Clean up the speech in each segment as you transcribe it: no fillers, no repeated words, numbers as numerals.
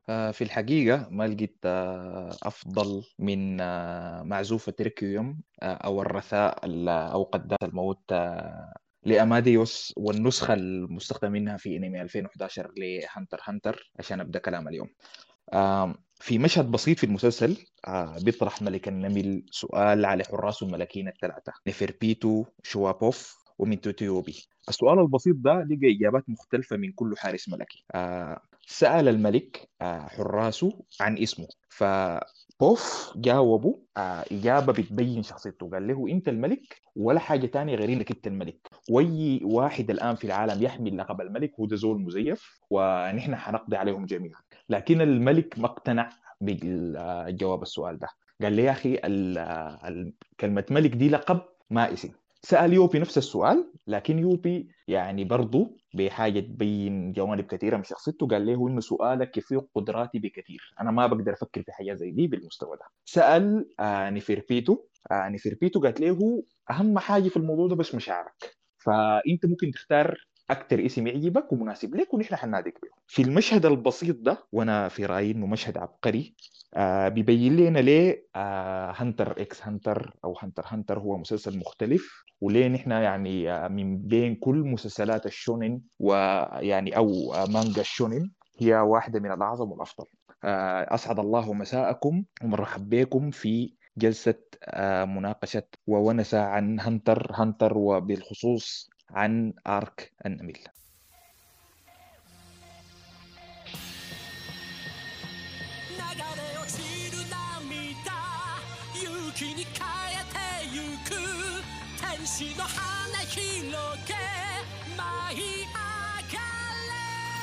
في الحقيقة ما لقيت أفضل من معزوفة ريكويوم أو الرثاء أو قداس الموت لأماديوس، والنسخة المستخدمة منها في انمي 2011 لهانتر هانتر عشان أبدأ كلام اليوم. في مشهد بسيط في المسلسل بيطرح ملك النمل سؤال على حراسه الملكيين الثلاثة نفربيتو، شوابوف، ومينتوتيوبي. السؤال البسيط ده لقى إجابات مختلفة من كل حارس ملكي. سأل الملك حراسه عن اسمه، فبوف جاوبه إجابة بتبين شخصيته. قال له أنت الملك ولا حاجة تانية غير إنك أنت الملك، وأي واحد الآن في العالم يحمل لقب الملك هو ده زول مزيف، ونحن حنقضي عليهم جميعا. لكن الملك ما اقتنع بجواب السؤال ده. قال لي يا أخي كلمة ملك دي لقب ما اسم. سأل يوبي نفس السؤال، لكن يوبي يعني برضه بحاجة تبين جوانب كثيرة من شخصيته. قال له إنه سؤالك يفوق قدراتي بكثير، أنا ما بقدر أفكر في حاجة زي دي بالمستوى ده. سأل نفيربيتو. نفيربيتو قالت له أهم حاجة في الموضوع ده بس مشاعرك، فأنت ممكن تختار اكتر اسم يعجبك ومناسب لك ونحن حناديك به. في المشهد البسيط ده وانا في رايي انه مشهد عبقري، بيبين لنا ليه هانتر اكس هانتر او هانتر هانتر هو مسلسل مختلف، وليه نحن يعني من بين كل مسلسلات الشونين ويعني او مانجا الشونين هي واحدة من الأعظم والأفضل. أسعد الله مساءكم ومرحب بكم في جلسة مناقشة وونسة عن هانتر هانتر، وبالخصوص عن آرك النمل. 流れ落ちる涙勇気に変えてゆく天使の花広げ舞い上がれ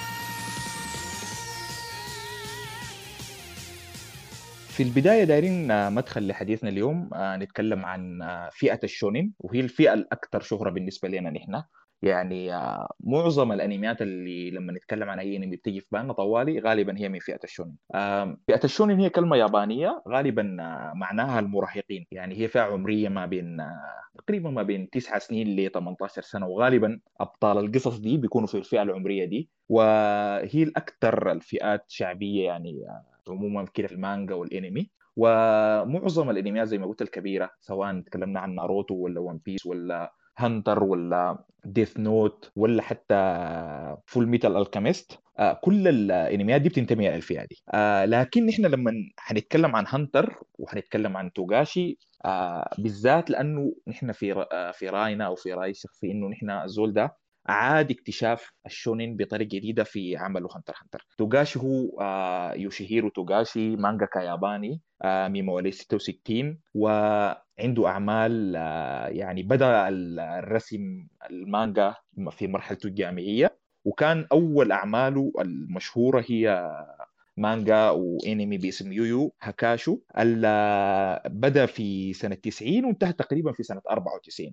في البداية دايرين مدخل لحديثنا اليوم، نتكلم عن فئة الشونين، وهي الفئة الأكثر شهرة بالنسبة لنا نحن. يعني معظم الأنميات اللي لما نتكلم عن أي أنمي بتيجي في بالنا طوالي غالبا هي من فئة الشونين. فئة الشونين هي كلمة يابانية غالبا معناها المراهقين، يعني هي فئة عمرية ما بين تقريبا ما بين 9 سنين ل 18 سنة، وغالبا أبطال القصص دي بيكونوا في الفئة العمرية دي، وهي الأكثر الفئات شعبية يعني عموما كده في المانجا والانمي. ومعظم الانميات زي ما قلت الكبيره، سواء تكلمنا عن ناروتو ولا ون بيس ولا هانتر ولا ديث نوت ولا حتى فول ميتال الكيميست، كل الانميات دي بتنتمي الى الفئه دي. لكن احنا لما حنتكلم عن هانتر وحنتكلم عن توغاشي بالذات، لانه نحن في راينا او في رايي الشخصي انه نحن الزول ده عاد اكتشاف الشونين بطريقه جديده في عمله هانتر هانتر. توغاشي هو يوشيهيرو توغاشي مانجاكا ياباني من مواليد 66، وعنده اعمال يعني بدأ الرسم المانجا في مرحلته الجامعيه، وكان اول اعماله المشهوره هي مانجا وانمي باسم يويو هاكاشو اللي بدأ في سنة 90 وانتهى تقريبا في سنة 94.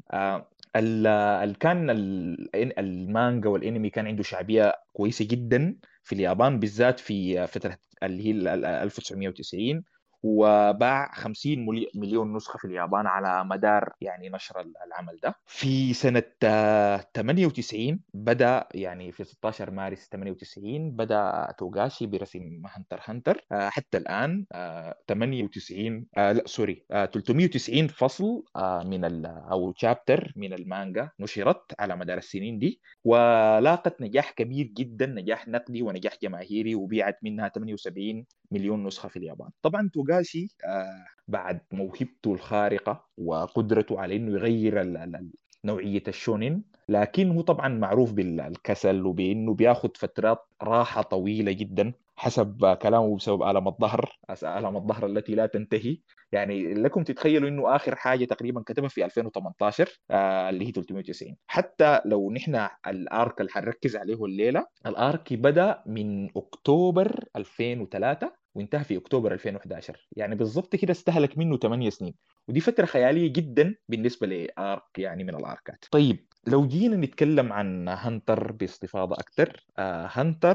كان المانجا والانمي كان عنده شعبية كويسة جدا في اليابان، بالذات في فترة اللي هي 1990، وباع 50 مليون نسخة في اليابان على مدار يعني نشر العمل ده. في سنة 98 بدأ، يعني في 16 مارس 98 بدأ توغاشي برسم هانتر هانتر. حتى الآن 98 لا سوري 390 فصل من أو شابتر من المانجا نشرت على مدار السنين دي، ولاقت نجاح كبير جدا، نجاح نقدي ونجاح جماهيري، وبيعت منها 78 مليون نسخة في اليابان. طبعا توغاشي بعد موهبته الخارقة وقدرته على انه يغير نوعية الشونين، لكن هو طبعا معروف بالكسل وبانه بياخد فترات راحة طويلة جدا حسب كلامه بسبب آلام الظهر، آلام الظهر التي لا تنتهي. يعني لكم تتخيلوا انه اخر حاجة تقريبا كتبها في 2018 اللي هي 390. حتى لو نحن الارك اللي حنركز عليه الليلة، الارك بدأ من اكتوبر 2003 وانتهى في اكتوبر 2011، يعني بالضبط كده استهلك منه 8 سنين، ودي فترة خيالية جدا بالنسبة لارك يعني من الاركات. طيب لو جينا نتكلم عن هانتر باستفاضة اكثر، هانتر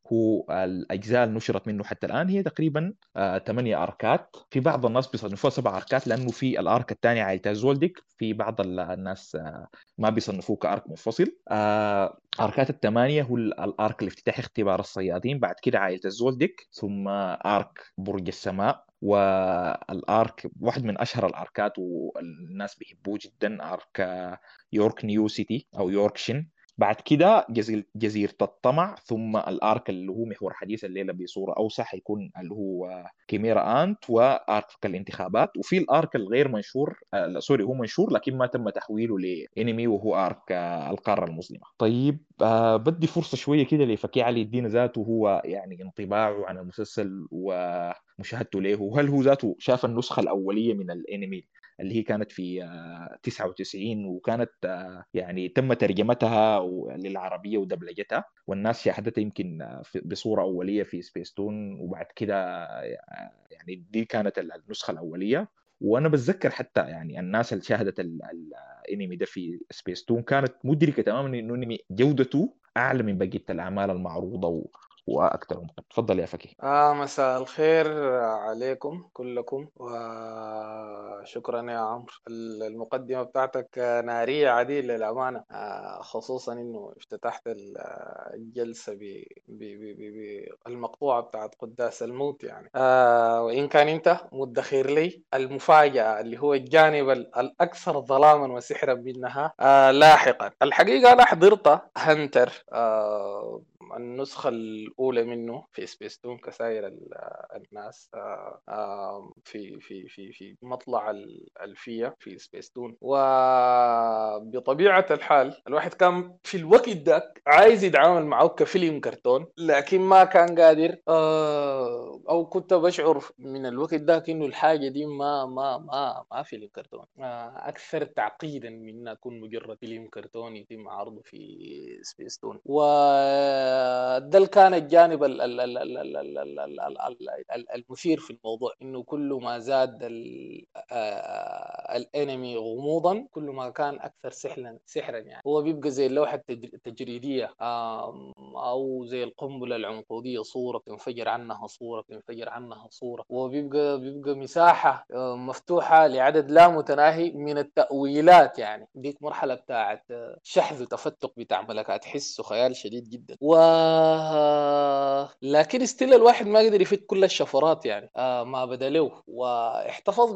هو الأجزاء نشرت منه حتى الآن هي تقريبا 8 أركات. في بعض الناس بيصنفوها 7 أركات لأنه في الأرك الثاني عائلة الزولدك، في بعض الناس ما بيصنفوه كأرك منفصل. أركات الثمانية هو الأرك الافتتاحي اختبار الصيادين، بعد كده عائلة الزولدك، ثم أرك برج السماء، والارك واحد من اشهر الاركات والناس بيحبوه جدا، ارك يورك نيو سيتي او يوركشن. بعد كده جزيرة الطمع، ثم الارك اللي هو محور حديث الليلة بصورة اوسع حيكون اللي هو كيميرا انت، وارك الانتخابات. وفي الارك الغير منشور سوري هو منشور لكن ما تم تحويله لانمي، وهو ارك القارة المظلمة. طيب بدي فرصة شوية كده لفكي علي يدينا ذاته هو يعني انطباعه عن المسلسل ومشاهدته له، وهل هو ذاته شاف النسخة الأولية من الأنمي اللي هي كانت في 99، وكانت يعني تم ترجمتها للعربية ودبلجتها، والناس شاهدتها يمكن بصورة أولية في سبيستون، وبعد كده يعني دي كانت النسخة الأولية. وانا بتذكر حتى يعني الناس اللي شاهدت الانمي ده في سبيستون كانت مدركه تماما انه انمي جودته اعلى من بقيه الاعمال المعروضه واكثر. تفضل يا فكي. مساء الخير عليكم كلكم، وشكرا يا عمرو. المقدمة بتاعتك نارية عديل للأمانة، خصوصا إنه افتتحت الجلسة بالمقطوعة بتاعت قداس الموت يعني. وإن كان أنت مدخر لي المفاجأة اللي هو الجانب الأكثر ظلاما وسحرا منها لاحقا. الحقيقة أنا حضرت هنتر النسخة الأولى منه في سبيستون كسائر الناس في مطلع الألفية في سبيستون. وبطبيعة الحال الواحد كان في الوقت ده عايز يتعامل معه كفيلم كرتون، لكن ما كان قادر، أو كنت بشعر من الوقت ده إنه الحاجة دي ما فيلم كرتون، أكثر تعقيدا من إنها تكون مجرد فيلم كرتون يتم عرضه في سبيستون. ده كان الجانب المثير في الموضوع، انه كل ما زاد الانمي غموضا كل ما كان اكثر سحرا يعني. هو بيبقى زي اللوحه التجريديه، او زي القنبله العنقوديه، صوره تنفجر عنها صوره تنفجر عنها صوره، وبيبقى مساحه مفتوحه لعدد لا متناهي من التاويلات يعني. ديك مرحله بتاعت شحذ وتفتق بتاع ملكات حس وخيال شديد جدا. لكن ستيل الواحد ما قدر يفك كل الشفرات يعني، ما بدا له، واحتفظ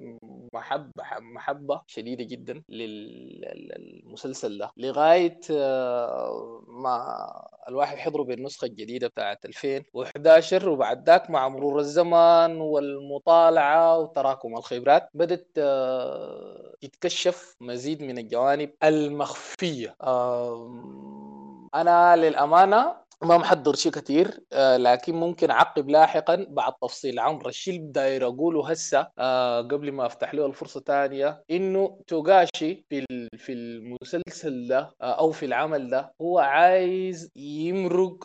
بمحبة شديدة جدا للمسلسل ده لغاية ما الواحد حضره بالنسخة الجديدة بتاعت 2011. وبعد ذاك مع مرور الزمن والمطالعة وتراكم الخبرات بدت تتكشف مزيد من الجوانب المخفية. أنا للأمانة ما محضر شيء كتير، لكن ممكن أعقب لاحقا بعد تفصيل. عمرو الشيء داير أقوله هسه قبل ما أفتح له الفرصة تانية، إنه توغاشي في المسلسل ده أو في العمل ده هو عايز يمرق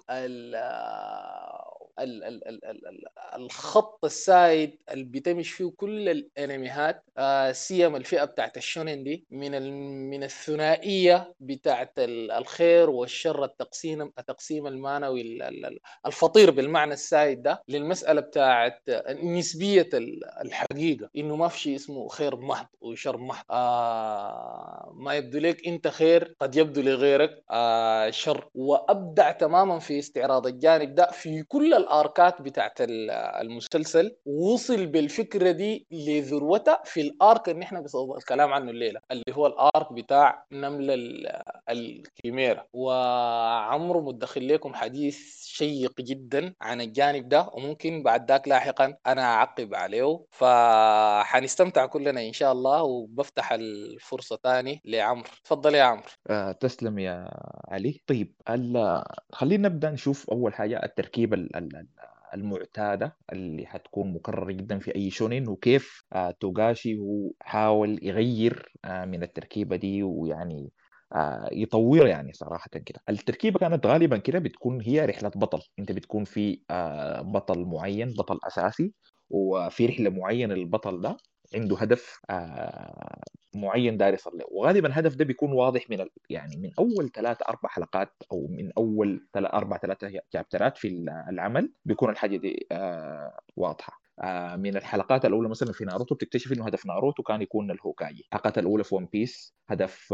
الخط السائد اللي بيتمش فيه كل الانميات، سيما الفئه بتاعت الشونين دي، من الثنائيه بتاعت الخير والشر، التقسيم المعنوي الفطير بالمعنى السائد ده، للمساله بتاعت نسبيه الحقيقه، انه ما في شيء اسمه خير محض وشر محض. ما يبدو لك انت خير قد يبدو لغيرك شر. وابدع تماما في استعراض الجانب ده في كل الاركات بتاعت المسلسل. وصل بالفكره دي لذروتها في الارك اللي احنا بصدد الكلام عنه الليله، اللي هو الارك بتاع نمل الكيميرا. وعمرو مدخل لكم حديث شيق جدا عن الجانب ده، وممكن بعد ذاك لاحقا انا اعقب عليه، فحنستمتع كلنا ان شاء الله. وبفتح الفرصه تاني لعمرو. تفضل يا عمرو. تسلم يا علي. طيب خلينا نبدأ نشوف أول حاجة التركيبة المعتادة اللي حتكون مكررة جدا في أي شونين، وكيف توغاشي هو حاول يغير من التركيبة دي، ويعني يطور يعني صراحة كده. التركيبة كانت غالبا كده بتكون هي رحلة بطل، انت بتكون في بطل معين، بطل أساسي، وفي رحلة معينة للبطل ده عنده هدف معين داير يصل له، وغالبا الهدف ده بيكون واضح من يعني من اول 3 4 حلقات او من اول 3 4 شابترات في العمل، بيكون الحاجه دي واضحه. من الحلقات الاولى مثلا في ناروتو بتكتشف انه هدف ناروتو كان يكون الهوكاجي. الحلقات الاولى في ون بيس هدف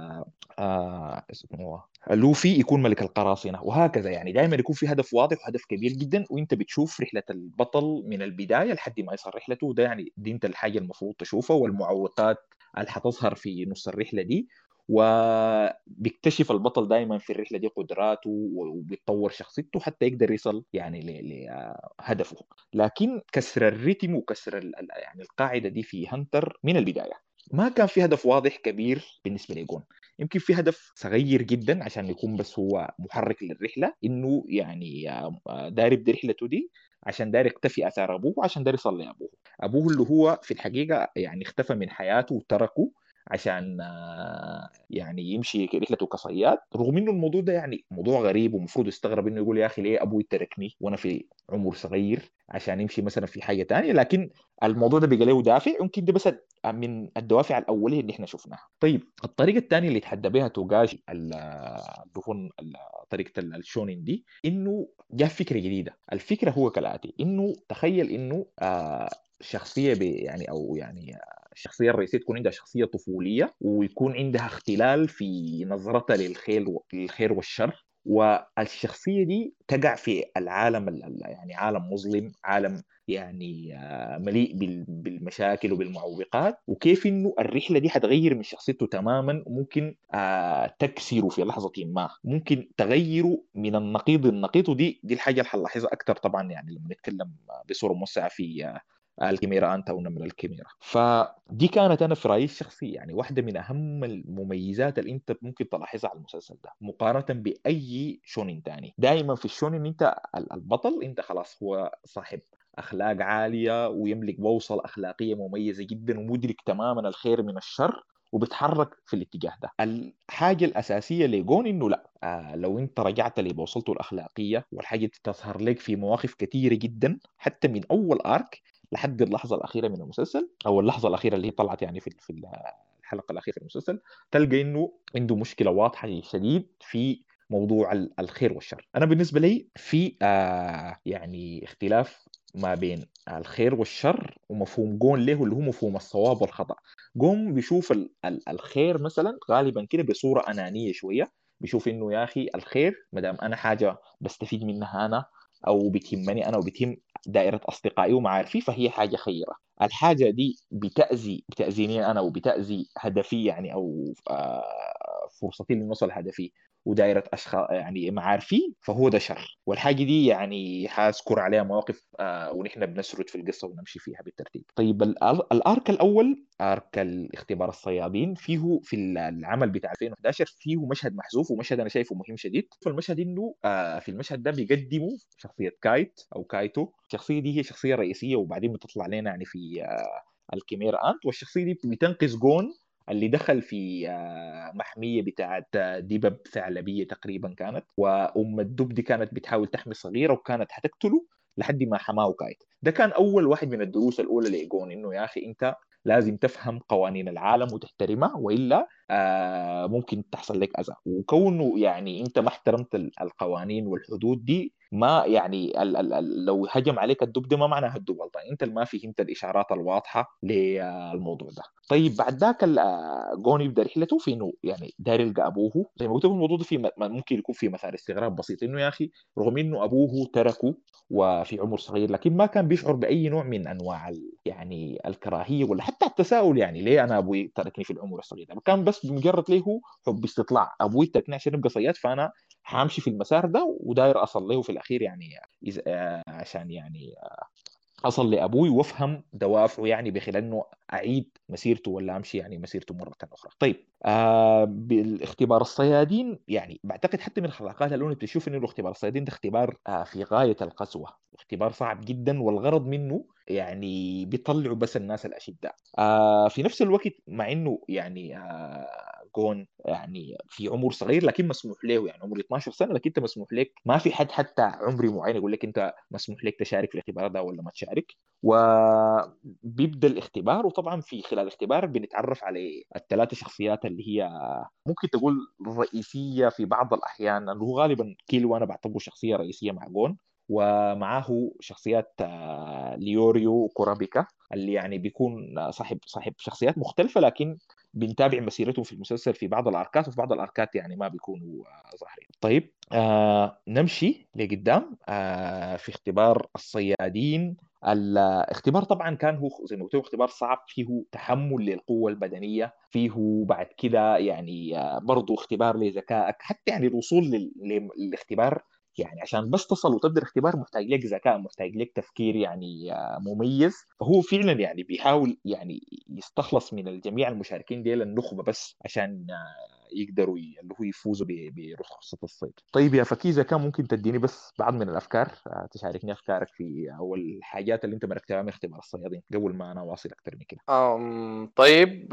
اسمه لوفي يكون ملك القراصنة، وهكذا. يعني دائما يكون في هدف واضح وهدف كبير جدا، وانت بتشوف رحلة البطل من البداية لحد ما يصل رحلته. ده يعني دي انت الحاجة المفروض تشوفها، والمعوقات اللي حتظهر في نص الرحلة دي. وبيكتشف البطل دائما في الرحلة دي قدراته، وبيتطور شخصيته حتى يقدر يصل يعني لهدفه. لكن كسر الريتم وكسر يعني القاعدة دي في هنتر من البداية. ما كان في هدف واضح كبير بالنسبة ليجون. يمكن في هدف صغير جدا عشان يكون بس هو محرك للرحلة، انه يعني داير يبدأ رحلته دي عشان داير يختفي اثار ابوه، وعشان داير يصل لابوه. ابوه اللي هو في الحقيقة يعني اختفى من حياته وتركه عشان يعني يمشي رحلته كصياد. رغم انه الموضوع ده يعني موضوع غريب ومفروض يستغرب، انه يقول يا اخي ليه ابوي تركني وانا في عمر صغير عشان يمشي مثلا في حاجة تانية. لكن الموضوع ده بقى له دافع، يمكن ده بس من الدوافع الاوليه اللي احنا شفناها. طيب الطريقه الثانيه اللي يتحدى بها توغاشي بكون طريقه الشونين دي، انه جاب فكره جديده. الفكره هو كالاتي، انه تخيل انه شخصيه يعني او يعني الشخصيه الرئيسيه تكون عندها شخصيه طفوليه، ويكون عندها اختلال في نظرتها للخير والشر. والشخصيه دي تقع في العالم يعني عالم مظلم، عالم يعني مليء بالمشاكل وبالمعوقات. وكيف انه الرحله دي حتغير من شخصيته تماما، وممكن تكسره في لحظه ما، ممكن تغيره من النقيض النقيض. ودي الحاجه اللي حنلاحظها اكثر طبعا يعني لما نتكلم بصوره موسعه في الكاميرا انت او نمر الكاميرا. فدي كانت انا في رايي الشخصي يعني واحده من اهم المميزات اللي انت ممكن تلاحظها على المسلسل ده مقارنه باي شونين تاني. دائما في الشونين انت البطل انت خلاص هو صاحب اخلاق عاليه، ويملك بوصله اخلاقيه مميزه جدا، ومدرك تماما الخير من الشر، وبتحرك في الاتجاه ده. الحاجه الاساسيه لجون انه لا لو انت رجعت لبوصلته الاخلاقيه، والحاجه تظهر لك في مواقف كثيره جدا حتى من اول ارك لحد اللحظه الاخيره من المسلسل، او اللحظه الاخيره اللي هي طلعت يعني في الحلقه الاخيره في المسلسل، تلقى انه عنده مشكله واضحه شديد في موضوع الخير والشر. انا بالنسبه لي في يعني اختلاف ما بين الخير والشر ومفهوم جون له اللي هو مفهوم الصواب والخطأ. جون بيشوف الخير مثلا غالبا كده بصورة أنانية شوية، بيشوف انه يا اخي الخير ما دام انا حاجة بستفيد منها انا، او بتهمني انا وبتهم دائرة اصدقائي ومعارفي، فهي حاجة خيرة. الحاجة دي بتأذيني انا وبتأذي هدفي يعني، او فرصتي للوصول هدفي ودائرة أشخاص يعني معارفي، فهو ده شر. والحاجة دي يعني حاذكر عليها مواقف ونحن بنسرد في القصة ونمشي فيها بالترتيب. طيب الارك الاول ارك الاختبار الصيادين، فيه في العمل بتاع 2011 فيه مشهد محذوف، ومشهد انا شايفه مهم شديد. فالمشهد انه في المشهد ده بيقدموا شخصيه كايت او كايتو. الشخصيه دي هي شخصيه رئيسيه، وبعدين بتطلع لنا يعني في الكيميرا انت. والشخصيه دي بتنقذ جون اللي دخل في محميه بتاعت دبب ثعلبيه تقريبا كانت، وام الدب دي كانت بتحاول تحمي صغيره وكانت حتقتله لحد ما حماه كايت. ده كان اول واحد من الدروس الاولى لايجون، انه يا اخي انت لازم تفهم قوانين العالم وتحترمها، والا ممكن تحصل لك اذى. وكونه يعني انت ما احترمت القوانين والحدود دي، ما يعني لو هجم عليك الدب ده ما معناها الدب غلطان، انت اللي ما فهمت الاشارات الواضحه للموضوع ده. طيب بعد ذاك جون يبدا رحلته في انه يعني داير يلقى ابوه. زي ما قلت لكم الموضوع ده في ممكن يكون في مثار استغراب بسيط، انه يا اخي رغم انه ابوه تركه وفي عمر صغير، لكن ما كان بيشعر باي نوع من انواع يعني الكراهيه ولا حتى التساؤل، يعني ليه انا ابوي تركني في العمر الصغير. كان بس مجرد له حب استطلاع، ابوي تركني عشان ابقى صياد، فانا حامشي في المسار ده وداير اصل له في الاخير يعني عشان يعني اصل لابوي وافهم دوافعه، يعني بخلال انه اعيد مسيرته ولا امشي يعني مسيرته مره اخرى. طيب بالاختبار الصيادين يعني بعتقد حتى من الحلقات الاولى بتشوف انه الاختبار الصيادين ده اختبار في غايه القسوه، اختبار صعب جدا، والغرض منه يعني بيطلعوا بس الناس الاشداء. في نفس الوقت مع انه يعني جون يعني في عمر صغير لكن مسموح له، يعني عمر 12 سنه لكن انت مسموح لك، ما في حد حتى عمري معين يقول لك انت مسموح لك تشارك في الاختبار ده ولا ما تشارك. وبيبدا الاختبار، وطبعا في خلال الاختبار بنتعرف على الثلاثه شخصيات اللي هي ممكن تقول رئيسيه في بعض الاحيان، انه هو غالبا كيلو انا بعتبره شخصيه رئيسيه مع جون، ومعاه شخصيات ليوريو وكورابيكا اللي يعني بيكون صاحب شخصيات مختلفة، لكن بنتابع مسيرتهم في المسلسل في بعض الاركات، وفي بعض الاركات يعني ما بيكونوا ظاهرين. طيب نمشي لقدام. في اختبار الصيادين، الاختبار طبعا كان هو زي ما قلت لكم اختبار صعب، فيه تحمل للقوة البدنية، فيه بعد كده يعني برضه اختبار لذكائك، حتى يعني الوصول للاختبار يعني عشان بس تصل وتبدا الاختبار محتاج لك ذكاء، محتاج لك تفكير يعني مميز. فهو فعلا يعني بيحاول يعني يستخلص من الجميع المشاركين دي النخبه بس عشان يقدروا اللي هو يفوزوا برخصة الصيد. طيب يا فكي، إذا كان ممكن تديني بس بعض من الافكار، تشاركني افكارك في او الحاجات اللي انت مركتها من اختبار الصيادين قبل ما انا واصل اكثر من كده. طيب،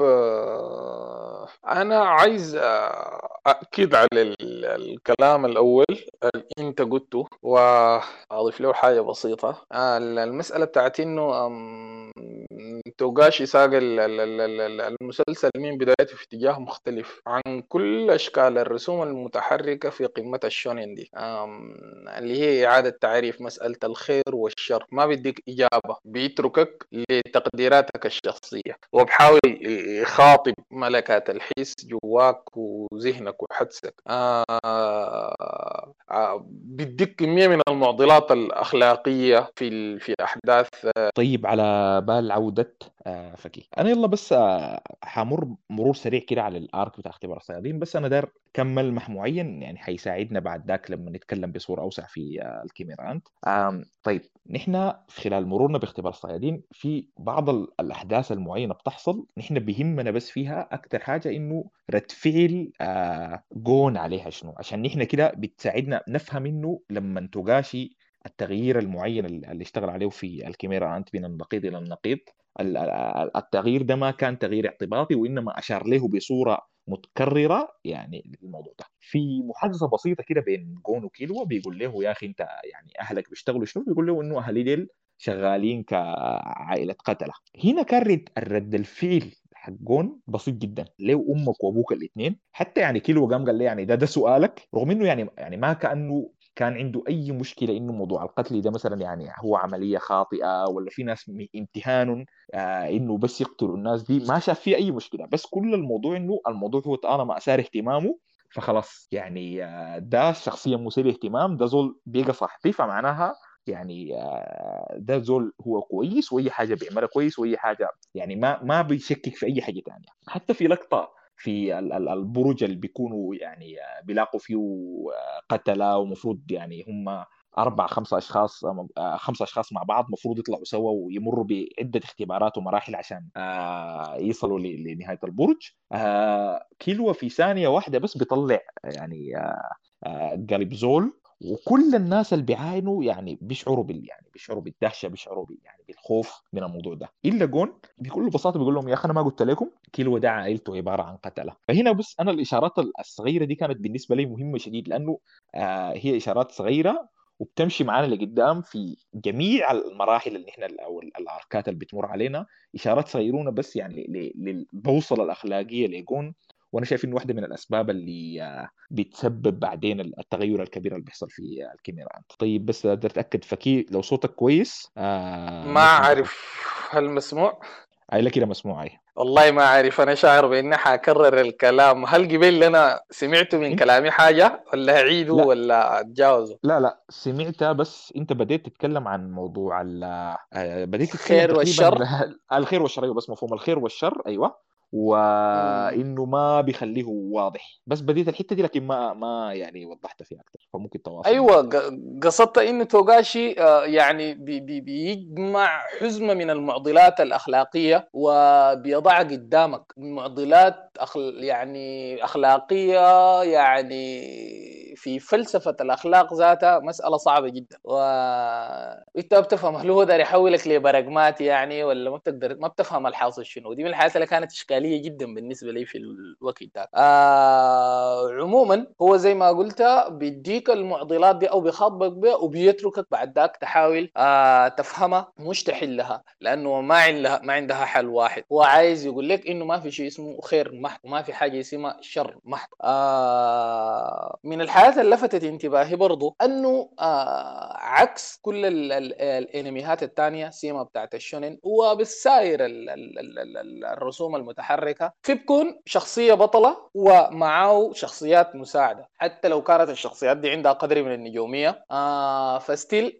أنا عايز أأكد على الكلام الأول اللي أنت قلته، وأضيف له حاجة بسيطة. المسألة بتاعت إنه توغاشي ساق المسلسل من بدايته في اتجاه مختلف عن كل أشكال الرسوم المتحركة في قمة الشونين دي، اللي هي إعادة تعريف مسألة الخير والشر. ما بيديك إجابة، بيتركك لتقديراتك الشخصية، وبحاول يخاطب ملكات الحس جواك وذهنك وحدسك. بيديك كمية من المعضلات الأخلاقية في أحداث. طيب على بال عودة فكي، أنا يلا بس حمر مرور سريع كده على الآرك بتاع اختبار الصيادين، بس أنا دار كمل ملمح معين يعني حيساعدنا بعد ذاك لما نتكلم بصورة أوسع في الكيميرانت. طيب نحن في خلال مرورنا باختبار الصيادين في بعض الأحداث المعينة بتحصل، نحن بيهمنا بس فيها أكتر حاجة إنه رد فعل جون عليها شنو، عشان نحن كده بتساعدنا نفهم إنه لما توغاشي التغيير المعين اللي اشتغل عليه في الكاميرا أنت من النقيض إلى النقيض، التغيير ده ما كان تغيير اعتباطي، وإنما أشار له بصورة متكررة يعني الموضوع ده في محادثة بسيطة كده بين جون وكيلو. بيقول له يا أخي أنت يعني أهلك بيشتغلوا شنو؟ بيقول له إنه أهلي ديل شغالين كعائلة قتلة. هنا كان الرد الفعل حق جون بسيط جدا، ليه امك وابوك الاثنين؟ حتى يعني كيلو قام قال لي يعني ده سؤالك، رغم انه يعني ما كانه كان عنده اي مشكله انه موضوع القتل ده مثلا يعني هو عمليه خاطئه ولا في ناس امتهان انه بس يقتلوا الناس دي، ما شاف فيه اي مشكله. بس كل الموضوع انه الموضوع هو طالما اثار اهتمامه فخلاص يعني ده شخصيه مثيره اهتمام، ده زول بيقى صاحبي، فمعناها يعني ده زول هو كويس، واي حاجه بيعملها كويس، واي حاجه يعني ما بيشكك في اي حاجه ثانيه. حتى في لقطه في البرج اللي بيكونوا يعني بيلاقوا فيه قتلة، ومفروض يعني هم أربع خمسة أشخاص، خمسة أشخاص مع بعض مفروض يطلعوا سوا ويمروا بعدة اختبارات ومراحل عشان يصلوا لنهاية البرج. كيلو في ثانية واحدة بس بيطلع يعني قلب زول، وكل الناس اللي بيعاينوا يعني بيشعروا يعني بيشعروا بالدهشه، بيشعروا يعني بالخوف من الموضوع ده، الا جون بكل بساطه بيقول لهم يا اخي انا ما قلت لكم كيلو ده عائلته عباره عن قتله. فهنا بس انا الاشارات الصغيره دي كانت بالنسبه لي مهمه شديد، لانه هي اشارات صغيره وبتمشي معانا لقدام في جميع المراحل اللي احنا او الاركات اللي بتمر علينا، اشارات صغيرونه بس يعني للبوصله الاخلاقيه لجون. وانا شايف انه واحده من الاسباب اللي بتسبب بعدين التغير الكبير اللي بيحصل في الكاميرا. طيب بس اقدر اتاكد فكي لو صوتك كويس ما ممكن تاخد. أعرف هل مسموع؟ اي كده مسموع اي. والله ما أعرف، أنا شاعر بإني حكرر الكلام. هل قبل أنا سمعت من انت كلامي حاجة ولا أعيده لا ولا أتجاوزه؟ لا سمعتها، بس انت بديت تتكلم عن موضوع بديت تتكلم خير تقريبا والشر. الخير والشر. ايوه بس مفهوم الخير والشر، ايوه، مم. وانه ما بيخليه واضح، بس بديت الحته دي لكن ما يعني وضحت فيها اكثر، فممكن تواصل ايوه، بعد كده. قصدت انه توغاشي يعني بيجمع حزمه من المعضلات الاخلاقيه وبيضعها قدامك، معضلات يعني اخلاقيه، يعني في فلسفه الاخلاق ذاتها مساله صعبه جدا. انت بتفهم هل هو داير يحولك لبراجمات يعني، ولا ما بتفهم الحاصل شنو. دي من الحاجات اللي كانت اشكاليه جدا بالنسبه لي في الوقت ده. عموما هو زي ما قلت بيديك المعضلات دي او بيخاطبك بها وبيتركك بعد ذاك تحاول تفهمها مش تحلها، لانه ما عندها حل واحد. هو عايز يقول لك انه ما في شيء اسمه خير محض وما في حاجه اسمها شر محض. من الحاجات اللي لفتت انتباهي برضو انه عكس كل الانميات التانية سيما بتاعت الشونين وبالساير الرسوم المتحركة، في بكون شخصية بطلة ومعه شخصيات مساعدة، حتى لو كانت الشخصيات دي عندها قدر من النجومية فستيل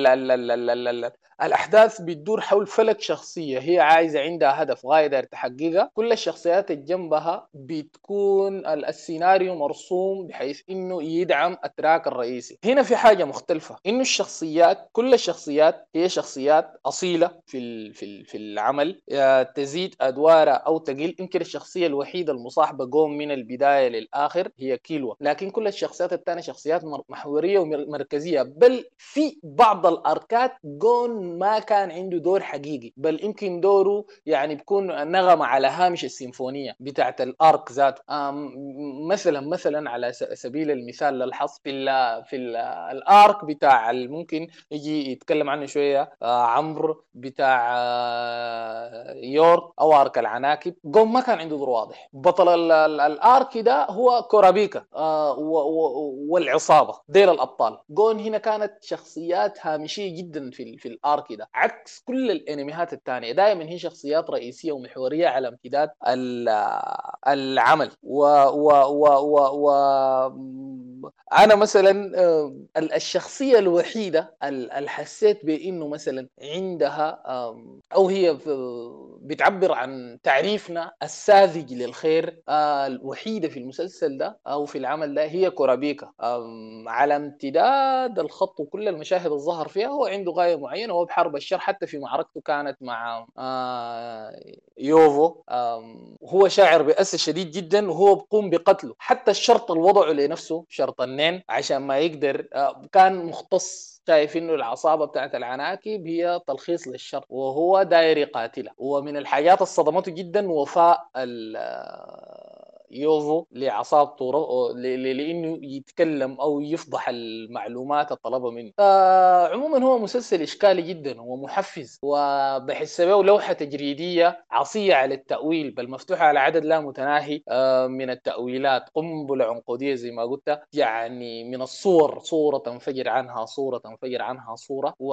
الأحداث بتدور حول فلك شخصية هي عايزة عندها هدف غاية داير تحققها. كل الشخصيات اللي جنبها بتكون السيناريو مرسوم بحيث إنه يدعم التراك الرئيسي. هنا في حاجة مختلفة، إنه كل الشخصيات هي شخصيات أصيلة في العمل، تزيد أدوارها أو تقل. يمكن الشخصية الوحيدة المصاحبة قوم من البداية للآخر هي كيلوا، لكن كل الشخصيات الثانية شخصيات محورية ومركزية. بل في بعض الأركات قون ما كان عنده دور حقيقي، بل يمكن دوره يعني بيكون نغمة على هامش السيمفونية بتاعت الارك ذاته. مثلا على سبيل المثال للحظ في الارك بتاع ممكن يجي يتكلم عنه شويه عمرو بتاع يور او ارك العناكب، قوم ما كان عنده دور واضح. بطل الارك ده هو كورابيكا والعصابه ديل الابطال. جون هنا كانت شخصيات هامشيه جدا في الارك ده، عكس كل الانميات الثانيه دائما هي شخصيات رئيسيه ومحوريه على امتداد العمل. و انا مثلا الشخصيه الوحيده اللي حسيت بانه مثلا عندها او هي بتعبر عن تعريفنا الساذج للخير الوحيده في المسلسل ده او في العمل ده هي كورابيكا. على امتداد الخط وكل المشاهد الظهر فيها هو عنده غايه معينه، هو بحرب الشر. حتى في معركته كانت مع يوفو هو شاعر بأسى شديد جدا وهو بيقوم بقتله. حتى الشرط اللي وضعه لنفسه شرط النين عشان ما يقدر كان مختص، شايف انه العصابه بتاعت العناكب هي تلخيص للشر وهو داير يقاتلها. ومن الحاجات الصدمته جدا وفاء يوفو لعصابته لانه يتكلم او يفضح المعلومات الطلبه منه. عموما هو مسلسل اشكالي جدا ومحفز، وبحس به لوحه تجريديه عصيه على التاويل، بل مفتوحه على عدد لا متناهي من التاويلات. قنبله عنقوديه زي ما قلت، يعني من الصور صوره تنفجر عنها صوره تنفجر عنها صوره. و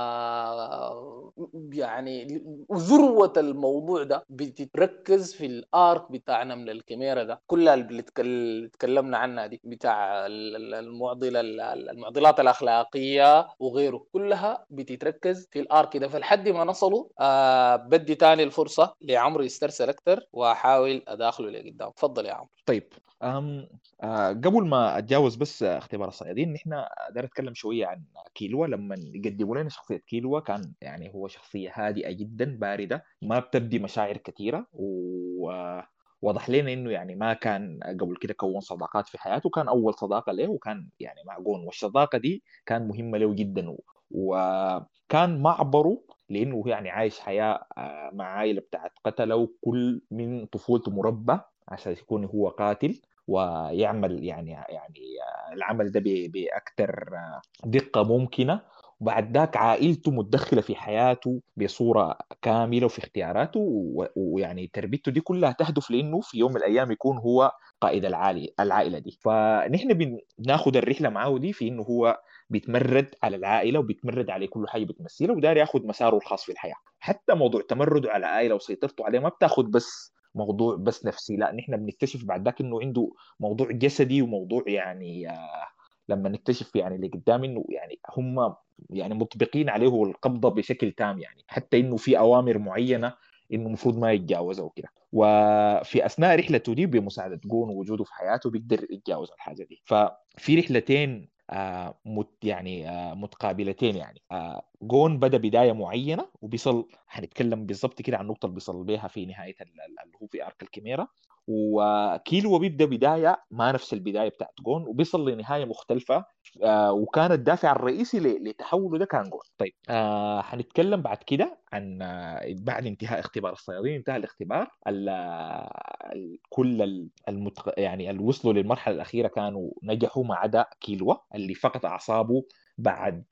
يعني ذروه الموضوع ده بتتركز في الارك بتاعنا من الكاميرا ده كلها اللي تكلمنا عنها دي، بتاع المعضلات الاخلاقيه وغيره، كلها بتتركز في الارك ده. فلحد ما نصلوا بدي تاني الفرصه لعمرو يسترسل اكتر واحاول اداخله لقدام. تفضل يا عمرو. طيب. قبل ما اتجاوز بس اختبار الصيادين، نحن داير نتكلم شويه عن كيلوا. لما يقدموا لنا شخصيه كيلوا كان يعني هو شخصيه هادئه جدا بارده، ما بتبدي مشاعر كثيره، ووضح لنا انه يعني ما كان قبل كده كون صداقات في حياته، كان اول صداقه له وكان يعني مع جون، والصداقه دي كان مهمه له جدا، وكان معبره لانه يعني عايش حياه مع عائله بتاعت قتله، وكل من طفولته مربى عشان يكون هو قاتل ويعمل يعني العمل ده بأكثر دقة ممكنة. وبعد ذاك عائلته متدخلة في حياته بصورة كاملة وفي اختياراته، ويعني تربيته دي كلها تهدف لأنه في يوم من الأيام يكون هو قائد العائلة دي. فنحن بناخد الرحلة معاه دي في إنه هو بيتمرد على العائلة وبيتمرد على كل حاجة بتمثلها، ودار ياخد مساره الخاص في الحياة. حتى موضوع تمرده على العائلة وسيطرته عليه ما بتاخد بس موضوع بس نفسي، لا نحن بنكتشف بعد ذاك انه عنده موضوع جسدي وموضوع يعني لما نكتشف يعني اللي قدام انه يعني هم يعني مطبقين عليه القبضه بشكل تام، يعني حتى انه في اوامر معينه انه المفروض ما يتجاوزها وكده. وفي اثناء رحلته دي بمساعده جون ووجوده في حياته بيقدر يتجاوز الحاجه دي. ففي رحلتين يعني متقابلتين. يعني جون بدأ بداية معينة وبيصل، هنتكلم بالضبط كده عن النقطة اللي بيصل بيها في نهاية اللي هو في أرك الكاميرا. وكيلو بيبدأ بداية ما نفس البداية بتاعت جون وبيصل لنهاية مختلفة. وكان الدافع الرئيسي لتحوله ده كان جون. طيب هنتكلم بعد كده عن بعد انتهاء اختبار الصيادين. انتهى الاختبار كل يعني اللي وصلوا للمرحلة الأخيرة كانوا نجحوا ما عدا كيلوا اللي فقد أعصابه بعد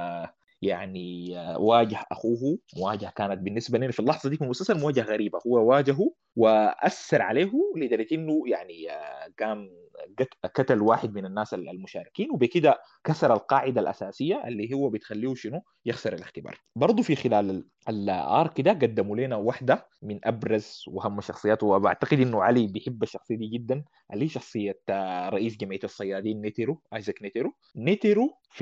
يعني واجه أخوه مواجهة كانت بالنسبة لنا في اللحظة دي في المسلسل مواجهة غريبة. هو واجهه وأثر عليه لدرجة إنه يعني قام قتل واحد من الناس المشاركين، وبكده كسر القاعدة الأساسية اللي هو بتخليه شنو يخسر الاختبار. برضو في خلال الارك ده قدموا لنا واحدة من أبرز وأهم الشخصيات، وبعتقد إنه علي بيحب الشخصية دي جدا، اللي هي شخصية رئيس جمعية الصيادين نيتيرو، ايزاك نيتيرو. نيتيرو في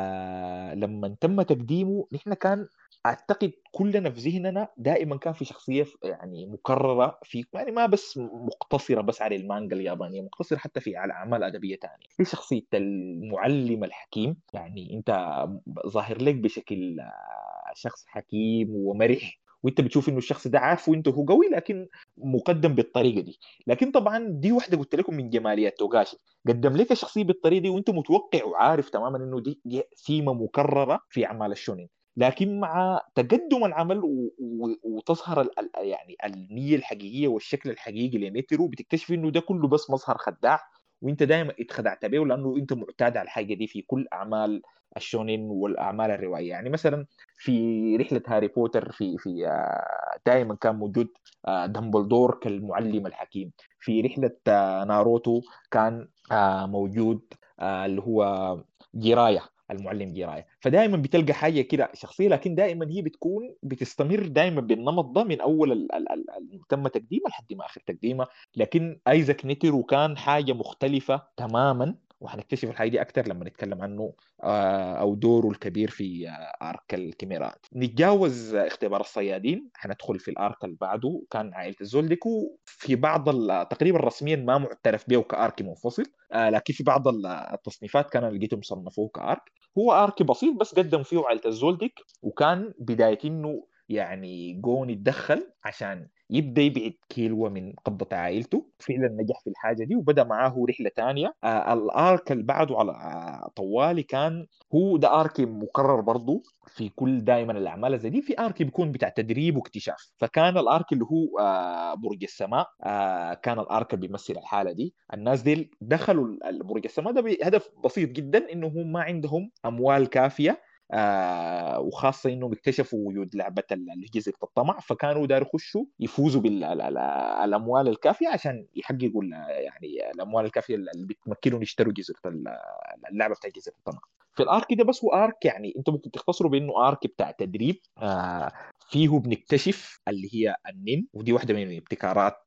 لما تم تقديمه نحن كان اعتقد كلنا في ذهننا دائما كان في شخصيه يعني مكرره في، يعني ما بس مقتصره بس على المانجا اليابانيه، مقتصره حتى في على اعمال ادبيه ثانيه. في شخصيه المعلم الحكيم، يعني انت ظاهر لك بشكل شخص حكيم ومرح، وانت بتشوف انه الشخص ده عارف وانت هو قوي لكن مقدم بالطريقه دي. لكن طبعا دي واحده قلت لكم من جماليات توغاشي، قدم لك الشخصيه بالطريقه دي وانت متوقع وعارف تماما انه دي سيمه مكرره في اعمال الشونين. لكن مع تقدم العمل وتظهر يعني النية الحقيقية والشكل الحقيقي لنيترو، بتكتشف انه ده كله بس مظهر خداع، وانت دائما اتخدعت به لانه انت معتاد على الحاجة دي في كل اعمال الشونين والاعمال الروائية. يعني مثلا في رحلة هاري بوتر في دائما كان موجود دامبلدور كالمعلم الحكيم. في رحلة ناروتو كان موجود اللي هو جيرايا المعلم جيرايا. فدائما بتلقى حاجه كده شخصيه، لكن دائما هي بتكون بتستمر دائما بالنمط ده من اول تم تقديمها لحد ما اخر تقديمها. لكن ايزاك نيترو كان حاجه مختلفه تماما، وهنكتشف الحاجه دي اكثر لما نتكلم عنه او دوره الكبير في ارك الكاميرات. نتجاوز اختبار الصيادين، هندخل في الارك اللي بعده كان عائله الزولديكو. في بعض تقريبا رسميا ما معترف به كارك منفصل، لكن في بعض التصنيفات كان لقيتهم صنفوه كارك. هو ارك بسيط بس قدم فيه عائله الزولديك، وكان بدايه انه يعني جون يتدخل عشان يبدا يبعد كيلوا من قبضه عائلته. فعلا نجح في الحاجه دي وبدا معاه رحله ثانيه. الارك اللي بعده على طوالي كان هو ده ارك مكرر برضه في كل دائما الاعمال زي دي. في ارك بيكون بتاع تدريب واكتشاف، فكان الارك اللي هو برج السماء كان الارك اللي بيمثل الحاله دي. الناس دي دخلوا برج السماء ده بهدف بسيط جدا، انه هم ما عندهم اموال كافيه، وخاصه انهم اكتشفوا وجود لعبه جزيره الطمع، فكانوا داير يخشوا يفوزوا بالاموال الكافيه عشان يحققوا يعني الاموال الكافيه اللي بتمكنهم يشتروا جزيره اللعبه بتاع جزيره الطمع. في الارك ده بس هو ارك يعني انت ممكن تختصره بانه ارك بتاع تدريب. فيه بنكتشف اللي هي النين، ودي واحده من ابتكارات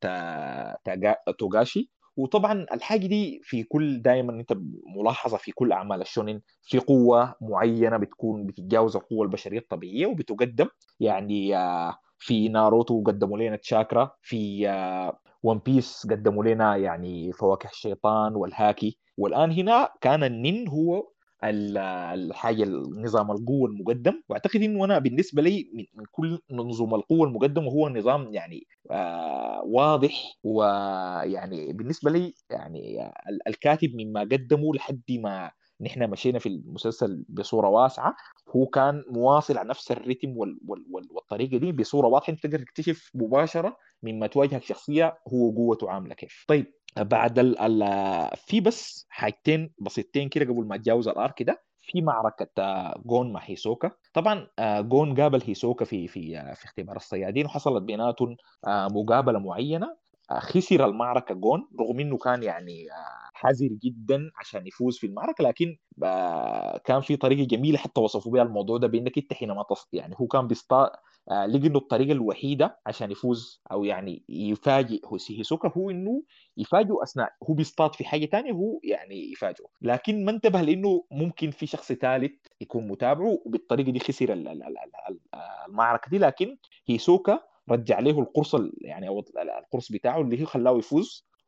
توغاشي. وطبعا الحاجه دي في كل دائما انت ملاحظه في كل اعمال الشونين، في قوه معينه بتكون بتتجاوز القوه البشريه الطبيعيه وبتقدم. يعني في ناروتو قدموا لنا تشاكرا، في ون بيس قدموا لنا يعني فواكه الشيطان والهاكي، والان هنا كان النين هو الحاجه النظام القوه المقدم. واعتقد انه انا بالنسبه لي من كل نظم القوه المقدم وهو نظام يعني واضح، ويعني بالنسبه لي يعني الكاتب مما قدمه لحد ما نحن مشينا في المسلسل بصوره واسعه، هو كان مواصل على نفس الريتم والطريقه دي بصوره واضحه، انت تقدر تكتشف مباشره مما تواجهك شخصيه هو قوته عامله كيف. طيب بعد في بس حاجتين بسيطتين كده قبل ما اتجاوز الارك ده. في معركة جون مع هيسوكا. طبعا جون قابل هيسوكا في اختبار الصيادين، وحصلت بيناتهم مقابلة معينة. خسر المعركة جون رغم انه كان يعني حذر جدا عشان يفوز في المعركة، لكن كان في طريقة جميلة حتى وصفوا بها الموضوع ده بانك انت حينما يعني هو كان بيصطاد، لقى انه الطريقة الوحيدة عشان يفوز او يعني يفاجئ هيسوكا هو انه يفاجئه اثناء هو بيصطاد في حاجه ثانيه، هو يعني يفاجئه، لكن ما انتبه لانه ممكن في شخص ثالث يكون متابعه، وبالطريقه دي خسر المعركه دي. لكن هيسوكا رجع له القرص يعني او القرص بتاعه اللي هو خلاه يفوز،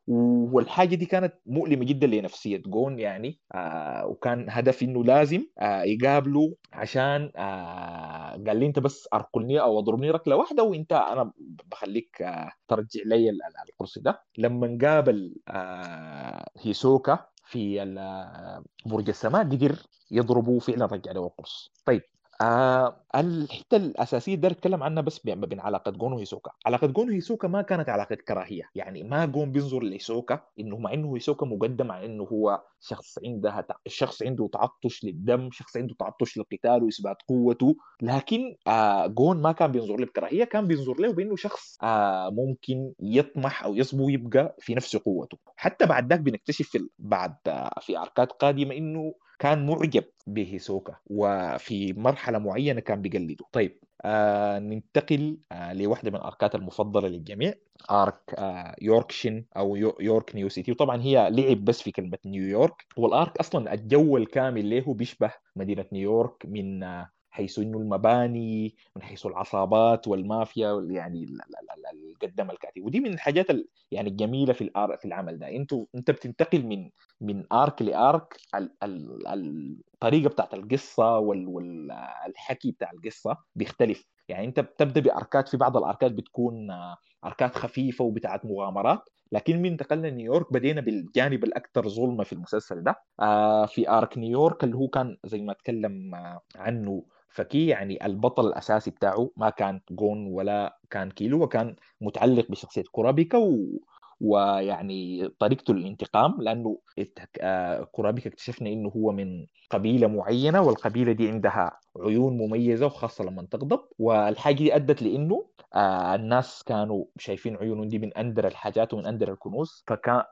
والحاجه دي كانت مؤلمه جدا لنفسيه جون يعني. وكان هدف انه لازم يقابله عشان قال لي انت بس اركلني او اضربني ركله واحده وانت انا بخليك ترجع لي الكرسي ده. لما قابل هيسوكا في برج السماء قدر يضربه فعلا، رجع له القرص. طيب الحته الاساسيه ده اتكلم عنها بس ما بين علاقه جون وهيسوكا. علاقه جون وهيسوكا ما كانت علاقه كراهيه، يعني ما جون بينظر لهيسوكا انه مع انه هيسوكا مقدم على انه هو شخص عنده تعطش للدم، شخص عنده تعطش للقتال واثبات قوته، لكن جون ما كان بينظر له بكراهيه، كان بينظر له بانه شخص ممكن يطمح او يصبو يبقى في نفس قوته. حتى بعد ذاك بنكتشف بعد في اركات قادمه انه كان معجب بهيسوكا وفي مرحلة معينة كان بيقلده. طيب ننتقل لواحدة من الأركات المفضلة للجميع، آرك يوركشن أو يورك نيو سيتي. وطبعا هي لعب بس في كلمة نيويورك، والآرك أصلا الجو الكامل له بيشبه مدينة نيويورك من حيث انه المباني، من حيث العصابات والمافيا يعني اللي قدم الكاتب. ودي من الحاجات يعني الجميله في العمل ده. انت بتنتقل من ارك لارك، الطريقه بتاعت القصه والحكي بتاع القصه بيختلف. يعني انت بتبدا باركات، في بعض الاركات بتكون اركات خفيفه وبتاعت مغامرات، لكن من انتقلنا نيويورك بدينا بالجانب الاكثر ظلمه في المسلسل ده. في ارك نيويورك اللي هو كان زي ما اتكلم عنه فكي، يعني البطل الاساسي بتاعه ما كان جون ولا كان كيلو، وكان متعلق بشخصيه كورابيكا ويعني طريقته للانتقام، لانه كورابيكا اكتشفنا انه هو من قبيله معينه، والقبيله دي عندها عيون مميزه وخاصه لما تغضب، والحاجه دي ادت لانه الناس كانوا شايفين عيونهم دي من اندر الحاجات ومن اندر الكنوز،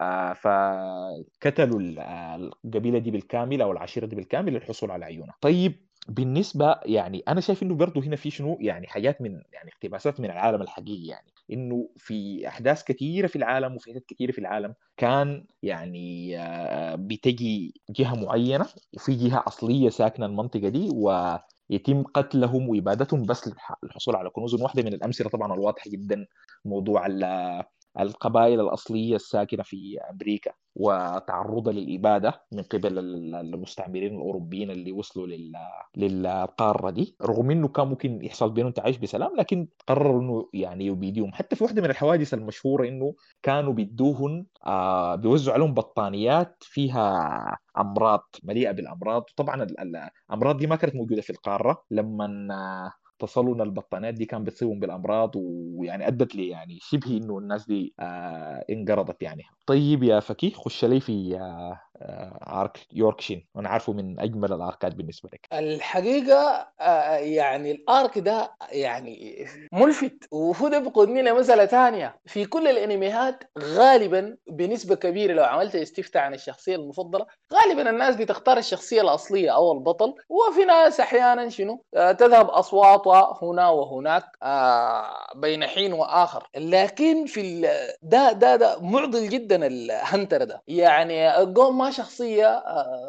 فقتلوا القبيله دي بالكامل او العشيره دي بالكامل للحصول على عيونها. طيب بالنسبه يعني انا شايف انه برضه هنا في شنو يعني حاجات من يعني اقتباسات من العالم الحقيقي، يعني انه في احداث كثيره في العالم وفي حتت كثيره في العالم كان يعني بتجي جهه معينه وفي جهه اصليه ساكنه المنطقه دي، ويتم قتلهم وابادتهم بس للحصول على كنوز. واحده من الامثله طبعا الواضحه جدا موضوع القبائل الأصلية الساكنة في أمريكا وتعرضها للإبادة من قبل المستعمرين الأوروبيين اللي وصلوا للقارة دي، رغم إنه كان ممكن يحصل بينهم تعايش بسلام، لكن قرروا إنه يعني يبيدوهم. حتى في واحدة من الحوادث المشهورة إنه كانوا بيدوهن بيوزعوا عليهم بطانيات فيها أمراض مليئة بالأمراض. طبعا الأمراض دي ما كانت موجودة في القارة. لما تصلنا البطانات دي كان بتصيبهم بالامراض، ويعني ادت لي يعني شبه انه الناس دي انقرضت يعني. طيب يا فكي خش لي في ارك يوركشين، وانا عارفه من اجمل الاركات بالنسبه لك. الحقيقة يعني الارك ده يعني ملفت، وهو ده بيقودني لمسألة تانية. في كل الانميات غالبا بنسبة كبيرة لو عملت استفتاء عن الشخصية المفضلة، غالبا الناس بتختار الشخصية الأصلية أو البطل، وفي ناس أحيانا شنو تذهب أصواتها هنا وهناك بين حين وآخر. لكن في ده معضل جدا الهنتر ده. يعني قوم ما شخصية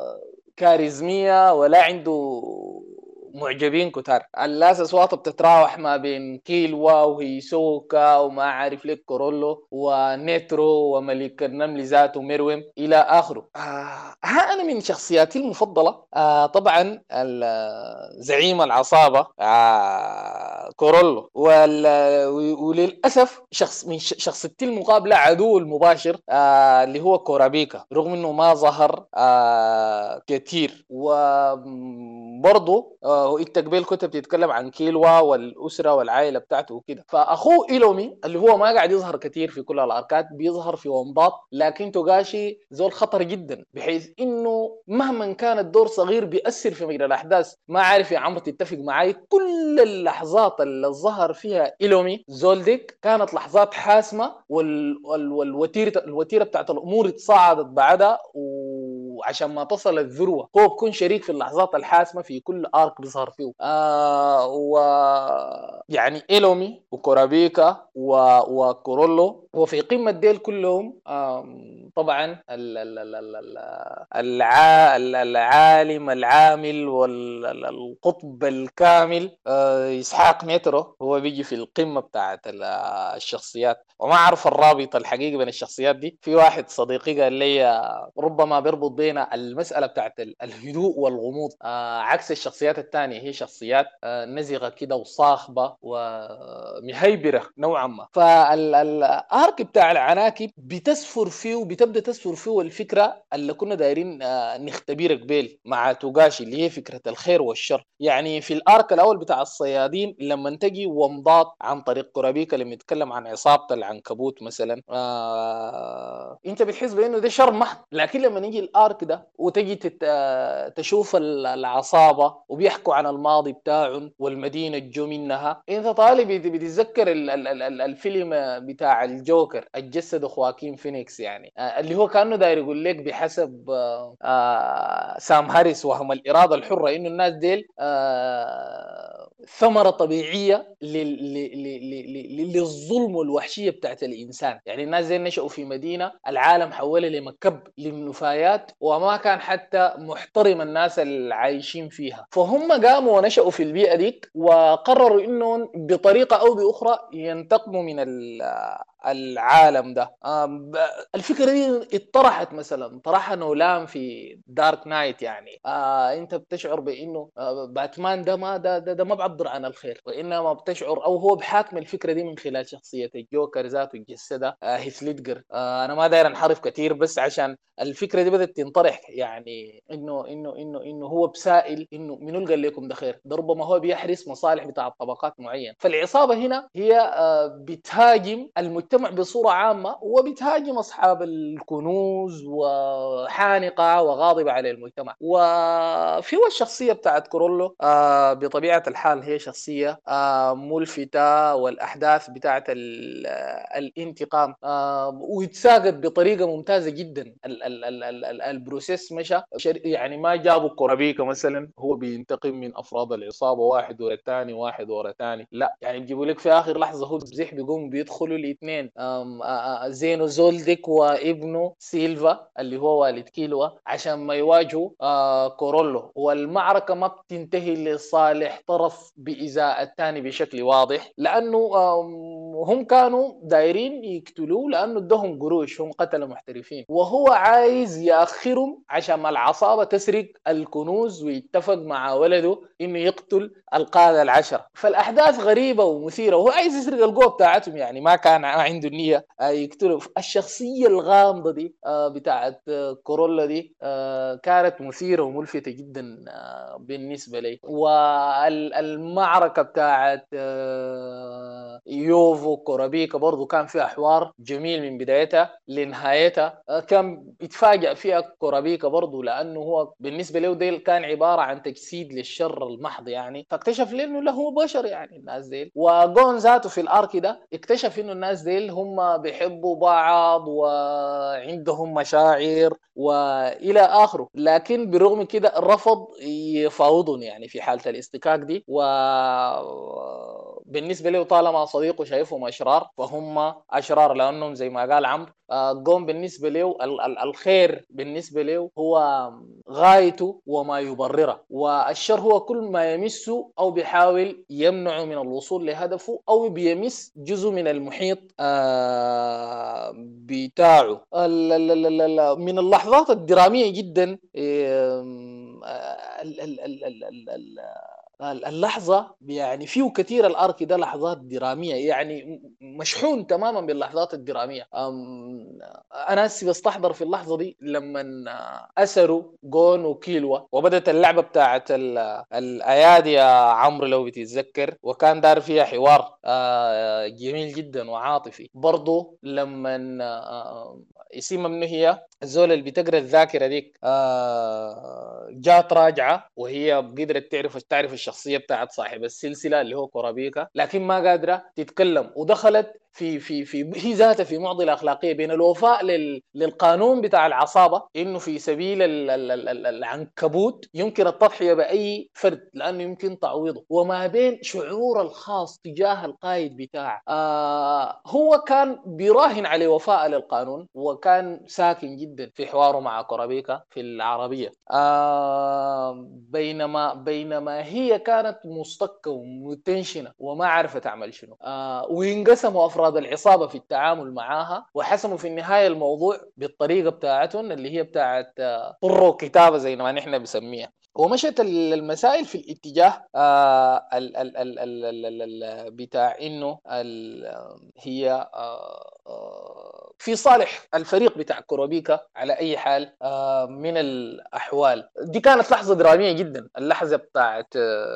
كاريزمية ولا عنده معجبين كتار، الناس اصواتها بتتراوح ما بين كيلوا وهيسوكا وما عارف لك كورولو ونيترو وملك النمل ذاته ميرويم الى اخره. ها انا من شخصياتي المفضله طبعا زعيم العصابه كورولو، وللاسف من شخصيتي المقابله عدو المباشر اللي هو كورابيكا، رغم انه ما ظهر كتير. وبرضه انت قبل كنت بتتكلم عن كيلوا والاسره والعائله بتاعته وكده، فاخوه ايلومي اللي هو ما قاعد يظهر كتير في كل الاركات، بيظهر في ومضات، لكن توغاشي زول خطر جدا، بحيث انه مهما كان الدور صغير بيأثر في مجرى الاحداث. ما عارف يا عمرو تتفق معي، كل اللحظات اللي ظهر فيها ايلومي زول ديك كانت لحظات حاسمه، الوتيره بتاعت الامور اتصاعدت بعدها، وعشان ما تصل الذروه هو بيكون شريك في اللحظات الحاسمه في كل ارك بيظهر فيه. و يعني ايلومي وكورابيكا وكورولو وفي قمه ديل كلهم طبعا العالم العامل والقطب الكامل إسحاق نيترو هو بيجي في القمة بتاعت الشخصيات. وما أعرف الرابط الحقيقي بين الشخصيات دي. في واحد صديقي قال لي ربما بيربط بين المسألة بتاعت الهدوء والغموض، عكس الشخصيات الثانية هي شخصيات نزغة كده وصاخبة ومهيبرة نوعا ما. فالارك بتاع العناكب بتبدا تسفر فيه الفكره اللي كنا دايرين نختبر قبل مع توغاشي، اللي هي فكره الخير والشر. يعني في الارك الاول بتاع الصيادين لما تجي ومضات عن طريق كورابيكا لما يتكلم عن عصابه العنكبوت مثلا، انت بتحس بانه ده شر محض. لكن لما نيجي الارك ده وتجي تشوف العصابه وبيحكوا عن الماضي بتاعهم والمدينه الجو منها، انت طالب بتتذكر الفيلم بتاع الجوكر الجسد خواكين فينيكس، يعني اللي هو كانه داير يقول لك بحسب سام هاريس وهم الاراده الحره انه الناس ديل ثمره طبيعيه للظلم والوحشيه بتاعت الانسان. يعني الناس زي نشأوا في مدينه العالم حولها لمكب للنفايات وما كان حتى محترم الناس العايشين فيها، فهم قاموا ونشأوا في البيئه ديك وقرروا انهم بطريقه او باخرى ينتقموا من العالم ده. الفكره دي اتطرحت مثلا طرحها نولان في دارك نايت. يعني انت بتشعر بانه باتمان ده ما بعبر عن الخير، وانما بتشعر او هو بحاكم الفكره دي من خلال شخصيه الجوكر ذاته الجسده هيث ليدجر. انا ما داير انحرف كثير بس عشان الفكره دي بدات تنطرح، يعني انه هو بسائل انه منو قال لكم ده خير، ده ربما هو بيحرس مصالح بتاع طبقات معينه. فالعصابه هنا هي بتهاجم المجتمع بصوره عامه وبتهاجم اصحاب الكنوز وحانقه وغاضبه على المجتمع. وفي الشخصيه بتاعت كورولو بطبيعه الحال هي شخصيه ملفته، والاحداث بتاعت الانتقام ويتساقط بطريقه ممتازه جدا. البروسيس مشى، يعني ما جابوا كورابيكا مثلا هو بينتقم من افراد العصابه واحد ورا الثاني واحد ورا الثاني، لا، يعني بيجيبوا لك في اخر لحظه هو بزح بيقوم بيدخلوا الاثنين زينو زولديك وابنه سيلفا اللي هو والد كيلوا عشان ما يواجهوا كورولو، والمعركه ما بتنتهي لصالح طرف بإزاء الثاني بشكل واضح، لانه هم كانوا دايرين يقتلوه لانه ادهم قروش، هم قتلوا محترفين، وهو عايز ياخرهم عشان ما العصابه تسرق الكنوز ويتفق مع ولده انه يقتل القاده العشره. فالاحداث غريبه ومثيره، وهو عايز يسرق القوه بتاعتهم، يعني ما كان عنده النيه يقتلوا. الشخصيه الغامضه دي بتاعت كورولا دي كانت مثيره وملفته جدا بالنسبه لي. والمعركه بتاعت يوفو كورابيكا برضو كان فيها حوار جميل من بدايتها لنهايتها. كان يتفاجأ فيها كورابيكا برضو لأنه هو بالنسبة له ديل كان عبارة عن تجسيد للشر المحض، يعني فاكتشف لأنه له بشر يعني الناس ديل. وجون ذاته في الارك ده اكتشف انه الناس ديل هم بيحبوا بعض وعندهم مشاعر والى اخره، لكن بالرغم كده رفض يفاوضهم يعني في حالة الاستكاك دي. وبالنسبة له طالما صديقه شايفهم اشرار فهم اشرار، لانهم زي ما قال عمرو قوم بالنسبة له الخير بالنسبة له هو غايته وما يبرره، والشر هو كل ما يمسه أو بيحاول يمنعه من الوصول لهدفه أو بيمس جزء من المحيط بتاعه. من اللحظات الدرامية جدا اللحظة، يعني فيه كثير الارك ده لحظات درامية، يعني مشحون تماما باللحظات الدرامية. انا بستحضر في اللحظة دي لما اسروا جون وكيلوا وبدت اللعبة بتاعت الايادي يا عمرو لو بتتذكر، وكان دار فيها حوار جميل جدا وعاطفي. برضو لما اسمها منه هي الزول اللي بتقرا الذاكره ديك جات راجعه وهي قدرت تعرف الشخصيه بتاعت صاحب السلسله اللي هو كورابيكا، لكن ما قادره تتكلم، ودخلت في هي ذاتها في معضله اخلاقيه بين الوفاء للقانون بتاع العصابه، انه في سبيل العنكبوت يمكن التضحيه باي فرد لانه يمكن تعويضه، وما بين شعور الخاص تجاه القائد بتاعه. هو كان بيراهن على وفاء للقانون، وكان ساكن جدا في حواره مع كورابيكا في العربيه. بينما هي كانت مصطكه ومتنشنه وما عرفت تعمل شنو. وانقسموا افراد العصابه في التعامل معاها، وحسموا في النهايه الموضوع بالطريقه بتاعتهم اللي هي بتاعت طرق كتابه زي ما نحن بنسميها. ومشت المسائل في الاتجاه بتاع انه هي في صالح الفريق بتاع كوروبيكا على اي حال. من الاحوال دي كانت لحظه دراميه جدا، اللحظه بتاعت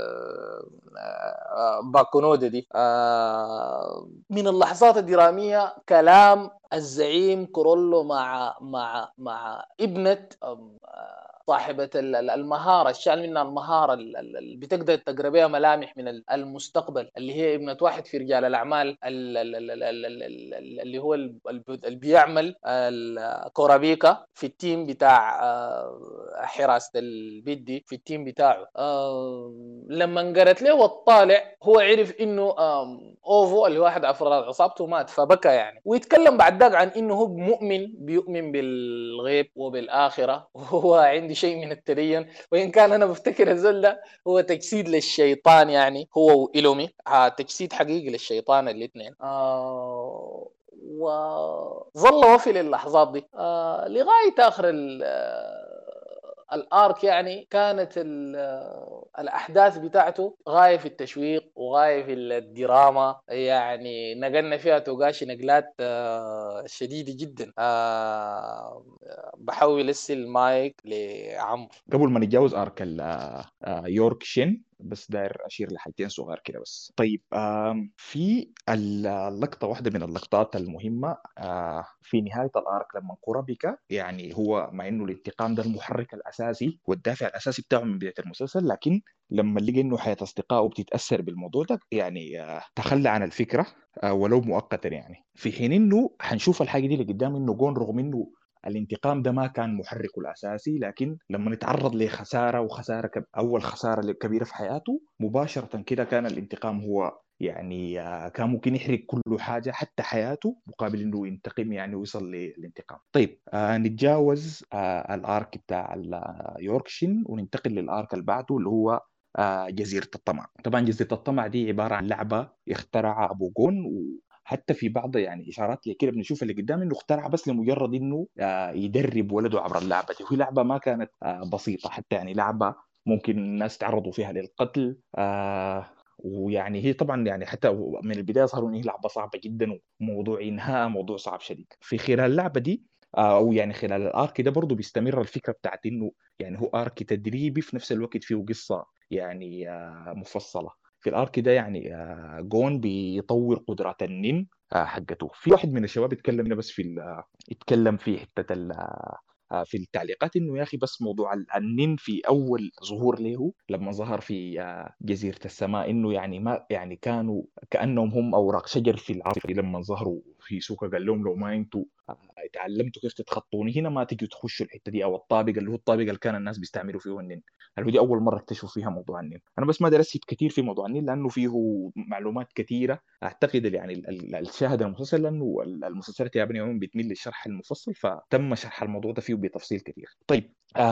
باكونودا دي من اللحظات الدراميه. كلام الزعيم كورولو مع ابنه صاحبة المهارة، الشأن منها المهارة اللي بتقدر تقرا بها ملامح من المستقبل، اللي هي ابنة واحد في رجال الأعمال اللي هو اللي بيعمل كورابيكا في التيم بتاع حراسة البيت دي في التيم بتاعه. لما قرأت له والطالع هو عرف إنه أوفو اللي واحد أفراد عصابته مات، فبكى يعني، ويتكلم بعد ذاك عن إنه هو بيؤمن بالغيب وبالآخرة، وهو عنده شيء من التدين، وإن كان أنا بفتكر الزول ده هو تجسيد للشيطان، يعني هو وإيلومي تجسيد حقيقي للشيطان الاثنين. وظل وفي للحظات دي لغاية آخر الارك. يعني كانت الاحداث بتاعته غايه في التشويق وغايه في الدراما، يعني نقلنا فيها توغاشي نقلات شديده جدا. بحاول المايك لعمرو. قبل ما نتجاوز ارك يورك شين، بس داير اشير لحاجتين صغار كده بس. طيب في اللقطه، واحده من اللقطات المهمه في نهايه الارك، لما كورابيكا يعني هو مع انه الانتقام ده المحرك الاساسي والدافع الاساسي بتاعه من بدايه المسلسل، لكن لما لقى انه حياه اصدقائه بتتاثر بالموضوع ده يعني تخلى عن الفكره ولو مؤقتا، يعني في حين انه حنشوف الحاجه دي اللي قدام، انه جون رغم انه الانتقام ده ما كان محركه الأساسي، لكن لما نتعرض لخسارة أول خسارة كبيرة في حياته مباشرة كده، كان الانتقام هو يعني كان ممكن يحرق كل حاجة حتى حياته مقابل إنه ينتقم يعني ويصل للانتقام. طيب نتجاوز الآرك بتاع يوركشن وننتقل للآرك اللي بعده اللي هو جزيرة الطمع. طبعا جزيرة الطمع دي عبارة عن لعبة اخترعها أبو جون، حتى في بعض يعني اشارات كده بنشوف اللي قدام انه اخترعها بس لمجرد انه يدرب ولده عبر اللعبه دي، وهي لعبه ما كانت بسيطه، حتى يعني لعبه ممكن الناس تعرضوا فيها للقتل. ويعني هي طبعا يعني حتى من البدايه ظهروا ان هي لعبه صعبه جدا، وموضوع انهاء موضوع صعب شديد. في خلال اللعبه دي او يعني خلال الارك ده برضه بيستمر الفكره بتاعت انه يعني هو ارك تدريبي في نفس الوقت فيه قصه يعني مفصله. في الارك ده يعني جون بيطور قدرات النين حقته. في واحد من الشباب اتكلم هنا بس اتكلم في حته في التعليقات انه يا اخي بس موضوع النين في اول ظهور له لما ظهر في جزيره السماء، انه يعني ما يعني كانوا كانهم هم اوراق شجر في العاصفه لما ظهروا في سوكا، قال لهم لو ما انتوا اتعلمتوا كيف تتخطوني هنا ما تجوا تخشوا الحته دي، او الطابق اللي هو الطابق اللي كان الناس بيستعملوا فيه النين، اللي هو دي اول مره اكتشفوا فيها موضوع النين. انا بس ما درست كثير في موضوع النين لانه فيه معلومات كثيره، اعتقد يعني الشاهد المسلسل لانه المسلسلات اليابانيه عموما بتميل للشرح المفصل، فتم شرح الموضوع ده فيه بتفصيل كثير. طيب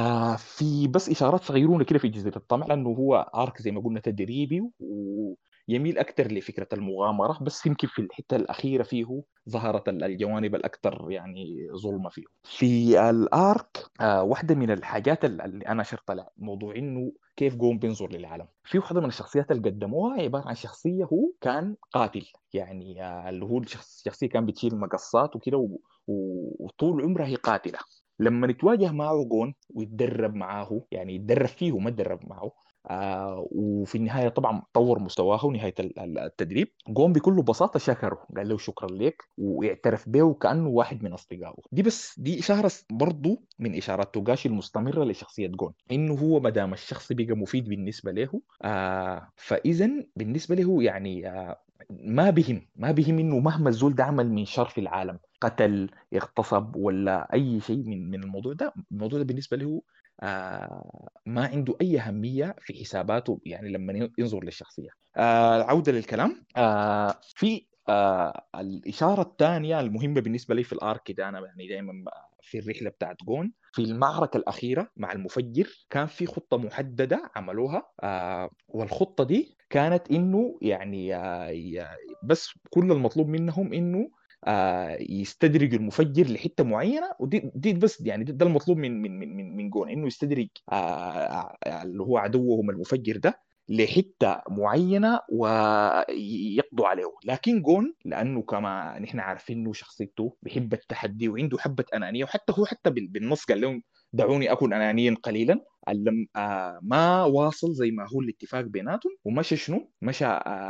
في بس اشارات صغيرونه كده في جزيره الطمع، لانه هو ارك زي ما قلنا تدريبي ويميل اكثر لفكره المغامره، بس يمكن في الحته الاخيره فيه ظهرت الجوانب الاكثر يعني ظلمه فيه. في الارك واحده من الحاجات اللي انا شرط لها موضوع انه كيف جون بينظر للعالم. في واحده من الشخصيات اللي قدموها عباره عن شخصيه هو كان قاتل، يعني اللي هو الشخصيه كان بتشيل مقصات وكده وطول عمرها هي قاتله. لما نتواجه معه جون ويتدرب معاه، يعني يتدرب فيه ما يتدرب معه، وفي النهايه طبعا طور مستواه، ونهايه التدريب قوم بكل بساطه شكره، قال له شكرا لك واعترف به كانه واحد من اصدقائه. دي اشاره برضو من اشارات توغاشي المستمره لشخصيه جون، انه هو ما دام الشخص بقى مفيد بالنسبه له فاذا بالنسبه له يعني ما بهم انه مهما الزول ده عمل من شر في العالم، قتل، اغتصب، ولا اي شيء من الموضوع ده بالنسبه له ما عنده اي اهميه في حساباته، يعني لما ينظر للشخصيه. العوده للكلام، في الاشاره الثانيه المهمه بالنسبه لي في الارك ده، انا يعني دائما في الرحله بتاعت جون في المعركه الاخيره مع المفجر كان في خطه محدده عملوها، والخطه دي كانت انه يعني بس كل المطلوب منهم انه يستدرج المفجر لحته معينه، ودي بس يعني ده المطلوب من جون، انه يستدرج اللي هو عدوهم المفجر ده لحته معينه ويقضوا عليه. لكن جون لانه كما نحن عارفين انه شخصيته بيحب التحدي وعنده حبه انانيه، وحتى هو حتى بالنص قال لهم دعوني اكون انانيا قليلا، علم ما واصل زي ما هو الاتفاق بيناتهم، ومشى شنو مشى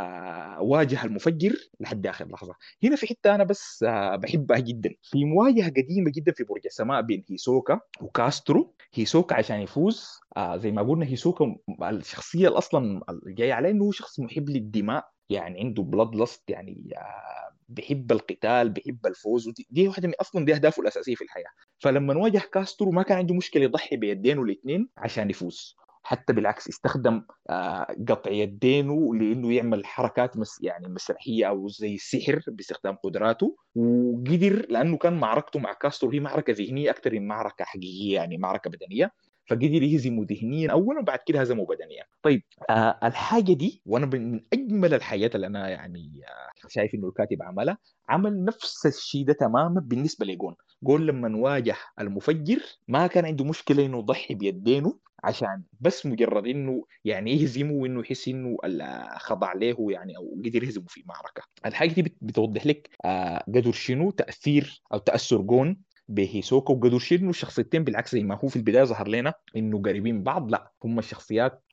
واجه المفجر لحد اخر لحظه. هنا في حته انا بس بحبها جدا، في مواجهه قديمه جدا في برج السماء بين هيسوكا وكاسترو. هيسوكا عشان يفوز زي ما قلنا، هيسوكا الشخصيه الاصلا جاي عليه انه هو شخص محب للدماء، يعني عنده بلاد لست، يعني بيحب القتال، بيحب الفوز، ودي واحده من اصلا دي اهدافه الاساسيه في الحياه. فلما واجه كاسترو ما كان عنده مشكله يضحي بيدينه الاثنين عشان يفوز، حتى بالعكس استخدم قطع يدينه لانه يعمل حركات يعني مسرحيه او زي السحر باستخدام قدراته، وقدر لانه كان معركته مع كاسترو هي معركه ذهنيه اكثر من معركه حقيقيه، يعني معركه بدنيه، فقدر يهزمه ذهنيا اولا وبعد كده هزمه بدنيا. طيب الحاجه دي، وانا من اجمل الحاجات اللي انا يعني شايف انه الكاتب عملها، عمل نفس الشيء ده تماما بالنسبه لجون. جون لما واجه المفجر ما كان عنده مشكله انه يضحي بيدينه عشان بس مجرد انه يعني يهزمه، وانه يحس انه خضع له يعني، او قدر يهزمه في معركه. الحاجه دي بتوضح لك قدر شنو تاثير او تاثر جون بهيسوكا، وقدر شنو الشخصيتين بالعكس زي ما هو في البدايه ظهر لنا انه قريبين من بعض، لا هم الشخصيات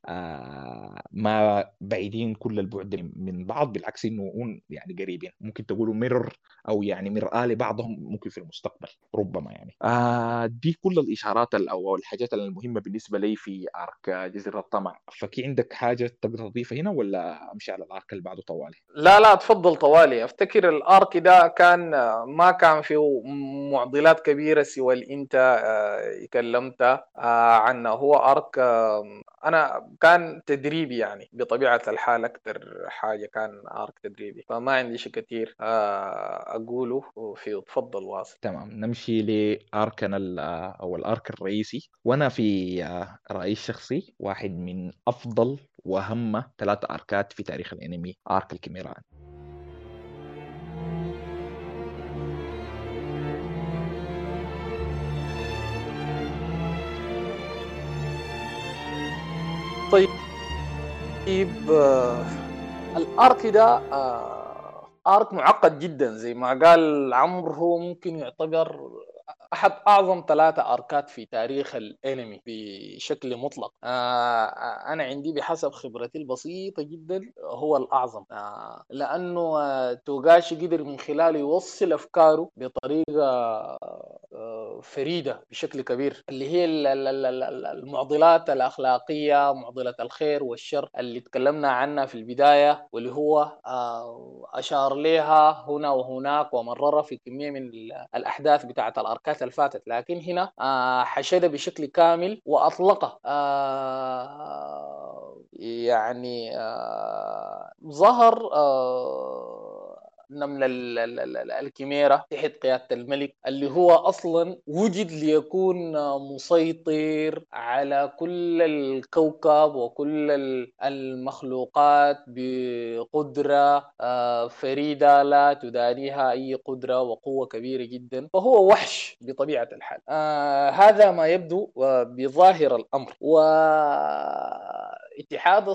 ما بعيدين كل البعد من بعض، بالعكس انه هم يعني قريبين، ممكن تقولوا ميرور او يعني مرآة لبعضهم ممكن في المستقبل ربما يعني. دي كل الاشارات او الحاجات المهمه بالنسبه لي في ارك جزيره الطمع. فكي عندك حاجه تقدر تضيفها هنا ولا امشي على الارك اللي بعده طوالي؟ لا لا، تفضل طوالي. افتكر الارك ده كان ما كان فيه معضلات كبيره سوى اللي انت كلمت عنه. هو ارك انا كان تدريبي يعني بطبيعه الحال، اكثر حاجه كان ارك تدريبي، فما عندي شيء كثير اقوله فيه. تفضل واصل. تمام، نمشي لاركنا او الارك الرئيسي، وانا في رايي الشخصي واحد من افضل واهم 3 اركات في تاريخ الانمي، ارك الكيميران. طيب الارك ده ارك معقد جدا زي ما قال عمرو. هو ممكن يعتبر احد اعظم 3 اركات في تاريخ الانمي بشكل مطلق. انا عندي بحسب خبرتي البسيطه جدا هو الاعظم، لانه توغاشي قدر من خلاله يوصل افكاره بطريقه فريده بشكل كبير، اللي هي المعضلات الاخلاقيه، معضله الخير والشر اللي تكلمنا عنها في البدايه، واللي هو اشار لها هنا وهناك ومررها في كميه من الاحداث بتاعت الاركات اللي فاتت. لكن هنا حشدها بشكل كامل واطلقه. يعني ظهر نمل الكيميرا تحت قيادة الملك، اللي هو أصلا وجد ليكون مسيطر على كل الكوكب وكل المخلوقات بقدرة فريدة لا تدانيها أي قدرة وقوة كبيرة جدا، فهو وحش بطبيعة الحال. هذا ما يبدو بظاهر الأمر. و اتحاد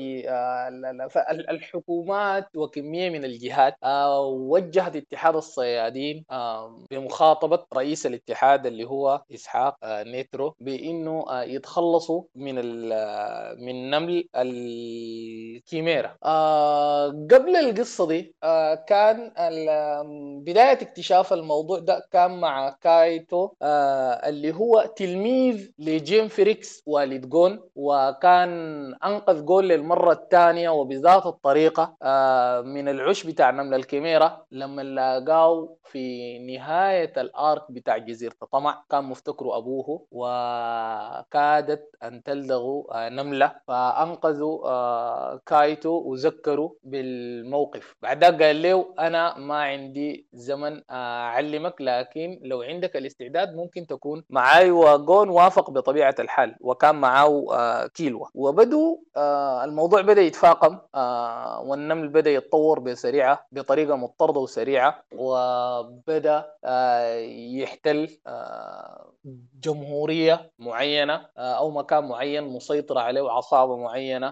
الحكومات وكمية من الجهات وجهت اتحاد الصيادين بمخاطبة رئيس الاتحاد اللي هو إسحاق نيترو بأنه يتخلصوا من نمل الكيميرا. قبل القصة دي كان بداية اكتشاف الموضوع ده كان مع كايتو اللي هو تلميذ لجيم فريكس والد جون، وكان أنقذ جون للمرة الثانية وبذات الطريقة من العش بتاع نمل الكيميرا لما لقاه في نهاية الآرك بتاع جزيرة طمع. كان مفتكره أبوه وكادت أن تلدغه نملة، فأنقذوا كايتو وذكروا بالموقف. بعدها قال له أنا ما عندي زمن أعلمك، لكن لو عندك الاستعداد ممكن تكون معاي. وجون وافق بطبيعة الحال، وكان معاه كيلوا، وبدوا الموضوع بدأ يتفاقم والنمل بدأ يتطور بطريقة مضطردة وسريعة، وبدأ يحتل جمهورية معينة أو مكان معين مسيطرة عليه وعصابة معينة،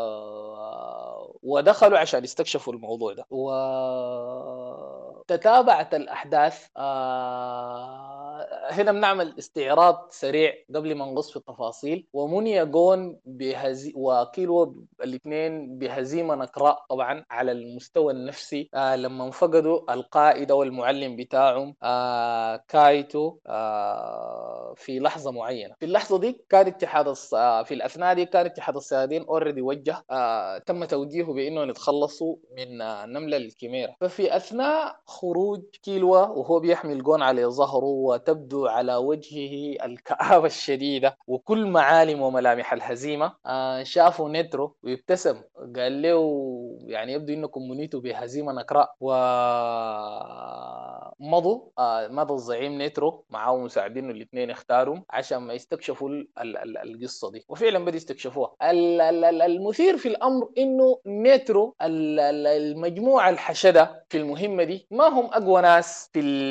ودخلوا عشان يستكشفوا الموضوع ده. وتتابعت الأحداث. هنا بنعمل استعراض سريع قبل ما نغص في التفاصيل. ومنيا جون وكيلو الاثنين بهزيمة نكراء طبعا على المستوى النفسي لما فقدوا القائد والمعلم بتاعهم كايتو في لحظة معينة. في اللحظة دي كان في الأثناء دي كان اتحاد الصيادين اوريدي وجه تم توجيهه بأنه يتخلصوا من نملة الكيميرا. ففي أثناء خروج كيلوا وهو بيحمل جون على ظهره وتبدو على وجهه الكآبة الشديدة وكل معالم وملامح الهزيمة، شافوا نيترو ويبتسم. قال له يعني يبدو انكم منيتوا بهزيمة نكراء. مضى الزعيم نيترو معه مساعدينه الاثنين اختاروا عشان ما يستكشفوا القصة دي، وفعلا بدأوا يستكشفوها. المثير في الأمر انه نيترو المجموعة الحشدة في المهمة دي ما هم أقوى ناس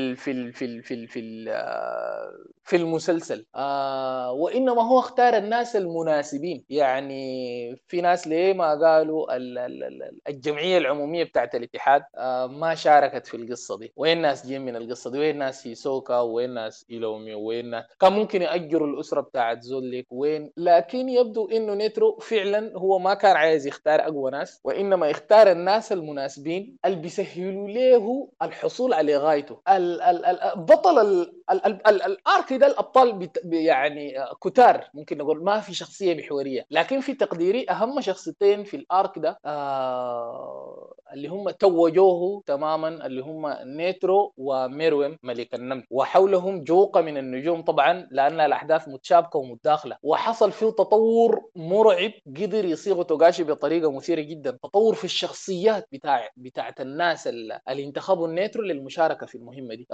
في المسلسل، وإنما هو اختار الناس المناسبين. يعني في ناس ليه ما قالوا الجمعية العمومية بتاعت الاتحاد ما شاركت في القصة دي؟ وين ناس جين من القصة دي؟ وين ناس هيسوكا؟ وين ناس إيلومي؟ وين كان ممكن يأجروا الأسرة بتاعت زوليك؟ وين؟ لكن يبدو إنه نيترو فعلا هو ما كان عايز يختار أقوى ناس، وإنما يختار الناس المناسبين اللي بيسهلوا له الحصول على غايته. بطل الارك ده الابطال يعني كتار، ممكن نقول ما في شخصيه محوريه، لكن في تقديري اهم شخصيتين في الارك ده اللي هم توجوه تماما، اللي هم نيترو وميرويم ملك النمل، وحولهم جوقه من النجوم طبعا لان الاحداث متشابكه ومتداخله، وحصل فيه تطور مرعب قدر يصيغه توغاشي بطريقه مثيره جدا. تطور في الشخصيات بتاعت الناس اللي انتخبوا النيترو للمشاركه في المهمه دي،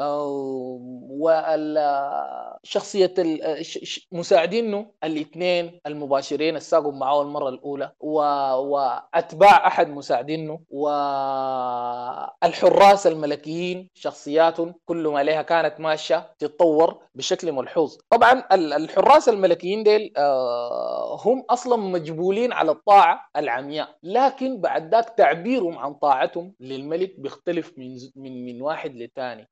شخصية مساعدينه الاثنين المباشرين الساقوا معه المرة الأولى، وأتباع أحد مساعدينه، والحراس الملكيين شخصيات كل ما عليها كانت ماشية تتطور بشكل ملحوظ. طبعا الحراس الملكيين ديل هم أصلا مجبولين على الطاعة العمياء، لكن بعد ذاك تعبيرهم عن طاعتهم للملك بيختلف من واحد للثاني.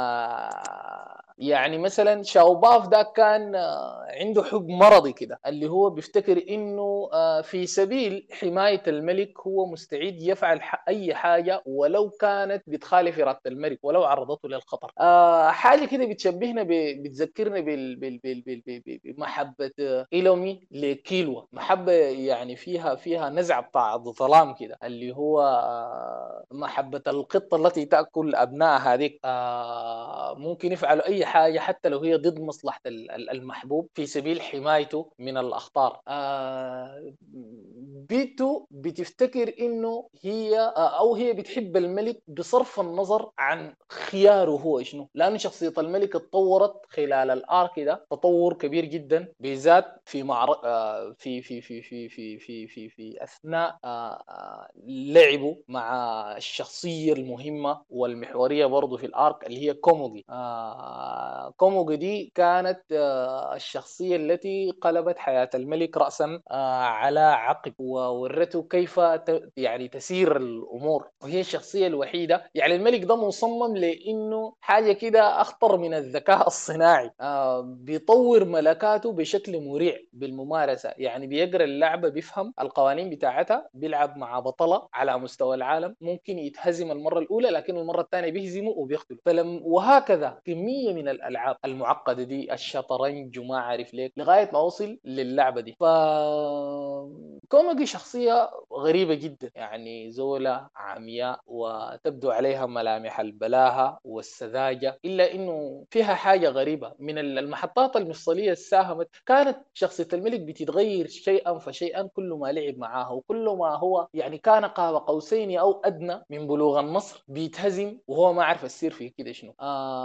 يعني مثلا شاوباف ده كان عنده حب مرضي كده، اللي هو بيفتكر انه في سبيل حماية الملك هو مستعد يفعل اي حاجة ولو كانت بتخالف إرادة الملك ولو عرضته للخطر. حاجة كده بتشبهنا بتذكرنا بمحبة إيلومي لكيلوا، محبة يعني فيها نزعة بتاع ظلام كده، اللي هو محبة القطة التي تأكل أبناء هذيك. ممكن يفعلوا أي حاجة حتى لو هي ضد مصلحة المحبوب في سبيل حمايته من الأخطار. بيتو بتفتكر إنه هي أو هي بتحب الملك بصرف النظر عن خياره هو شنو، لأن شخصية الملك اتطورت خلال الآرك ده تطور كبير جدا، بالذات في في أثناء لعبه مع الشخصية المهمة والمحورية برضو في الآرك اللي هي كوموغي. كوموغي دي دي كانت الشخصية التي قلبت حياة الملك رأسا على عقب، وورته كيف يعني تسير الأمور. وهي الشخصية الوحيدة، يعني الملك ده مصمم لأنه حاجة كده أخطر من الذكاء الصناعي، بيطور ملكاته بشكل مريع بالممارسة. يعني بيقرأ اللعبة، بيفهم القوانين بتاعتها، بيلعب مع بطلة على مستوى العالم، ممكن يتهزم المرة الأولى لكن المرة الثانية بيهزمه وبيقتله. وهكذا كمية من الألعاب المعقدة دي، الشطرنج وما عارف ليك، لغاية ما وصل للعبة دي. كوميجي شخصية غريبة جدا، يعني زولة عمياء وتبدو عليها ملامح البلاهة والسذاجة، إلا إنه فيها حاجة غريبة. من المحطات المفصلية ساهمت، كانت شخصية الملك بتتغير شيئا فشيئا كل ما لعب معاها، وكل ما هو يعني كان قاب قوسين أو أدنى من بلوغ النصر بيتهزم وهو ما عارف السير فيه كده شنو.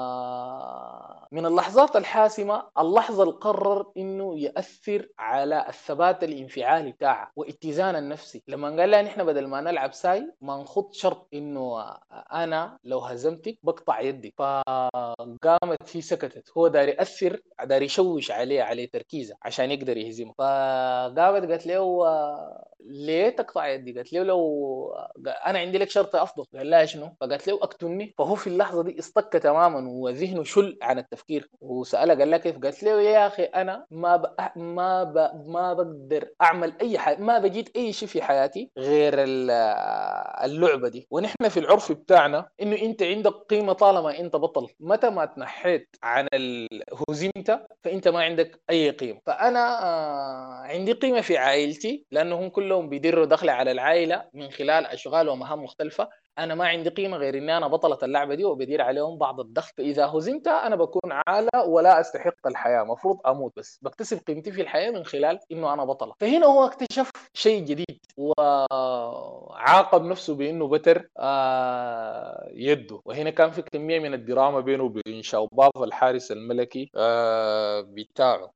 من اللحظات الحاسمة اللحظة اللي قرر إنه يأثر على الثبات الانفعالي بتاعه واتزان النفسي، لما قال لها نحن بدل ما نلعب ساي ما نخط شرط إنه أنا لو هزمتك بقطع يدك. فقامت هي سكتت، هو داري يأثر، داري يشوش عليه تركيزه عشان يقدر يهزمه. فقامت قالت له ليه تقطع يدي؟ قالت له لو انا عندي لك شرط افضل. قال لها شنو؟ فقالت له اقتلني. فهو في اللحظه دي اصطك تماما وذهنه شل عن التفكير، وسالها قال لها كيف؟ قالت له يا اخي انا ما بقدر اعمل اي حاجه، ما بجيت اي شيء في حياتي غير اللعبه دي، ونحن في العرف بتاعنا انه انت عندك قيمه طالما انت بطل، متى ما تنحيت عن هزيمه فانت ما عندك اي قيمه. فانا عندي قيمه في عائلتي لانهم كلهم بيدروا دخل على العائله من خلال اشغال ومهام مختلفه، انا ما عندي قيمه غير اني انا بطله اللعبه دي وبدير عليهم بعض الدخل، فاذا هزمت انا بكون عالة ولا استحق الحياه، مفروض اموت، بس بكتسب قيمتي في الحياه من خلال انه انا بطله. فهنا هو اكتشف شيء جديد وعاقب نفسه بانه بتر يده. وهنا كان في كميه من الدراما بينه وبين شوباف الحارس الملكي بتاعه.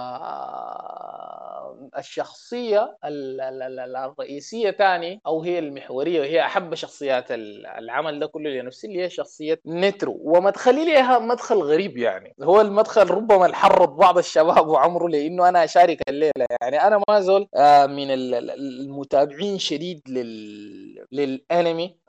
الشخصيه الرئيسيه تاني او هي المحوريه وهي احب شخصيات العمل ده كله لنفسي، اللي هي شخصيه نترو. ومدخلي لها مدخل غريب، يعني هو المدخل ربما الحرض بعض الشباب وعمره لانه انا اشارك الليله. يعني انا ما زول من المتابعين شديد للانمي،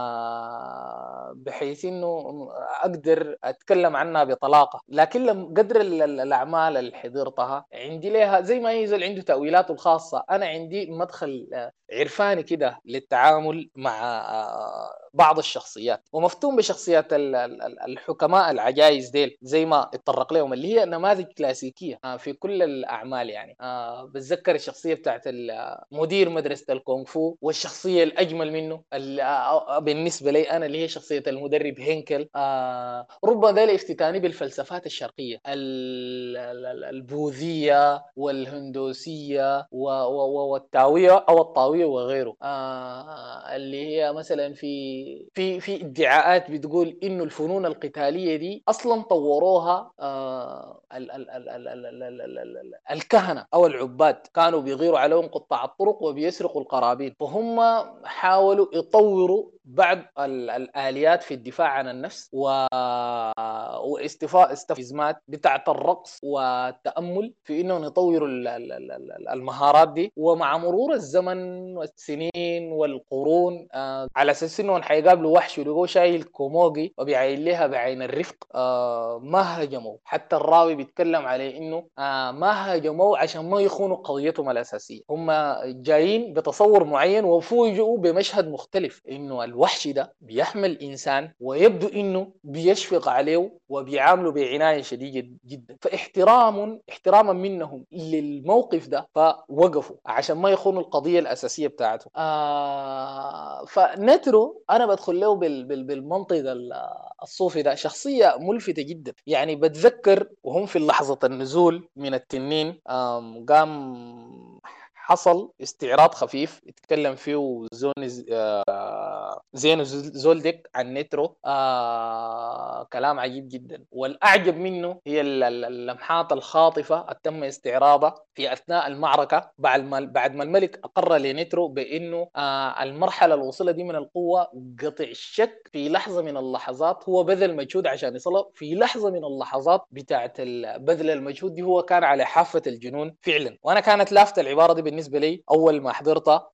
بحيث انه اقدر اتكلم عنها بطلاقه، لكن لما قدر الاعمال اللي حضرتها عندي لها زي ما ينزل عنده تاويلاته الخاصه، انا عندي مدخل عرفاني كده للتعامل مع بعض الشخصيات، ومفتون بشخصيات الحكماء العجائز ديل زي ما اتطرق لهم، اللي هي نماذج كلاسيكيه في كل الاعمال. يعني بتذكر الشخصيه بتاعت مدير مدرسه الكونغ فو، والشخصيه الاجمل منه بالنسبه لي انا اللي هي شخصيه المدرب هينكل. ربما ده الافتتاني بالفلسفات الشرقيه البوذيه والهندوسيه والتاويه او الطاويه وغيره، اللي هي مثلا في ادعاءات بتقول انه الفنون القتاليه دي اصلا طوروها الكهنه او العباد، كانوا بيغيروا عليهم قطاع الطرق وبيسرقوا القرابين، فهم حاولوا يطوروا بعض الآليات في الدفاع عن النفس واستفزازات بتاعة الرقص والتأمل في إنهم يطوروا المهارات دي. ومع مرور الزمن والسنين والقرون على أساس إنهم حيقابلوا وحش ولقوا شايل كوموجي وبيعين لها بعين الرفق، ما هجموا. حتى الراوي بيتكلم عليه إنه ما هجموا عشان ما يخونوا قضيتهم الأساسية، هم جايين بتصور معين وفوجئوا بمشهد مختلف، إنه الوحش ده بيحمل إنسان ويبدو إنه بيشفق عليه وبيعامله بعناية شديدة جدا. احتراما منهم للموقف ده فوقفوا عشان ما يخونوا القضية الأساسية بتاعته. فنترو أنا بدخل له بالمنطق الصوفي ده، شخصية ملفتة جدا. يعني بتذكر وهم في لحظة النزول من التنين قام حصل استعراض خفيف يتكلم فيه زينو زولدك عن نترو. كلام عجيب جدا، والأعجب منه هي اللمحات الخاطفة تم استعراضها في أثناء المعركة بعد ما الملك أقر لنترو بأنه المرحلة الوصلة دي من القوة قطع الشك في لحظة من اللحظات هو بذل مجهود عشان يصلها، في لحظة من اللحظات بتاعت بذل المجهود دي هو كان على حافة الجنون فعلا. وأنا كانت لافتة العبارة دي بالنسبة لي أول ما حضرتها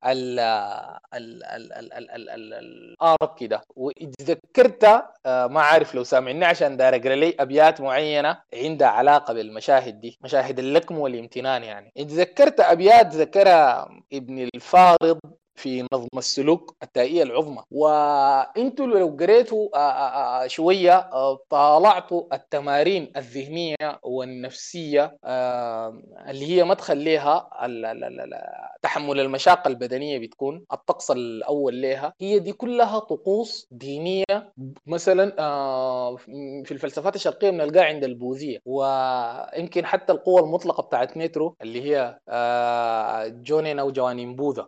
الآرك كده، واتذكرت ما عارف لو سامعني عشان داير أقرأ لي أبيات معينة عندها علاقة بالمشاهد دي، مشاهد اللكم والامتنان. يعني اتذكرت أبيات ذكرها ابن الفارض في نظم السلوك التائية العظمى، وانتوا لو قريتوا شوية طالعتوا التمارين الذهنية والنفسية اللي هي مدخل لها تحمل المشاق البدنية بتكون الطقس الأول لها، هي دي كلها طقوس دينية. مثلا في الفلسفات الشرقية بنلقاها عند البوذية، ويمكن حتى القوة المطلقة بتاعت نيترو اللي هي جونين أو جوانين بوذا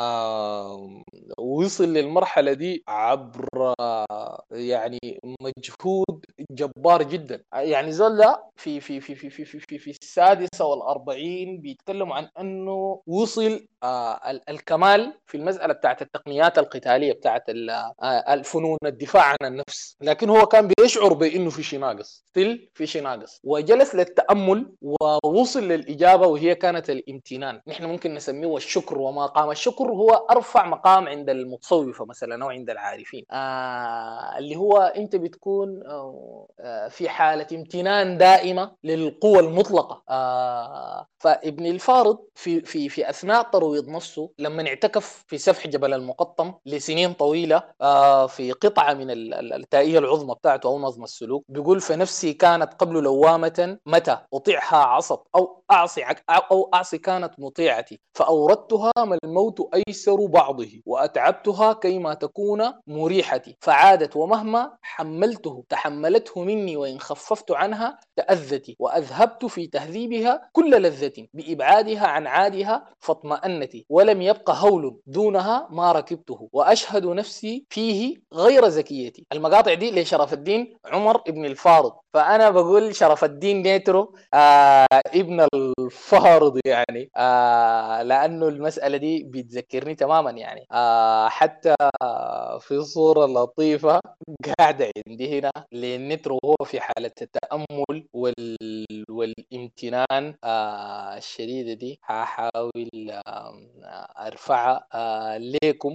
وصل للمرحلة دي عبر يعني مجهود جبار جدا. يعني زول ده في السادسة والأربعين بيتكلموا عن أنه وصل الكمال في المسألة بتاعت التقنيات القتالية بتاعت الفنون الدفاع عن النفس، لكن هو كان بيشعر بأنه في شيء ناقص، في شيء ناقص، وجلس للتأمل ووصل للإجابة وهي كانت الامتنان. نحن ممكن نسميه الشكر، ومقام الشكر هو أرفع مقام عند المتصوفة مثلا أو عند العارفين، اللي هو أنت بتكون في حالة امتنان دائمة للقوة المطلقة. فابن الفارض في أثناء ترويض نفسه لما اعتكف في سفح جبل المقطم لسنين طويلة في قطعة من التائية العظمى بتاعته أو نظم السلوك، بيقول فنفسي كانت قبل لوامة متى أطيعها عصت أو أعصي كانت مطيعتي، فأوردتها ما الموت أيسر بعضه وأتعبتها كيما تكون مريحتي، فعادت ومهما حملته تحملته مني وإن خففت عنها تأذتي، وأذهبت في تهذيبها كل لذة بإبعادها عن عادها فاطمأنتي، ولم يبق هول دونها ما ركبته، وأشهد نفسي فيه غير زكيتي. المقاطع دي لشرف الدين عمر ابن الفارض. فأنا بقول شرف الدين نيترو ابن الفارض يعني لأنه المسألة دي بتذكرني تماما يعني حتى في صورة لطيفة قاعدة عندي هنا للنترو وهو في حالة التأمل والامتنان الشديدة دي. هحاول أرفعها ليكم.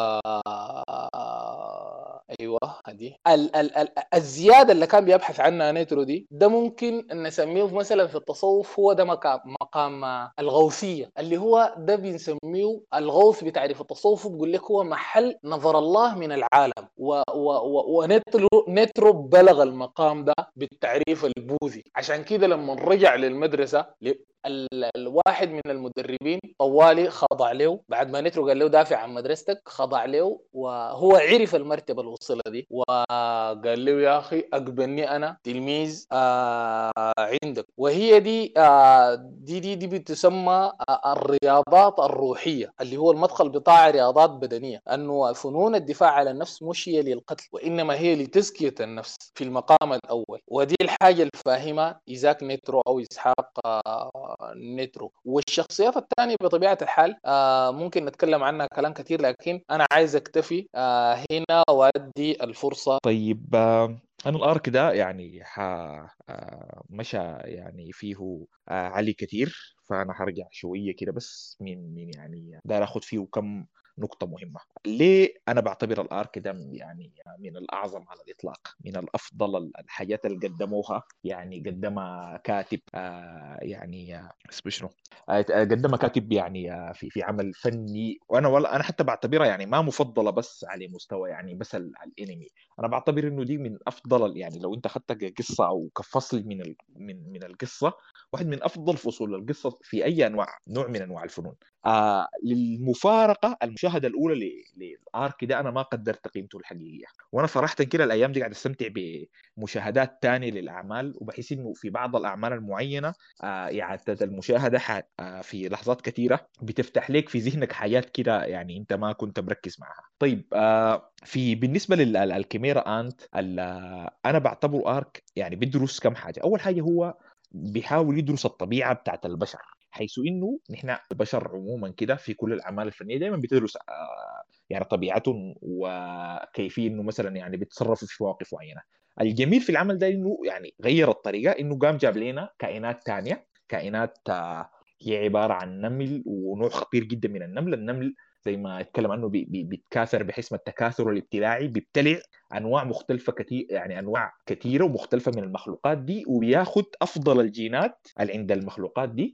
ايوه دي الزياده اللي كان بيبحث عنها نيترو دي، ده ممكن نسميه مثلا في التصوف هو ده مقام الغوثيه، اللي هو ده بنسميه الغوث بتعريف التصوف، بيقول لك هو محل نظر الله من العالم. ونيترو بلغ المقام ده بالتعريف البوذي. عشان كده لما رجع للمدرسه الواحد من المدربين طوالي خضع له بعد ما نترو قال له دافع عن مدرستك، خضع له وهو عرف المرتبة الوصلة دي، وقال له يا أخي أقبلني أنا تلميذ عندك. وهي دي بتسمى الرياضات الروحية، اللي هو المدخل بتاع رياضات بدنية، أنه فنون الدفاع على النفس مش هي للقتل وإنما هي لتزكية النفس في المقام الأول. ودي الحاجة الفاهمة إيزاك نيترو أو إسحاق نيترو. والشخصيات الثانية بطبيعة الحال ممكن نتكلم عنها كلام كثير، لكن أنا عايز أكتفي هنا وأدي الفرصة. طيب أنا الآرك ده يعني مشى يعني فيه علي كتير، فأنا هرجع شوية كده بس من يعني داير أخذ فيه كم نقطة مهمة. ليه أنا بعتبر الآرك ده يعني من الأعظم على الإطلاق، من الأفضل الحاجات اللي قدموها. يعني قدمها كاتب يعني اسمه شنو، قدمها كاتب يعني في عمل فني. وأنا حتى بعتبرها يعني ما مفضلة بس على مستوى يعني بس الانمي. انا بعتبر انه دي من افضل، يعني لو انت خدت قصه او كفصل من القصه، واحد من افضل فصول القصه في اي نوع من انواع الفنون. للمفارقه المشاهده الاولى للارك ده انا ما قدرت قيمته الحقيقيه، وانا صراحه كده الايام دي قاعد استمتع بمشاهدات تانية للاعمال، وبحس انه في بعض الاعمال المعينه اعاده المشاهده في لحظات كثيره بتفتح لك في ذهنك حاجات كده يعني انت ما كنت مركز معها. طيب في بالنسبه للكاميرا انت انا بعتبره ارك يعني بيدرس كم حاجه. اول حاجه هو بيحاول يدرس الطبيعه بتاعت البشر، حيث انه نحن البشر عموما كده في كل الاعمال الفنيه دائما بتدرس يعني طبيعتهم وكيفيه انه مثلا يعني بيتصرفوا في مواقف معينه. الجميل في العمل ده انه يعني غير الطريقه، انه قام جاب لنا كائنات تانية، كائنات هي عباره عن نمل، ونوع خطير جدا من النمل. النمل زي ما اتكلم عنه بيتكاثر بحسم التكاثر الابتلاعي، بيبتلع انواع مختلفه كثير، يعني انواع كثيره ومختلفه من المخلوقات دي، وبياخد افضل الجينات اللي عند المخلوقات دي،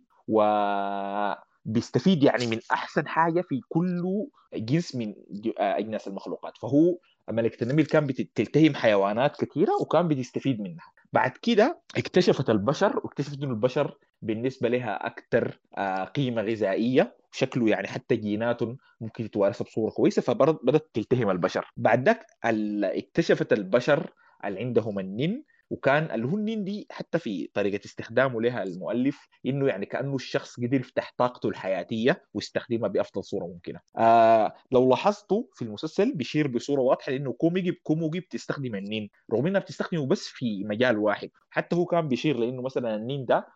وبيستفيد يعني من احسن حاجه في كل جنس من اجناس المخلوقات. فهو ملكة النمل كان بتلتهم حيوانات كثيره وكان بتستفيد منها. بعد كده اكتشفت البشر، واكتشفت انه البشر بالنسبه لها اكثر قيمه غذائيه، شكله يعني حتى جيناتهم ممكن يتوارثها بصوره كويسه، فبدات تلتهم البشر. بعد ذاك اكتشفت البشر اللي عندهم النين، وكان اللي هو النين دي حتى في طريقه استخدامه لها المؤلف انه يعني كانه الشخص قدر يفتح طاقته الحياتيه ويستخدمها بافضل صوره ممكنه. لو لاحظتوا في المسلسل بيشير بصوره واضحه لانه كوموجي بتستخدم النين، رغم انها بتستخدمه بس في مجال واحد. حتى هو كان بيشير لانه مثلا النين ده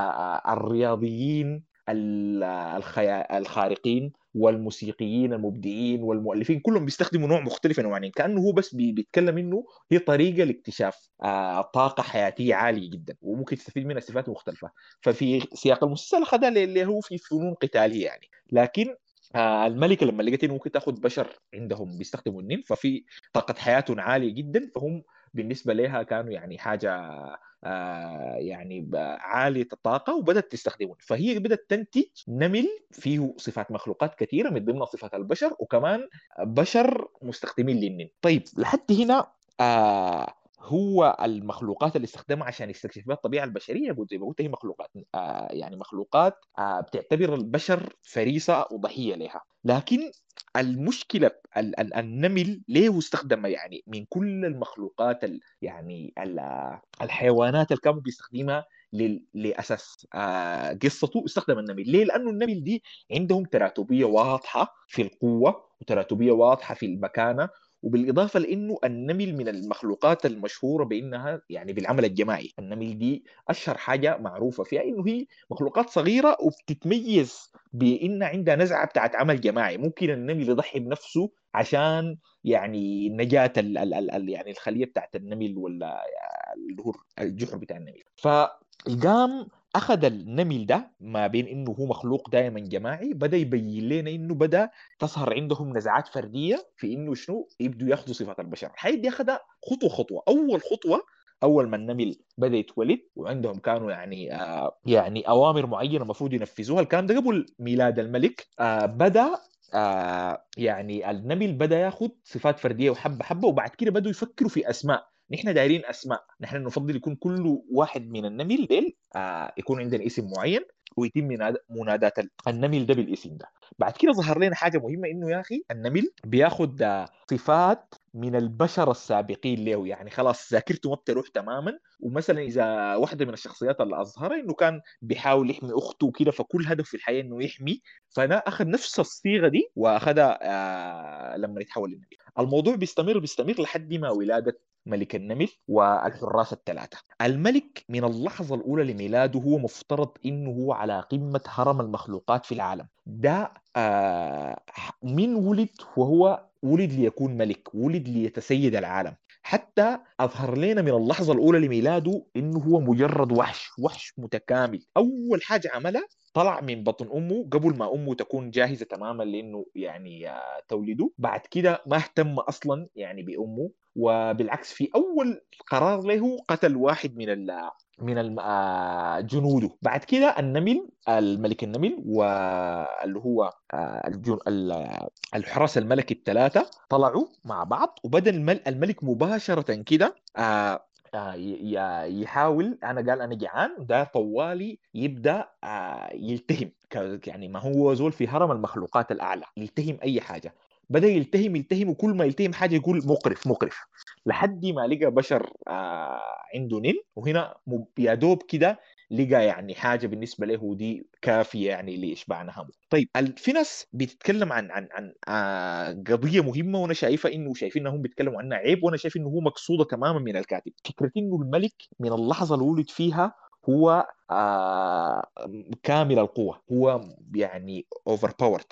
الرياضيين الخارقين والموسيقيين المبدعين والمؤلفين كلهم بيستخدموا نوع مختلف من النوعين، كأنه هو بس بيتكلم انه هي طريقة لاكتشاف طاقة حياتية عالية جدا وممكن تستفيد منها صفات مختلفة. ففي سياق المسلسل أخذها اللي هو في فنون قتالية يعني. لكن الملكة لما لقيت انه ممكن تاخذ بشر عندهم بيستخدموا النين، ففي طاقة حياتهم عالية جدا، فهم بالنسبة لها كانوا يعني حاجة يعني عالية الطاقة، وبدأت تستخدمه. فهي بدأت تنتج نمل فيه صفات مخلوقات كثيرة من ضمنها صفات البشر، وكمان بشر مستخدمين للنين. طيب لحد هنا هو المخلوقات اللي استخدمها عشان يستكشف بها الطبيعة البشرية، قلت زي ما قلت هي مخلوقات يعني مخلوقات بتعتبر البشر فريسة وضحية لها. لكن المشكلة النمل ليه استخدم يعني من كل المخلوقات يعني الحيوانات اللي كانوا بيستخدمها لاساس قصته، استخدم النمل ليه؟ لانه النمل دي عندهم تراتبيه واضحه في القوه وتراتبيه واضحه في المكانه، وبالاضافه لانه النمل من المخلوقات المشهوره بانها يعني بالعمل الجماعي. النمل دي اشهر حاجه معروفه فيها انه هي مخلوقات صغيره وبتتميز بان عندها نزعه بتاعت عمل جماعي. ممكن النمل يضحي بنفسه عشان يعني نجاة يعني الخليه بتاعت النمل، ولا اللي هو الجحر بتاع النمل. فقام اخذ النمل ده ما بين انه هو مخلوق دائما جماعي، بدا يبين لنا انه بدا تظهر عندهم نزعات فرديه في انه شنو يبدوا ياخذوا صفات البشر. حيدي اخذها خطوه خطوه. اول خطوه اول ما النمل بدا يتولد وعندهم كانوا يعني يعني اوامر معينه المفروض ينفذوها، الكلام ده قبل ميلاد الملك. بدا يعني النمل بدا ياخذ صفات فرديه وحبه حبه، وبعد كده بدوا يفكروا في اسماء. نحن دايرين اسماء، نحن نفضل يكون كل واحد من النمل ديل يكون عندنا اسم معين ويتم مناداة النمل ده بالاسم ده. بعد كده ظهر لنا حاجه مهمه، انه يا اخي النمل بياخد صفات من البشر السابقين له، يعني خلاص ذاكرته ما بتروح تماما. ومثلا اذا واحده من الشخصيات اللي اظهرها انه كان بيحاول يحمي اخته وكده، فكل هدف في الحياه انه يحمي، فانا اخذ نفس الصيغه دي واخذها لما يتحول للنمل. الموضوع بيستمر لحد ما ولاده ملك النمل والحراس الثلاثة. الملك من اللحظة الأولى لميلاده هو مفترض إنه هو على قمة هرم المخلوقات في العالم ده. من ولد وهو ولد ليكون ملك، ولد ليتسيد العالم. حتى أظهر لنا من اللحظة الأولى لميلاده إنه هو مجرد وحش متكامل. أول حاجة عملها طلع من بطن امه قبل ما امه تكون جاهزه تماما لانه يعني تولده. بعد كده ما اهتم اصلا يعني بامه، وبالعكس في اول قرار له قتل واحد من جنوده. بعد كده النمل الملك النمل واللي هو الحراس الملك الثلاثه طلعوا مع بعض، وبدا الملك مباشره كده يحاول، انا قال انا جعان، ده طوالي يبدا يلتهم يعني ما هو زول في هرم المخلوقات الاعلى، يلتهم اي حاجه. بدا يلتهم وكل ما يلتهم حاجه يقول مقرف مقرف، لحد ما لقى بشر عنده نين، وهنا يا دوب كده لقى يعني حاجه بالنسبه له دي كافيه يعني لاشباع همه. طيب في ناس بتتكلم عن قضيه مهمه، وانا شايفه انه شايفين انهم بيتكلموا عنها عيب، وانا شايف انه هو مقصوده تماما من الكاتب. فكره انه الملك من اللحظه اللي ولد فيها هو كامل القوه، هو يعني اوفر باورد.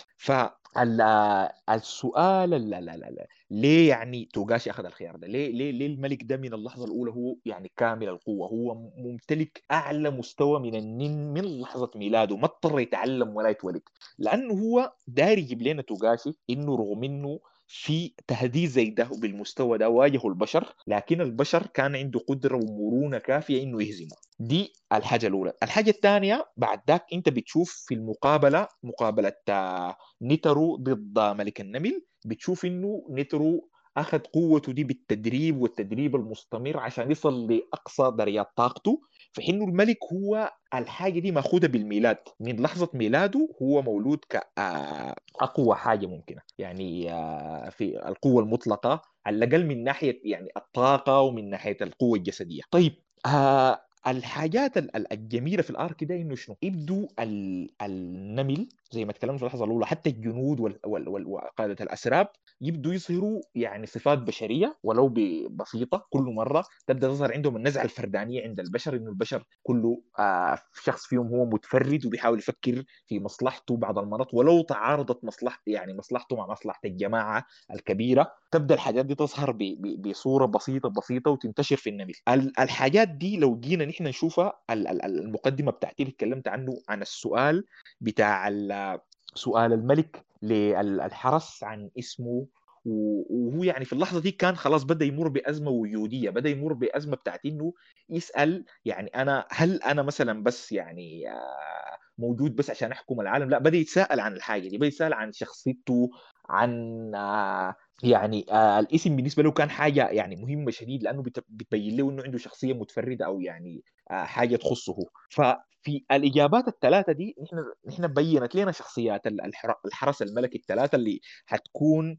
فالسؤال لا لا لا لا، ليه يعني توغاشي اخذ الخيار ده؟ ليه الملك ده من اللحظه الاولى هو يعني كامل القوه، هو ممتلك اعلى مستوى من النين من لحظه ميلاده، ما اضطر يتعلم ولا يتولد؟ لانه هو داير يجيب لنا توغاشي انه رغم انه في تهديد زي ده بالمستوى ده واجهه البشر، لكن البشر كان عنده قدره ومرونه كافيه انه يهزمه. دي الحاجه الاولى. الحاجه الثانيه بعد ذاك انت بتشوف في المقابله، مقابله نيترو ضد ملك النمل، بتشوف انه نيترو اخذ قوته دي بالتدريب والتدريب المستمر عشان يصل لاقصى درجات طاقته، في حين الملك هو الحاجه دي ماخوذه بالميلاد، من لحظه ميلاده هو مولود كاقوى حاجه ممكنه، يعني في القوه المطلقه على الاقل من ناحيه يعني الطاقه ومن ناحيه القوه الجسديه. طيب الحاجات الجميله في الارك ده انه شنو، يبدو النمل زي ما تكلمنا في اللحظه الاولى، حتى الجنود وقاده الاسراب يبدو يظهروا يعني صفات بشريه ولو بسيطه، كل مره تبدا تظهر عندهم النزعه الفردانيه عند البشر، انه البشر كله شخص فيهم هو متفرد وبيحاول يفكر في مصلحته بعض المرات، ولو تعارضت مصلحه يعني مصلحته مع مصلحه الجماعه الكبيره، تبدا الحاجات دي تظهر بصوره بسيطه بسيطه وتنتشر في النمل. الحاجات دي لو جينا نحن نشوفها، المقدمه بتاعتي اللي اتكلمت عنه عن السؤال بتاع سؤال الملك للحرس عن اسمه، وهو يعني في اللحظه دي كان خلاص بدا يمر بازمه وجوديه، بدا يمر بازمه بتاعت انه يسال يعني انا هل انا مثلا بس يعني موجود بس عشان احكم العالم؟ لا، بدا يتساءل عن الحاجه دي، بدا يتساءل عن شخصيته، عن يعني الاسم بالنسبه له كان حاجه يعني مهمه شديد، لانه بتبين له انه عنده شخصيه متفرده او يعني حاجه تخصه. ففي الاجابات الثلاثه دي نحن بينت لنا شخصيات الحرس الملكي الثلاثه اللي حتكون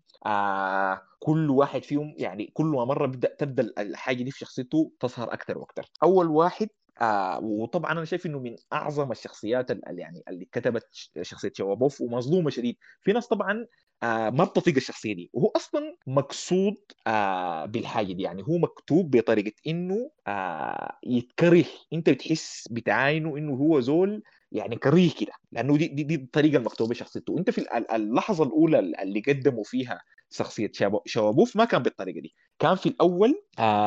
كل واحد فيهم يعني كل ما مره تبدا الحاجه دي في شخصيته تظهر اكثر واكثر. اول واحد وطبعا انا شايف انه من اعظم الشخصيات يعني اللي كتبت شخصيه شوابوف، ومظلومه شديد. في ناس طبعا ما بتطيق الشخصيه دي، وهو اصلا مقصود بالحاجه دي، يعني هو مكتوب بطريقه انه يتكره، انت بتحس بتعاينه انه هو زول يعني كريه كده، لانه دي الطريقه المكتوبه شخصيته. انت في اللحظه الاولى اللي قدموا فيها شخصيه شوابوف ما كان بالطريقه دي، كان في الاول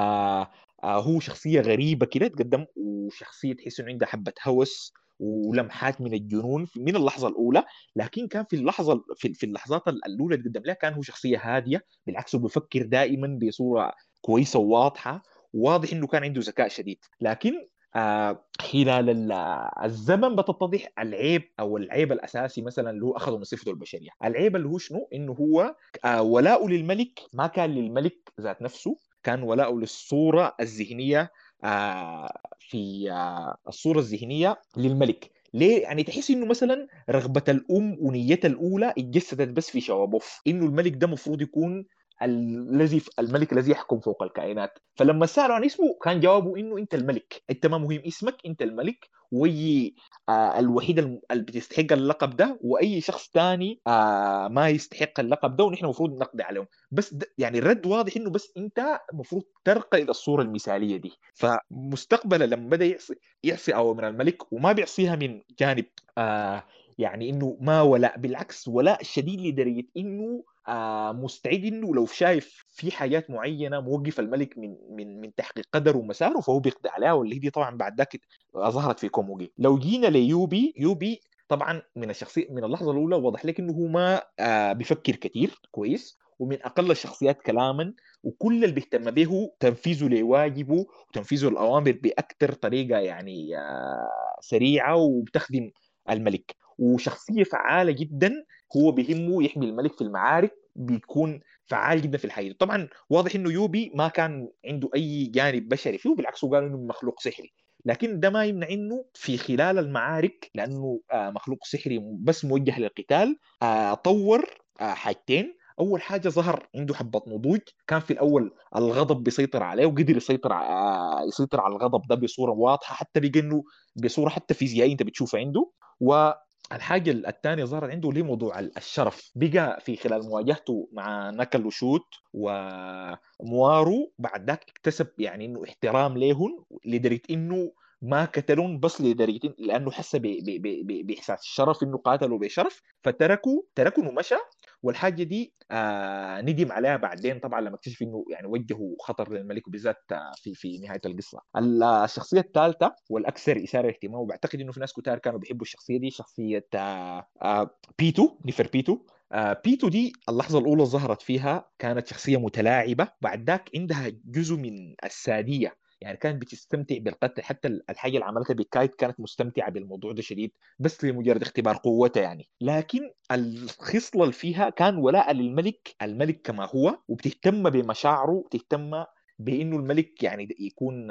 هو شخصيه غريبه كده تقدم، وشخصيه تحس انه عنده حبه هوس ولمحات من الجنون من اللحظه الاولى. لكن كان في اللحظه في اللحظات الاولى اللي قدم لها كان هو شخصيه هاديه، بالعكس هو بيفكر دائما بصوره كويسه وواضحه، واضح انه كان عنده ذكاء شديد. لكن خلال الزمن بتتضح العيب او العيب الاساسي مثلا اللي هو اخذه من صفته البشريه. العيب اللي هو شنو؟ انه هو ولاؤه للملك ما كان للملك ذات نفسه، كان ولاؤه للصوره الذهنيه في الصوره الذهنيه للملك. ليه؟ يعني تحس انه مثلا رغبه الام ونيتها الاولى اتجسدت بس في شوابوف، انه الملك ده المفروض يكون الملك الذي يحكم فوق الكائنات. فلما سالوا عن اسمه كان جوابه انه انت الملك، انت ما مهم اسمك، انت الملك، واي الوحيد اللي بتستحق اللقب ده، واي شخص تاني ما يستحق اللقب ده ونحن المفروض نقضي عليهم. بس يعني الرد واضح انه بس انت المفروض ترقى الى الصوره المثاليه دي. فمستقبلا لما بدا يعصي اوامر الملك، وما بيعصيها من جانب يعني انه ما ولاء، بالعكس ولاء شديد لدرجه انه مستعد انه لو شايف في حاجات معينه موقف الملك من تحقيق قدره ومساره فهو بيقضي عليها، واللي دي طبعا بعد ذاك ظهرت في كوموجي. لو جينا يوبي طبعا من الشخصيه من اللحظه الاولى وضح لك انه هو ما بيفكر كثير كويس، ومن اقل الشخصيات كلاما، وكل اللي بيهتم به هو تنفيذه لواجبه وتنفيذه الاوامر باكثر طريقه يعني سريعه وبتخدم الملك، وشخصيه فعاله جدا. هو بيهمه يحمي الملك في المعارك، بيكون فعال جدا في الحقيقه. طبعا واضح انه يوبي ما كان عنده اي جانب بشري فيه، بالعكس هو قال انه مخلوق سحري، لكن ده ما يمنع انه في خلال المعارك لانه مخلوق سحري بس موجه للقتال، طور حاجتين. اول حاجه ظهر عنده حبه نضوج، كان في الاول الغضب بيسيطر عليه وقدر يسيطر على الغضب ده بصوره واضحه، حتى بيجي انه بصوره حتى فيزيائيه انت بتشوفها عنده. والحاجه الثانيه ظهرت عنده اللي هي موضوع الشرف، بقى في خلال مواجهته مع نكل وشوت وموارو بعد ذاك اكتسب يعني انه احترام ليهم لدرجه انه ما قتلون بس لدرجه لانه حس باحساس الشرف انه قاتلوا بشرف، تركوا ومشى. والحاجه دي ندم عليها بعدين طبعا لما اكتشف انه يعني وجهوا خطر للملك، وبالذات في نهايه القصه. الشخصيه الثالثه والاكثر اثاره اهتمام، وبعتقد انه في ناس كتار كانوا بيحبوا الشخصيه دي، شخصيه بيتو، نيفر بيتو. بيتو دي اللحظة الأولى ظهرت فيها كانت شخصية متلاعبة، بعد ذاك عندها جزء من السادية، يعني كانت بتستمتع بالقتل، حتى الحاجة اللي عملتها بكايت كانت مستمتعة بالموضوع ده شديد بس لمجرد اختبار قوتها يعني. لكن الخصلة اللي فيها كان ولاء للملك، الملك كما هو، وبتهتم بمشاعره، بتهتم بانه الملك يعني يكون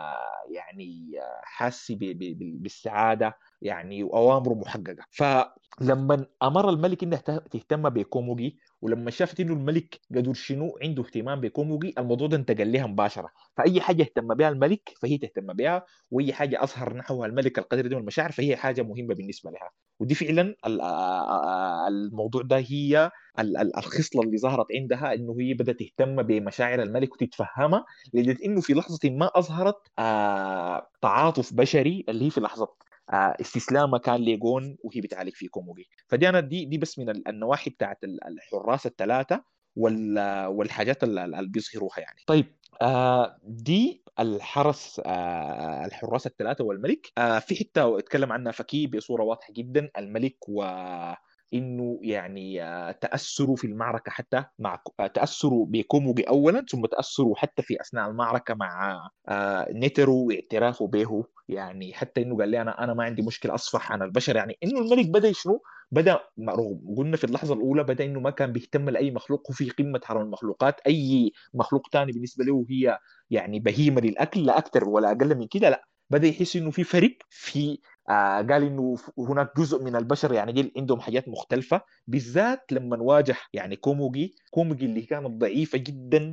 حاسس بالسعاده يعني، واوامره محققه. فلما امر الملك انها تهتم بكوموجي، ولما شافت انه الملك قدر شنو عنده اهتمام بكوموجي، الموضوع ده انتقل لها مباشره. فاي حاجه اهتم بها الملك فهي تهتم بها، واي حاجه اظهر نحوها الملك القدر دي من المشاعر فهي حاجه مهمه بالنسبه لها. ودي فعلا الموضوع ده هي الخصله اللي ظهرت عندها، انه هي بدات تهتم بمشاعر الملك وتتفهمها، لدرجه انه في لحظه ما اظهرت تعاطف بشري اللي هي في لحظه استسلامها كان ليجون وهي بتعالج في كوموجي. فدي انا دي بس من النواحي بتاعت الحراس الثلاثه والحاجات اللي بيظهروها يعني. طيب دي الحراس الثلاثه والملك. في حته اتكلم عنها فكي بصوره واضحه جدا، الملك انه يعني تاثروا في المعركه، حتى مع تاثروا بكوموجي اولا، ثم تاثروا حتى في اثناء المعركه مع نيترو واعترافه به، يعني حتى انه قال لي انا ما عندي مشكله اصفح عن البشر، يعني انه الملك بدا شنو، بدا رغم قلنا في اللحظه الاولى بدا انه ما كان بيهتم لاي مخلوق، وفي قمه حرم المخلوقات اي مخلوق ثاني بالنسبه له هي يعني بهيمه للاكل، لا اكثر ولا اقل من كده، لا بدا يحس انه في فرق في قال انه هناك جزء من البشر يعني جيل عندهم حاجات مختلفه، بالذات لما نواجه يعني كوموجي اللي كانت ضعيفه جدا،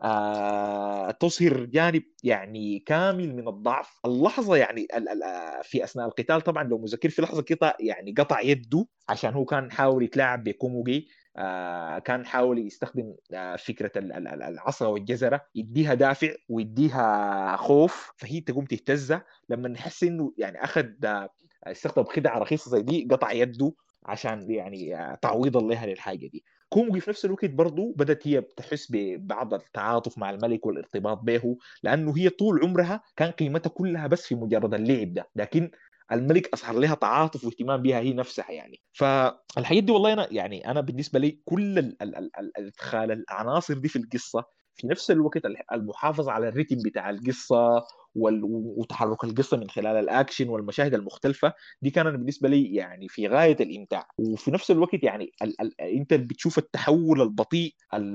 تظهر جانب يعني كامل من الضعف. اللحظه يعني في اثناء القتال طبعا لو مذكر في لحظه قطع يعني قطع يده عشان هو كان حاول يتلاعب بكوموجي، كان حاول يستخدم فكره العصا والجزره، يديها دافع ويديها خوف فهي تقوم تهتزها، لما نحس انه يعني اخذ استخدم خدعه رخيصه زي دي قطع يده عشان يعني تعويضا لها للحاجه دي. كوموجي في نفس الوقت برضو بدأت هي بتحس ببعض التعاطف مع الملك والارتباط به، لأنه هي طول عمرها كان قيمتها كلها بس في مجرد اللعب ده، لكن الملك أظهر لها تعاطف واهتمام بها هي نفسها يعني. فالحاجات دي والله أنا بالنسبة لي كل إدخال العناصر دي في القصة، في نفس الوقت المحافظة على الريتم بتاع القصة وتحرك القصة من خلال الأكشن والمشاهد المختلفة، دي كانت بالنسبة لي يعني في غاية الإمتاع. وفي نفس الوقت يعني أنت بتشوف التحول البطيء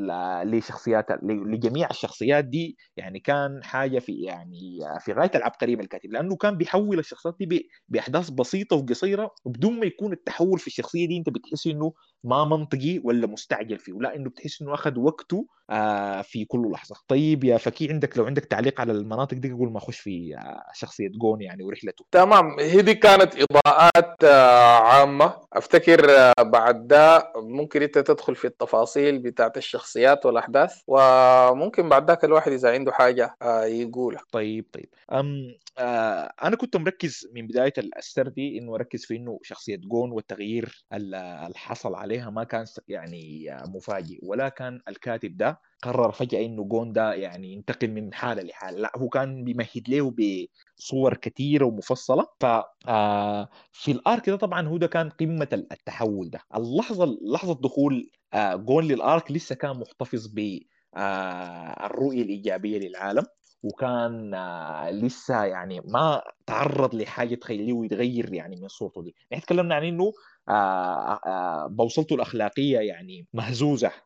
لجميع الشخصيات دي، يعني كان حاجة في يعني في غاية العبقرية من الكاتب، لأنه كان بيحول الشخصيات دي بأحداث بسيطة وقصيرة، وبدون ما يكون التحول في الشخصية دي أنت بتحس إنه ما منطقي ولا مستعجل فيه، لا إنه بتحس إنه أخذ وقته في كل لحظة. طيب يا فكي، لو عندك تعليق على المناطق دي قبل ما أخش في شخصية جون يعني ورحلته. تمام، هي دي كانت إضاءات عامة. أفتكر بعد ده ممكن أنت تدخل في التفاصيل بتاعت الشخصيات والأحداث، وممكن بعد ذاك الواحد إذا عنده حاجة يقولها. طيب انا كنت مركز من بدايه السردي انه اركز في انه شخصيه جون والتغيير اللي حصل عليها ما كان يعني مفاجئ، ولا كان الكاتب ده قرر فجاه انه جون ده يعني ينتقل من حاله لحاله، لا هو كان بيمهد له بصور كثيره ومفصله. ف في الارك ده طبعا هو ده كان قمه التحول ده، لحظه دخول جون للارك لسه كان محتفظ ب الرؤيه الايجابيه للعالم، وكان لسه يعني ما تعرض لحاجه تخليه يتغير يعني من صورته دي. احنا تكلمنا عن انه بوصلته الاخلاقيه يعني مهزوزه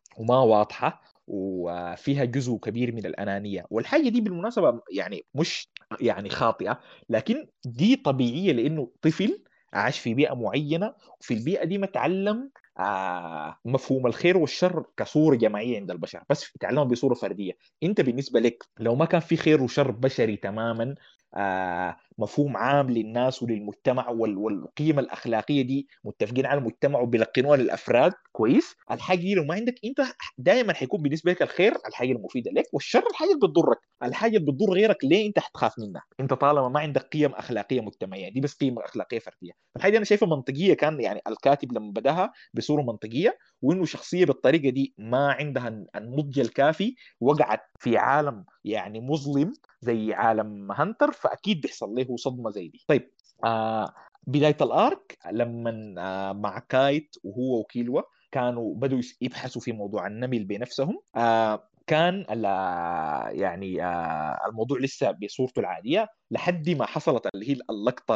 وما واضحة، وفيها جزء كبير من الأنانية. والحاجة دي بالمناسبة يعني مش يعني خاطئة، لكن دي طبيعية، لأنه طفل عاش في بيئة معينة، وفي البيئة دي ما تعلم مفهوم الخير والشر كصورة جماعية عند البشر، بس تعلمها بصورة فردية. انت بالنسبة لك لو ما كان في خير وشر بشري تماما، مفهوم عام للناس وللمجتمع، والقيم الأخلاقية دي متفقين على المجتمع وبيلقنوها للأفراد كويس، الحاجة دي لو ما عندك انت دائما حيكون بالنسبة لك الخير الحاجة المفيدة لك، والشر الحاجة اللي بتضرك. الحاجة اللي بتضر غيرك ليه انت حتخاف منها؟ انت طالما ما عندك قيم أخلاقية مجتمعية، دي بس قيم أخلاقية فردية. فالحاجة دي انا شايفها منطقية، كان يعني الكاتب لما بداها بصورة منطقية، وانه شخصية بالطريقة دي ما عندها النضج الكافي، وقعت في عالم يعني مظلم زي عالم هانتر، فاكيد بيحصل له صدمه زي دي. طيب، بدايه الارك لما مع كايت وهو وكيلوا كانوا بدوا يبحثوا في موضوع النمل بنفسهم، كان يعني الموضوع لسه بصورته العاديه، لحد ما حصلت اللي هي اللقطه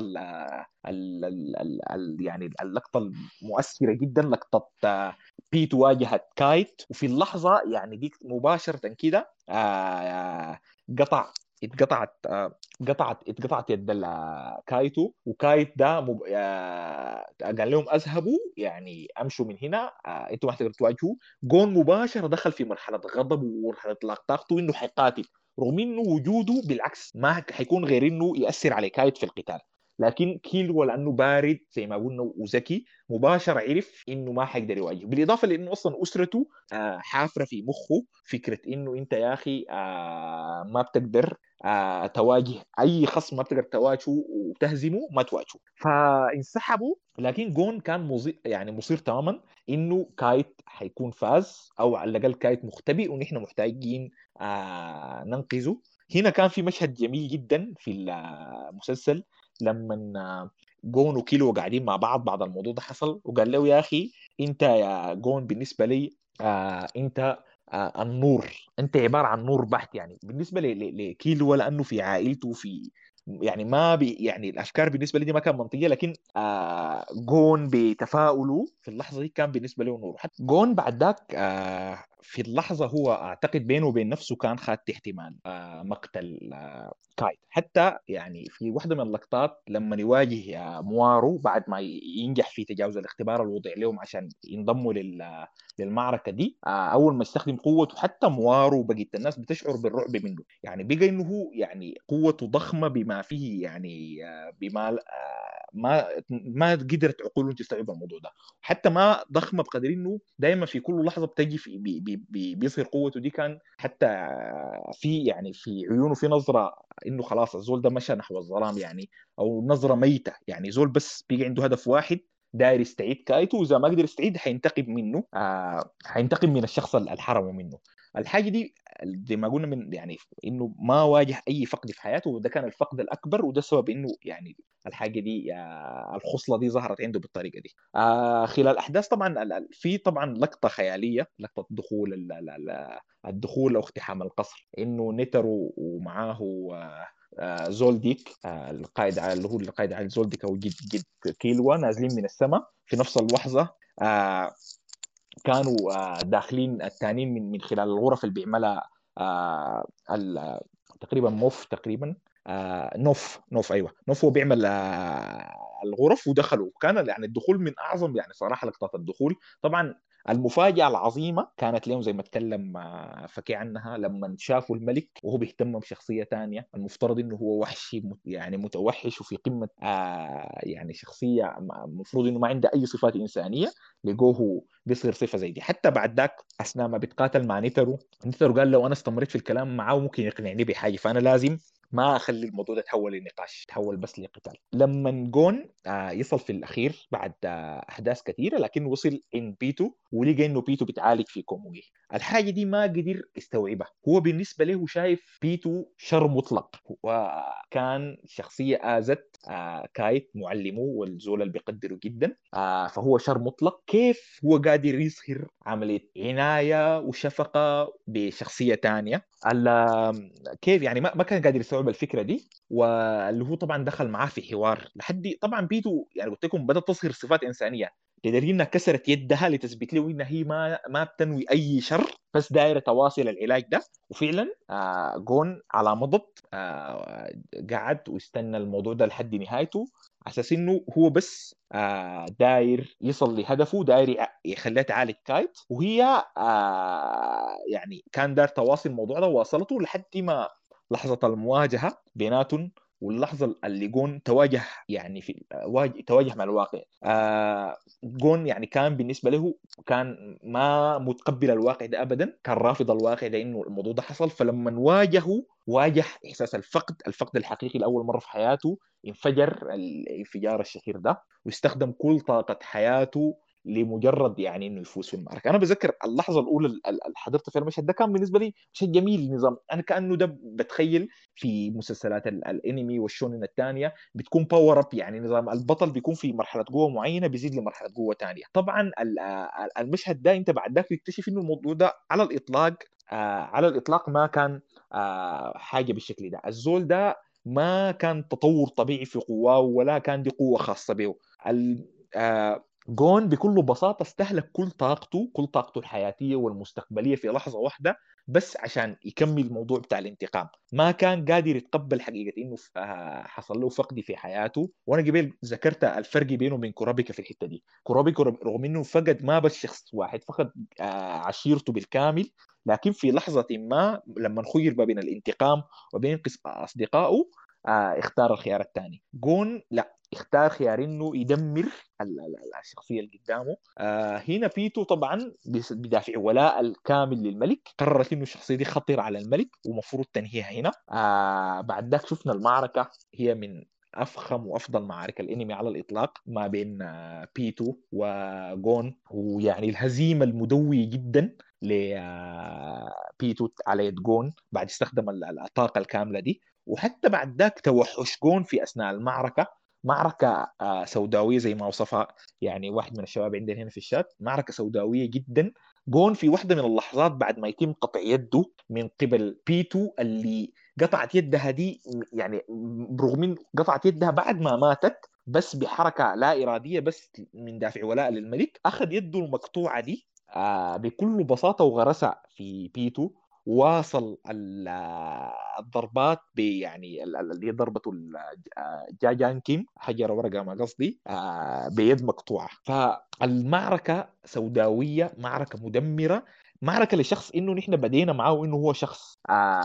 يعني اللقطه المؤثره جدا، لقطه بيت واجهت كايت، وفي اللحظه يعني دي مباشره كده قطع اتقطعت اتقطعت يد كايتو، وكايت ده قال لهم اذهبوا، يعني امشوا من هنا، انتوا ما حتقدروا تواجهوا. جون مباشره دخل في مرحله غضب ومرحله اطلاق طاقته انه حيقاتل، رغم انه وجوده بالعكس ما حيكون غير انه ياثر على كايت في القتال. لكن كيلو لانه بارد زي ما قلنا وذكي، مباشره عرف انه ما حيقدر يواجهه، بالاضافه لانه اصلا اسرته حافره في مخه فكره انه انت يا اخي ما بتقدر تواجه اي خصم، ما بتقدر تواجهه وتهزمه، ما تواجهه. فانسحبوا، لكن جون كان يعني مصير تماما انه كايت حيكون فاز، او على الاقل كايت مختبئ ونحن محتاجين ننقذه. هنا كان في مشهد جميل جدا في المسلسل، لما جون وكيلو قاعدين مع بعض الموضوع ده حصل، وقال له يا اخي انت يا جون بالنسبه لي انت النور، انت عباره عن نور بحت. يعني بالنسبه لكيلو، لانه في عائلته في يعني ما يعني الافكار بالنسبه لي دي ما كان منطقيه، لكن جون بتفاؤله في اللحظه دي كان بالنسبه له نور. حتى جون بعد ذاك في اللحظه هو اعتقد بينه وبين نفسه كان خد احتمال مقتل كايت. حتى يعني في واحده من اللقطات لما يواجه موارو بعد ما ينجح في تجاوز الاختبار الوضع لهم عشان ينضموا للمعركه دي، اول ما استخدم قوته حتى موارو بقيت الناس بتشعر بالرعب منه، يعني بقى انه هو يعني قوته ضخمه بما فيه يعني بما ما قدرت عقولهم تستوعب الموضوع ده. حتى ما ضخمه بقدر انه دائما في كل لحظه بتجي في بيظهر قوته دي، كان حتى في يعني في عيونه في نظره انه خلاص الزول ده مشى نحو الظلام يعني، او نظره ميته، يعني زول بس بيجي عنده هدف واحد، داير يستعيد كايتو، واذا ما قدر يستعيد حينتقم منه، حينتقم من الشخص اللي حرمه منه. الحاجه دي زي ما قلنا من يعني انه ما واجه اي فقد في حياته، وده كان الفقد الاكبر، وده السبب انه يعني الحاجه دي الخصله دي ظهرت عنده بالطريقه دي. خلال الاحداث طبعا في طبعا لقطه خياليه، لقطه دخول الدخول او اقتحام القصر، انه نترو ومعاه زولديك القائد على اللي هو القائد على زولديك او جد كيلوا نازلين من السماء في نفس اللحظه. كانوا داخلين التانيين من خلال الغرف اللي بيعملها تقريبا موف تقريبا نوف ايوه نوف، هو بيعمل الغرف، ودخلوا. كان يعني الدخول من اعظم يعني صراحه لقطات الدخول. طبعا المفاجاه العظيمه كانت لهم زي ما اتكلم فكي عنها، لما شافوا الملك وهو بيهتم بشخصيه تانية المفترض انه هو وحشي يعني متوحش وفي قمه يعني شخصيه المفروض انه ما عنده اي صفات انسانيه، لقوه بيصير صفه زي دي. حتى بعد ذاك اثناء ما بيتقاتل مع نيترو قال لو انا استمريت في الكلام معاه ممكن يقنعني بحاجه، فانا لازم ما اخلي الموضوع ده يتحول لنقاش، تحول بس لقتال. لما جون يصل في الاخير بعد احداث كثيره، لكن وصل ان بيتو ولقى انه بيتو بيتعالج في كوموجي. الحاجه دي ما قدر يستوعبها، هو بالنسبه له شايف بيتو شر مطلق، وكان شخصيه اذت كايت معلمه والزول اللي بيقدره جدا، فهو شر مطلق. كيف هو قادر يظهر عمليه عنايه وشفقه بشخصيه ثانيه؟ كيف يعني ما كان قادر يستوعب الفكره دي، واللي هو طبعا دخل معاه في حوار لحد طبعا بيتو يعني قلت لكم بدات تظهر صفات انسانيه. لدرجه انها كسرت يدها لتثبت له انها هي ما بتنوي اي شر، بس دايره تواصل العلاج ده. وفعلا جون على مضض قعد واستنى الموضوع ده لحد نهايته، على اساس انه هو بس داير يصل لهدفه، داير يخليها تعالج كايت، وهي يعني كان داير تواصل الموضوع ده، وواصلته لحد ما لحظه المواجهه بيناتهم، واللحظه اللي جون تواجه يعني تواجه مع الواقع. جون يعني كان بالنسبه له كان ما متقبل الواقع ده ابدا، كان رافض الواقع ده انه الموضوع ده حصل. فلما واجه احساس الفقد الحقيقي لاول مره في حياته، انفجر الانفجار الشهير ده، واستخدم كل طاقه حياته لمجرد يعني انه يفوز في المعركه. انا بذكر اللحظه الاولى اللي حضرت فيها المشهد ده، كان بالنسبه لي مشهد جميل. نظام انا كانه ده بتخيل في مسلسلات الانمي والشونن الثانيه، بتكون باور اب، يعني نظام البطل بيكون في مرحله قوه معينه بيزيد لمرحله قوه ثانيه. طبعا المشهد ده انت بعد ذاك تكتشف انه الموضوع ده على الاطلاق ما كان حاجه بالشكل ده. الزول ده ما كان تطور طبيعي في قواه، ولا كان دي قوه خاصه به. جون بكل بساطة استهلك كل طاقته الحياتية والمستقبلية في لحظة واحدة، بس عشان يكمل الموضوع بتاع الانتقام. ما كان قادر يتقبل حقيقة انه حصل له فقد في حياته. وانا قبل ذكرت الفرق بينه وبين كورابيكا في الحتة دي. كورابيكا رغم انه فقد ما بس شخص واحد، فقد عشيرته بالكامل، لكن في لحظة ما لما خير ما بين الانتقام وبين أصدقائه اختار الخيار الثاني. جون لا، اختار خيار انه يدمر الشخصيه اللي قدامه. هنا بيتو طبعا بدافع ولاء الكامل للملك قررت انه الشخصيه دي خطيره على الملك ومفروض تنهيها هنا. بعد ذاك شفنا المعركه هي من افخم وافضل معارك الانمي على الاطلاق ما بين بيتو وجون، ويعني الهزيمه المدويه جدا لبيتو على يد جون بعد استخدم الطاقه الكامله دي. وحتى بعد ذاك توحش جون في اثناء المعركه، معركه سوداويه زي ما وصفها يعني واحد من الشباب عندنا هنا في الشات، معركه سوداويه جدا. جون في واحده من اللحظات بعد ما يتم قطع يده من قبل بيتو اللي قطعت يدها دي، يعني رغم من قطعت يدها بعد ما ماتت، بس بحركه لا اراديه بس من دافع ولاء للملك، اخذ يده المقطوعه دي بكل بساطه وغرسها في بيتو. واصل الضربات يعني اللي هي ضربة جاجان كيم حجر ورقة ما قصدي بيد مقطوعة. فالمعركة سوداوية، معركة مدمرة، معركة لشخص انه نحن بدينا معاه انه هو شخص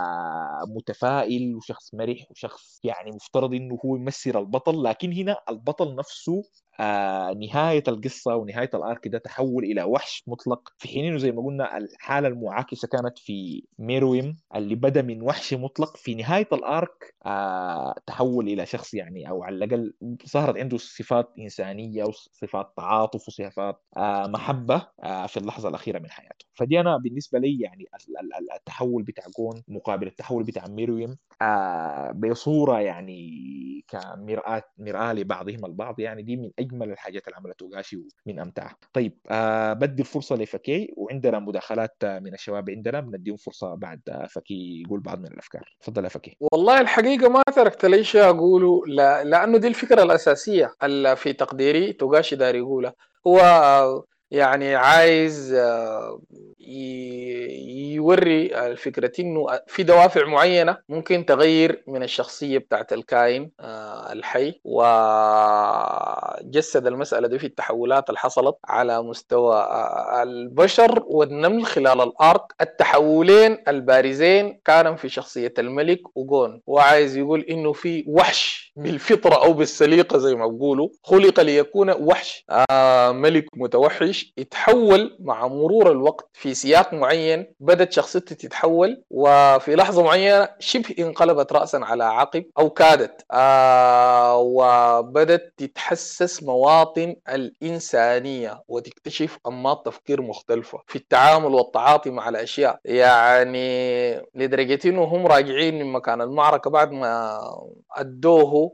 متفائل وشخص مرح وشخص يعني مفترض انه هو يمثل البطل، لكن هنا البطل نفسه نهاية القصة ونهاية الارك ده تحول إلى وحش مطلق، في حين إنه زي ما قلنا الحالة المعاكسة كانت في ميرويم اللي بدأ من وحش مطلق، في نهاية الارك تحول إلى شخص يعني أو على الأقل ظهرت عنده صفات إنسانية وصفات تعاطف وصفات محبة في اللحظة الأخيرة من حياته. فدي أنا بالنسبة لي يعني التحول بتاع جون مقابل التحول بتاع ميرويم بصورة يعني مرآة لبعضهم البعض، يعني دي من أجمل الحاجات اللي عملته اوغاشي ومن أمتعها. طيب بدي الفرصة لفكي، وعندنا مداخلات من الشباب عندنا بنديهم فرصة بعد فكي يقول بعض من الأفكار. تفضل يا فكي. والله الحقيقة ما تركت لي شيء أقوله، لأنه دي الفكرة الأساسية اللي في تقديري توغاشي داري يقولها. هو يعني عايز يوري الفكرة إنه في دوافع معينة ممكن تغير من الشخصية بتاعت الكائن الحي، وجسد المسألة دي في التحولات اللي حصلت على مستوى البشر والنمل خلال الأرك. التحولين البارزين كانوا في شخصية الملك وجون، وعايز يقول إنه في وحش بالفطرة أو بالسليقة زي ما بيقولوا خلق ليكون وحش، ملك متوحش يتحول مع مرور الوقت في سياق معين. بدت شخصيته تتحول وفي لحظة معينة شبه انقلبت رأسا على عقب أو كادت، وبدت تتحسس مواطن الإنسانية وتكتشف أنماط تفكير مختلفة في التعامل والتعاطي مع الأشياء. يعني لدرجة إنه هم راجعين من مكان المعركة بعد ما أدوه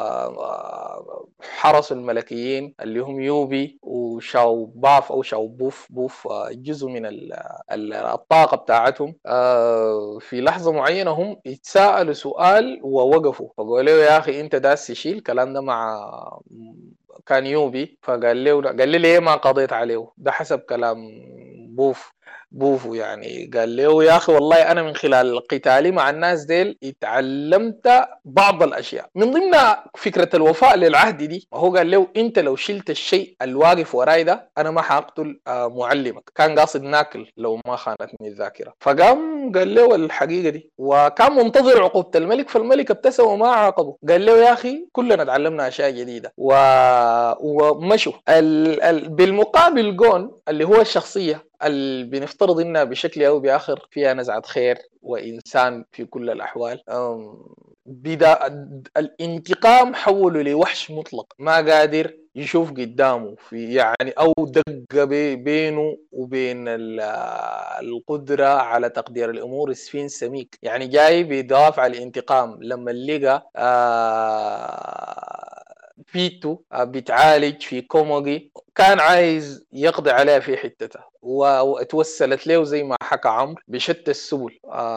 حرس الملكيين اللي هم يوبي وشاو باف أو شاو بوف جزء من الطاقة بتاعتهم. في لحظة معينة هم يتساءلوا سؤال ووقفوا فقالوا له يا أخي أنت داس تشيل الكلام ده كان يوبي، فقال له قال لي ليه ما قضيت عليه؟ ده حسب كلام بوفو يعني. قال له يا اخي والله انا من خلال قتالي مع الناس ديل اتعلمت بعض الاشياء من ضمنها فكره الوفاء للعهد دي. وهو قال له انت لو شلت الشيء الواقف وراي ده انا ما حاقتل معلمك. كان قاصد ناكل لو ما خانتني الذاكره. فقام قال له الحقيقه دي وكان منتظر عقوبه الملك، فالملك ابتسم وما عاقبه. قال له يا اخي كلنا تعلمنا اشياء جديده ومشوا. بالمقابل جون اللي هو الشخصيه اللي بنفترض انها بشكل او باخر فيها نزعه خير وانسان في كل الاحوال، بدا الانتقام حوله لوحش مطلق ما قادر يشوف قدامه في يعني او دق بينه وبين القدره على تقدير الامور سفين سميك. يعني جاي بدافع الانتقام لما لقى بيتو بيتعالج في كوموجي كان عايز يقضي عليها في حتته، وتوسلت له زي ما حكى عمرو بشتى السبل.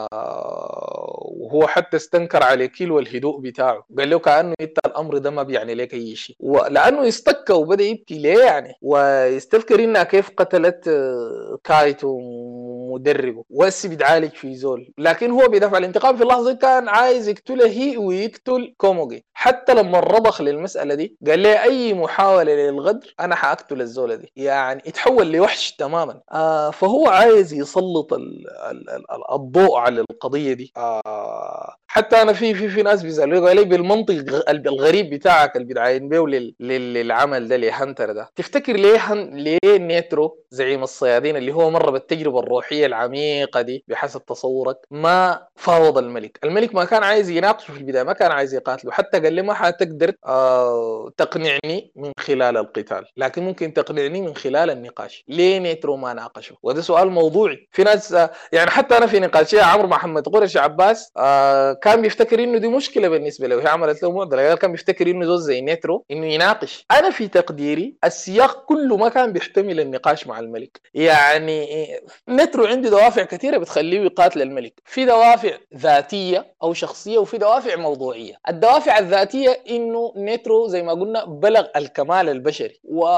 وهو حتى استنكر على كيلو الهدوء بتاعه، قال له كأنه انت الامر ده ما بيعني لك اي شيء، ولانه استكى وبدا يبكي ليه يعني، ويستذكر انها كيف قتلت كايتو مدربه وهسه بيتعالج في زول. لكن هو بدافع الانتقام في اللحظه دي كان عايز يقتله هي ويقتل كوموجي. حتى لما رضخ للمساله دي قال لي اي محاوله للغدر انا حاقتل الزوله دي، يعني اتحول لوحش تماما. فهو عايز يسلط الضوء على القضيه دي. حتى انا في ناس بيسالوا لي بالمنطق الغريب بتاعك اللي بتعاين بيه للعمل ده لهنتر ده، تفتكر ليه نيترو زعيم الصيادين اللي هو مر بالتجربه الروحيه العميقه دي بحسب تصورك ما فاوض الملك ما كان عايز يناقشه في البدايه، ما كان عايز يقاتله، حتى قال لي ما حتقدر تقنعني من خلال القتال لكن ممكن تقنعني من خلال النقاش. ليه نيترو ما ناقشه؟ وده سؤال موضوعي. في ناس يعني حتى انا في نقاشيه عمرو محمد قرش عباس كان بيفتكر انه دي مشكله بالنسبه له، هي عملت له معضله. كان بيفتكر انه زول زي نيترو انه يناقش. انا في تقديري السياق كله ما كان بيحتمل النقاش مع الملك. يعني نيترو عنده دوافع كثيره بتخليه يقاتل الملك، في دوافع ذاتيه او شخصيه وفي دوافع موضوعيه. الدوافع الذاتيه انه نيترو زي ما قلنا بلغ الكمال البشري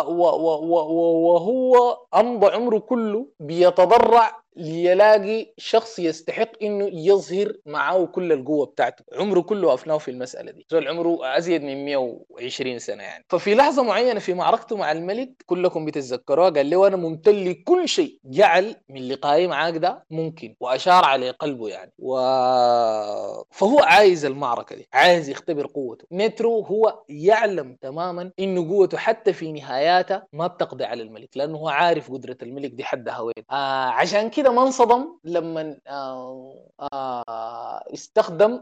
وهو امضى عمره كله بيتضرع ليلاقي شخص يستحق انه يظهر معه كل القوه بتاعته. عمره كله افناه في المساله دي، زول عمره ازيد من 120 سنه يعني. ففي لحظه معينه في معركته مع الملك كلكم بتتذكروها قال له انا ممتلي كل شيء، جعل من لقائي معاك ده ممكن واشار على قلبه يعني فهو عايز المعركه دي، عايز يختبر قوته. نيترو هو يعلم تماما انه قوته حتى في نهاياته ما بتقضي على الملك لانه هو عارف قدره الملك دي حدها وين. عشان كده ما انصدم لما استخدم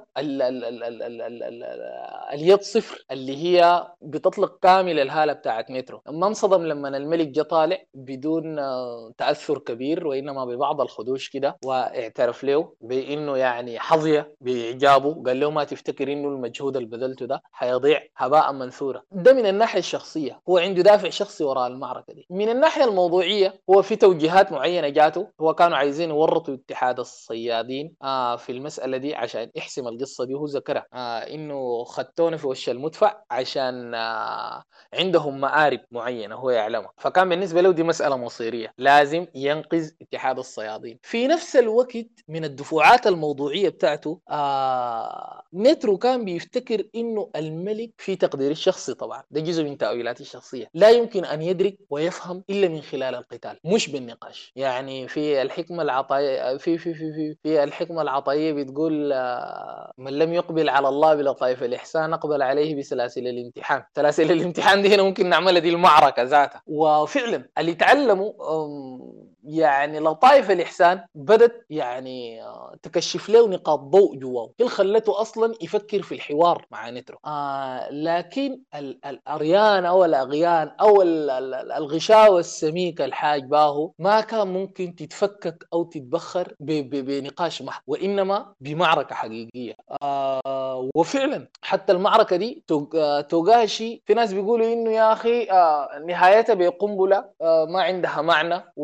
اليد صفر اللي هي بتطلق كامل الهاله بتاعت نيترو. ما انصدم لما الملك جه طالع بدون تاثر كبير وانما ببعض الخدوش كده، واعترف له بانه يعني حظي باعجابه. قال له ما تفتكر انه المجهود اللي بذلته ده حيضيع هباء منثورا. ده من الناحيه الشخصيه، هو عنده دافع شخصي وراء المعركه دي. من الناحيه الموضوعيه هو في توجيهات معينه جاته، هو كانوا عايزين يورطوا اتحاد الصيادين في المساله دي عشان يحسم القصه دي. وهو ذكرها انه خدتونا في وش المدفع عشان عندهم مآرب معينه هو يعلمها، فكان بالنسبه له دي مساله مصيريه لازم ينقذ اتحاد الصيادين. في نفس الوقت من الدفوعات الموضوعيه بتاعته نيترو كان بيفتكر انه الملك في تقدير الشخصي، طبعا ده جزء من تأويلات الشخصيه، لا يمكن ان يدرك ويفهم الا من خلال القتال مش بالنقاش. يعني في الحكمه العطائيه في الحكمه العطائيه بتقول من لم يقبل على الله بلطائف الاحسان اقبل عليه بسلاسل الامتحان. سلاسل الامتحان دي هنا ممكن نعملها دي المعركه ذاتها. وفعلا اللي تعلموا يعني لطائف الإحسان بدت يعني تكشف له نقاط ضوء جواه، هي خلته أصلا يفكر في الحوار مع نيترو. لكن الأريان أو الأغيان أو الغشاوة السميكة الحاج باهو ما كان ممكن تتفكك أو تتبخر بنقاش محض، وإنما بمعركة حقيقية. وفعلا حتى المعركة دي توغاشي في ناس بيقولوا إنه يا أخي نهايتها بقنبلة ما عندها معنى،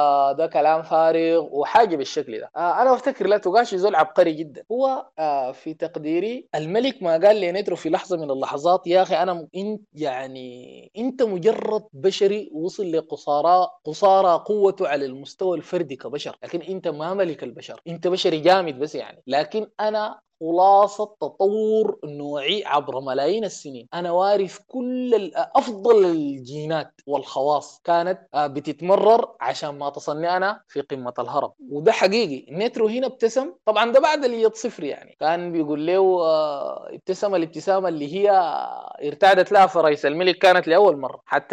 ده كلام فارغ وحاجه بالشكل ده. انا افتكر لا توغاشي زول عبقري جدا. هو في تقديري الملك ما قال لنيترو في لحظه من اللحظات يا اخي انا انت يعني انت مجرد بشري وصل قصارى قوته على المستوى الفردي كبشر، لكن انت ما ملك البشر، انت بشري جامد بس يعني، لكن انا خلاصة تطور نوعي عبر ملايين السنين. أنا وارث كل أفضل الجينات والخواص كانت بتتمرر عشان ما تصني أنا في قمة الهرم. وده حقيقي. نترو هنا ابتسم، طبعا ده بعد اليد صفر يعني، كان بيقول له ابتسم الابتسامة اللي هي ارتعدت لها فرئيس الملك كانت لأول مرة. حتى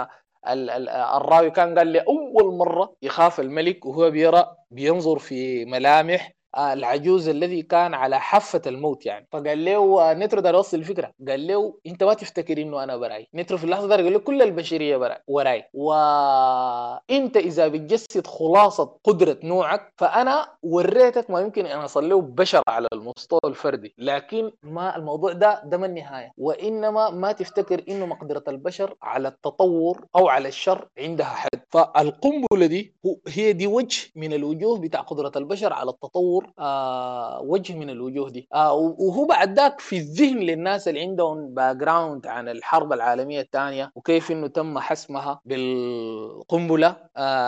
الراوي كان قال لي أول مرة يخاف الملك وهو بينظر في ملامح العجوز الذي كان على حافة الموت يعني. فقال له نترو ده يوصل الفكرة، قال له انت ما تفتكر انه انا براي. نترو في اللحظة ده قال له كل البشرية وراي، وانت اذا بتجسد خلاصة قدرة نوعك فانا وريتك ما يمكن ان اصل له بشر على المستوى الفردي، لكن ما الموضوع ده ما النهاية، وانما ما تفتكر انه مقدرة البشر على التطور او على الشر عندها حد. فالقنبلة دي هي دي وجه من الوجوه بتاع قدرة البشر على التطور، وجه من الوجوه دي. وهو بعد ذاك في الذهن للناس اللي عندهم باك جراوند عن الحرب العالمية الثانية وكيف انه تم حسمها بالقنبلة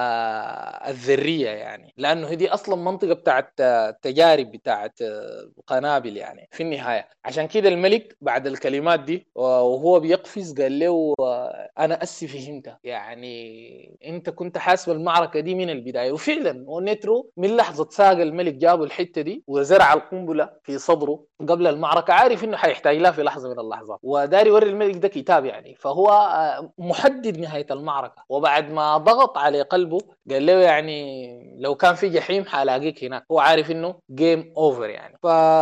الذرية يعني، لانه هذه اصلا منطقة بتاعت التجارب بتاعت قنابل يعني في النهاية. عشان كده الملك بعد الكلمات دي وهو بيقفز قال له انا اسف فهمت يعني، انت كنت حاسب المعركه دي من البدايه. وفعلا ونترو من لحظه ساق الملك جابوا الحته دي وزرع القنبله في صدره قبل المعركه، عارف انه حيحتاج لها في لحظه من اللحظات، وداري يوري الملك ده كتاب يعني. فهو محدد نهايه المعركه، وبعد ما ضغط على قلبه قال له يعني لو كان في جحيم حلاقيك هناك. هو عارف انه جيم اوفر يعني.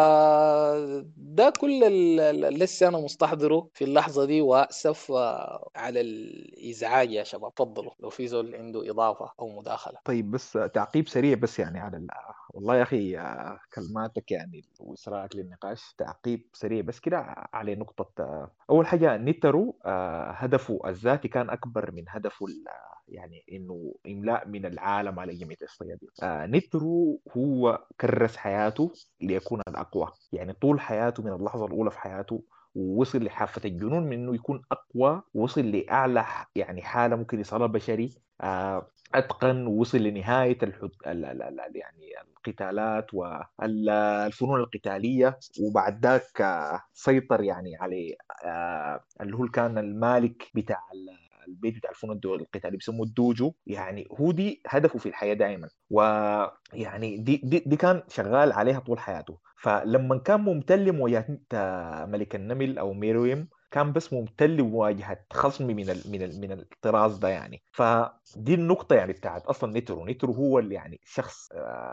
فده كل اللي لسه انا مستحضره في اللحظه دي، واسف على الازعاج يا شباب. تفضلوا لو في زول عنده اضافه او مداخله. طيب بس تعقيب سريع بس يعني على والله يا اخي كلماتك يعني واصرارك للنقاش، تعقيب سريع بس كده على نقطة. اول حاجة نيترو هدفه الذاتي كان اكبر من هدفه يعني انه املاء من العالم على جميع الصيادين. نيترو هو كرس حياته ليكون الاقوى، يعني طول حياته من اللحظة الاولى في حياته ووصل لحافة الجنون من انه يكون اقوى، ووصل لاعلى يعني حالة ممكن يصلها بشري. اتقن ووصل لنهايه يعني القتالات والفنون القتاليه، وبعد ذاك سيطر يعني على اللي هو كان المالك بتاع البيت بتاع الفنون القتاليه بيسموه الدوجو. يعني هو دي هدفه في الحياه دائما، ويعني دي كان شغال عليها طول حياته. فلما كان ممتل مواجهه ملك النمل او ميرويم كان بس ممتل بمواجهه خصم من الطراز ده يعني. فدي النقطة يعني بتاعت أصلا نيترو هو اللي يعني شخص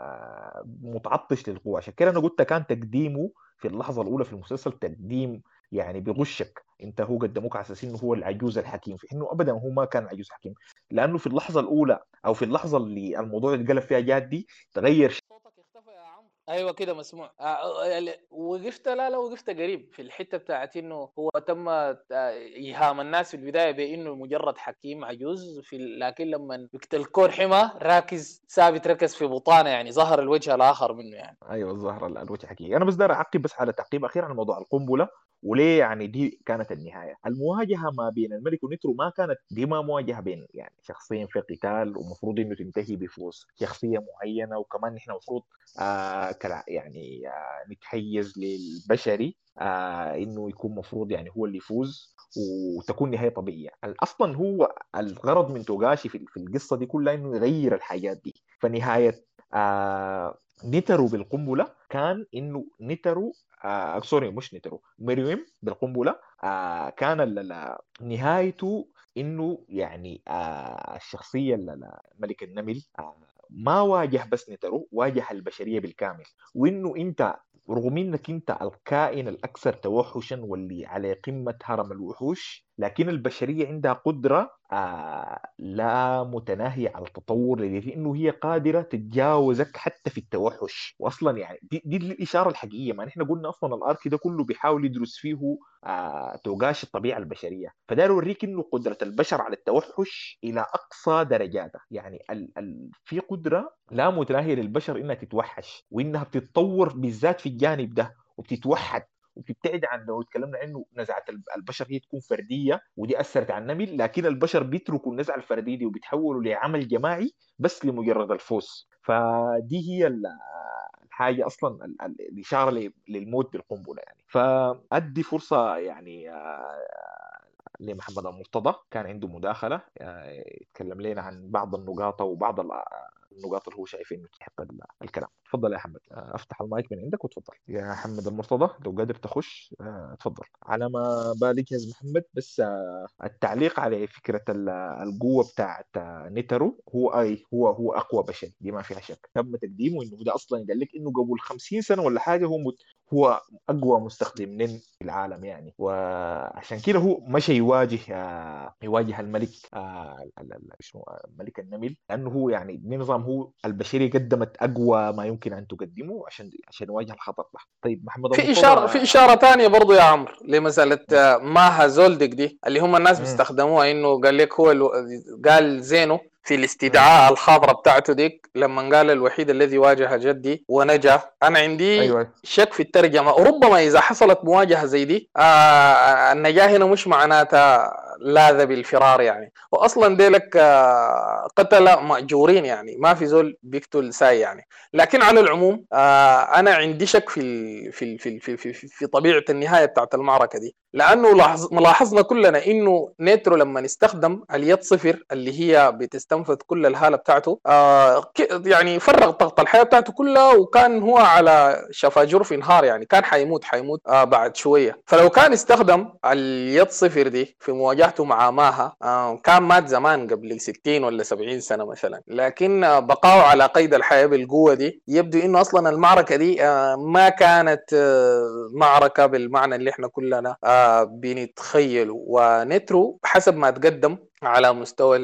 متعطش للقوة. عشان كده أنا قلت كان تقديمه في اللحظة الأولى في المسلسل تقديم يعني بيغشك انت. هو قدموك على اساس انه هو العجوز الحكيم، في انه ابدا هو ما كان عجوز حكيم، لانه في اللحظه الاولى او في اللحظه اللي الموضوع اتقلب فيها جدي تغير. صوتك اختفى يا عمرو. ايوه كده مسموع. وقفت، لا وقفت قريب في الحته بتاعت انه هو تم ايهام الناس في البدايه بانه مجرد حكيم عجوز لكن لما وقت الكور حمى راكز ثابت، ركز في بطانه يعني، ظهر الوجه الاخر منه يعني. ايوه الظاهره الوجه حقيقي. انا بس داير اعقب بس على تعقيب اخير على موضوع القنبله وليه يعني دي كانت النهايه. المواجهه ما بين الملك ونيترو ما كانت دي ما مواجهه بين يعني شخصين في قتال ومفروض انه تنتهي بفوز شخصيه معينه، وكمان نحن المفروض يعني نتحيز للبشري انه يكون مفروض يعني هو اللي يفوز وتكون نهايه طبيعيه. اصلا هو الغرض من توغاشي في القصه دي كلها انه يغير الحاجات دي. فنهايه نيترو بالقنبله كان انه نيترو سوري مش نيترو، مريم بالقنبله كان نهايته انه يعني الشخصيه ملك النمل ما واجه بس نيترو، واجه البشريه بالكامل. وانه انت رغم انك انت الكائن الاكثر توحشا واللي على قمه هرم الوحوش، لكن البشريه عندها قدره لا متناهيه على التطور، لانه هي قادره تتجاوزك حتى في التوحش. واصلا يعني دي الاشاره الحقيقيه، ما نحن قلنا اصلا الارك ده كله بيحاول يدرس فيه توغاش الطبيعه البشريه. فده يوريك انه قدره البشر على التوحش الى اقصى درجاتها. يعني في قدره لا متناهيه للبشر انها تتوحش، وانها بتتطور بالذات في الجانب ده، وبتتوحد وبتبتعد عن، لو اتكلمنا عنه نزعه البشر هي تكون فرديه ودي اثرت على النمل، لكن البشر بيتركوا النزعه الفرديه دي وبيتحولوا لعمل جماعي بس لمجرد الفوز. فدي هي الحاجه اصلا الاشاره للموت بالقنبله يعني. فادي فرصه يعني لمحمد المرتضى، كان عنده مداخله يتكلم لنا عن بعض النقاط وبعض النقاط اللي هو شايف انه تستحق الكلام. تفضل يا حمد، افتح المايك من عندك وتفضل يا محمد المرتضى لو قادر تخش. تفضل. على ما بالك يا محمد، بس التعليق على فكره القوه بتاعت نيترو، هو اقوى بشر، دي ما فيها شك. تم تقديمه انه ده اصلا قال لك انه قبل 50 سنه ولا حاجه هو اقوى مستخدم نين في العالم يعني. وعشان كده هو مشى يواجه الملك شنو ملك النمل، لانه هو يعني بنظام هو البشريه قدمت اقوى ما يمكن ان تقدمه عشان يواجه الخطر ده. طيب محمد في المرتضى. اشاره ثانيه برضو يا عمرو لمساله ماها زولدك دي اللي هم الناس مم. بيستخدموها، انه قال لك هو قال زينو في مم. الاستدعاء الحاضره بتاعته ديك لما قال الوحيد الذي واجه جدي ونجا. انا عندي ايوه. شك في الترجمه، وربما اذا حصلت مواجهه زي دي النجاه هنا مش معناتها لاذ بالفرار يعني، واصلا ديلك قتله ماجورين يعني، ما في زول بيقتل ساي يعني. لكن على العموم انا عندي شك في طبيعه النهايه بتاعت المعركه دي، لانه لاحظنا كلنا انه نيترو لما نستخدم اليد صفر اللي هي بتستنفذ كل الهاله بتاعته يعني فرغ طاقه الحياه بتاعته كلها، وكان هو على شفا جرف انهار يعني، كان حيموت بعد شويه. فلو كان استخدم اليد صفر دي في مواجهته مع ماها كان مات زمان قبل 60 ولا 70 سنه مثلا. لكن بقاؤه على قيد الحياه بالقوه دي يبدو انه اصلا المعركه دي ما كانت معركه بالمعنى اللي احنا كلنا بنتخيله. ونترو حسب ما تقدم على مستوى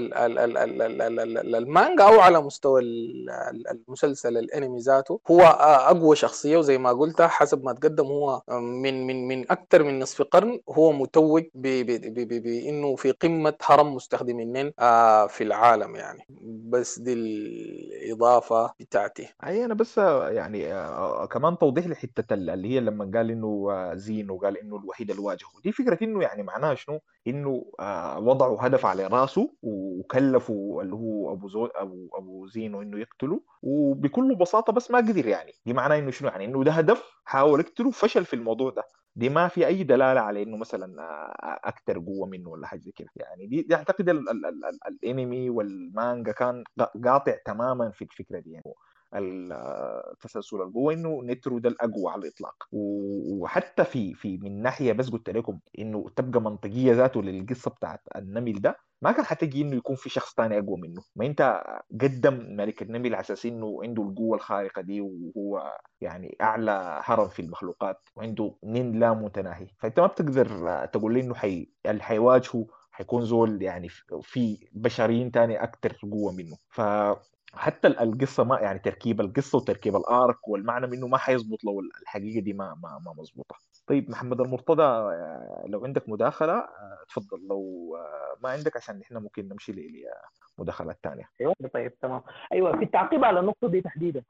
المانجا او على مستوى المسلسل الانمي ذاته، هو اقوى شخصيه، وزي ما قلت حسب ما تقدم هو من اكثر من نصف قرن هو متوج بانه في قمه هرم مستخدم النين في العالم يعني. بس دي الاضافه بتاعتي. اي انا بس يعني كمان توضيح لحته اللي هي لما قال انه زين، وقال انه الوحيد اللي واجهه، دي فكره انه يعني معناها شنو؟ انه وضعوا هدف على راسه وكلفوا اللي هو ابو زينو انه يقتله، وبكل بساطه بس ما قدر. يعني دي معناه انه شنو؟ يعني انه ده هدف حاول يقتله فشل في الموضوع ده. دي ما في اي دلاله على انه مثلا اكتر قوه منه ولا حاجه زي كده يعني. دي اعتقد الانمي والمانجا كان قاطع تماما في الفكره دي يعني. التسلسل القوة انه نترو ده الاقوى على الاطلاق. وحتى في من ناحيه، بس قلت لكم انه تبقى منطقيه ذاته للقصه بتاعت النمل ده، ما كان حتجي انه يكون في شخص تاني اقوى منه. ما انت قدم ملك النمل على اساس انه عنده القوه الخارقه دي، وهو يعني اعلى هرم في المخلوقات، وعنده نين لا متناهي. فانت ما بتقدر تقول لي انه اللي حيواجهه حيكون زول يعني في بشريين تاني اكتر قوه منه. حتى القصه ما يعني تركيب القصه وتركيب الارك والمعنى منه ما حيظبط لو الحقيقه دي ما مظبوطه. طيب محمد المرتضى، لو عندك مداخله تفضل. لو ما عندك، عشان احنا ممكن نمشي لمداخلات ثانيه. ايوه طيب تمام. ايوه في التعقيب على النقطه دي تحديدا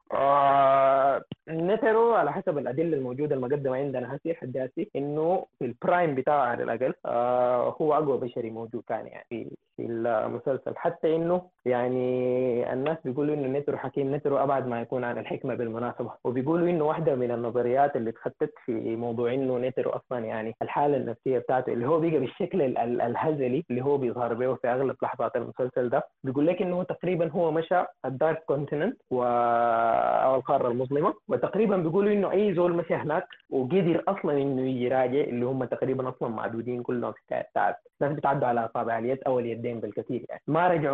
نترو على حسب الادله الموجوده المقدمه عندنا هسي لحد هسي انه في البرايم بتاعه على الاقل هو اقوى بشري موجود كان يعني في المسلسل. حتى انه يعني الناس بيقولوا انه نترو حكيم، نترو ابعد ما يكون عن الحكمه بالمناسبه. وبيقولوا انه واحده من النظريات اللي اتخطت في موضوع انه نترو اصلا يعني الحاله النفسيه بتاعته اللي هو بقى بالشكل الهزلي اللي هو بيظهر به في اغلب لحظات المسلسل ده، بيقول لك انه تقريبا هو مشى الدارك كونتيننت او القاره المظلمه، وتقريبا بيقولوا انه اي زول مشى هناك وقدر اصلا انه يجي راجع اللي هم تقريبا اصلا معدودين كلهم في بتاعت ناس بتعدوا على اصابع اليد او اليدين بالكثير يعني، ما رجعوا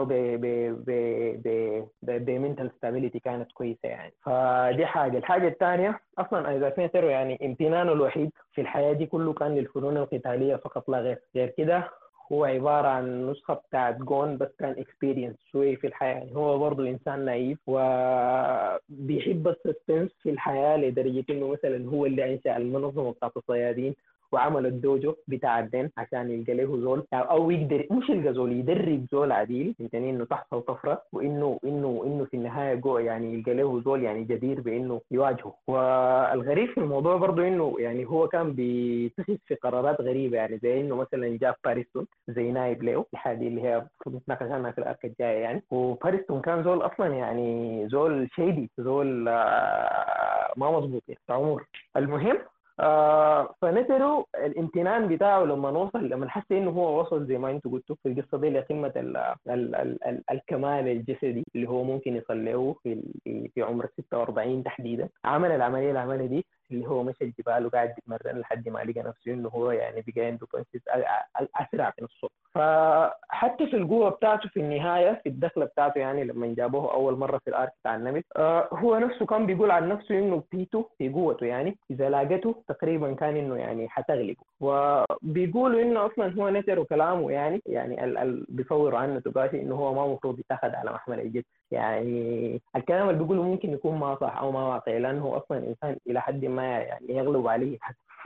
بمنتال ستابيليتي كانت كويسه يعني. فدي الحاجه الثانيه اصلا اذا فين يعني امتنانه الوحيد في الحياه دي كله كان للفنون القتاليه فقط لا غير كده هو عبارة عن نسخة بتاعت جون بس كان اكسبيرينس شوية في الحياة. يعني هو برضه إنسان نايف وبيحب السسبنس في الحياة لدرجة إنه مثلا هو اللي أنشأ المنظمة بتاعت الصيادين وعمل الدوجو بتاع الدين عشان يلقى له زول، او يقدر مش يلقى زول، يدرب زول عديل يعني انه تحصل طفره، وانه في النهايه جو يعني يلقى له زول يعني جدير بانه يواجهه. والغريب في الموضوع برضه انه يعني هو كان بيتخذ في قرارات غريبه، يعني زي انه مثلا جاب باريستون زي نائب له الحادي اللي هي المفروض نتناقش عنها في الارك الجايه يعني. وباريستون كان زول اصلا يعني زول شيدي، زول ما مظبوط يعني عمر. المهم فنتروا الامتنان بتاعه لما حس انه هو وصل زي ما انتم قلتوا في القصه دي لقمه الكمال الجسدي اللي هو ممكن يصل له في عمر 46 تحديدا. عمل العمليه دي اللي هو مشى الجبال وقاعد يتمرن لحد ما لقى نفسه انه هو يعني بقى عنده بنسز اسرع من الصوت. فحتى في القوه بتاعته في النهايه في الدخله بتاعته يعني لما جابوه اول مره في الارك بتاع النمل، هو نفسه كان بيقول عن نفسه انه بيته في قوته، يعني اذا لاقته تقريبا كان انه يعني حتغلبه. وبيقولوا انه اصلا هو نتر وكلامه يعني بيصوروا عنه تباشي انه هو ما المفروض يتاخذ على محمل الجد. يعني الكلام اللي بيقوله ممكن يكون ما صح او ما واقعي، لانه هو اصلا انسان الى حد ما يعني يغلب عليه.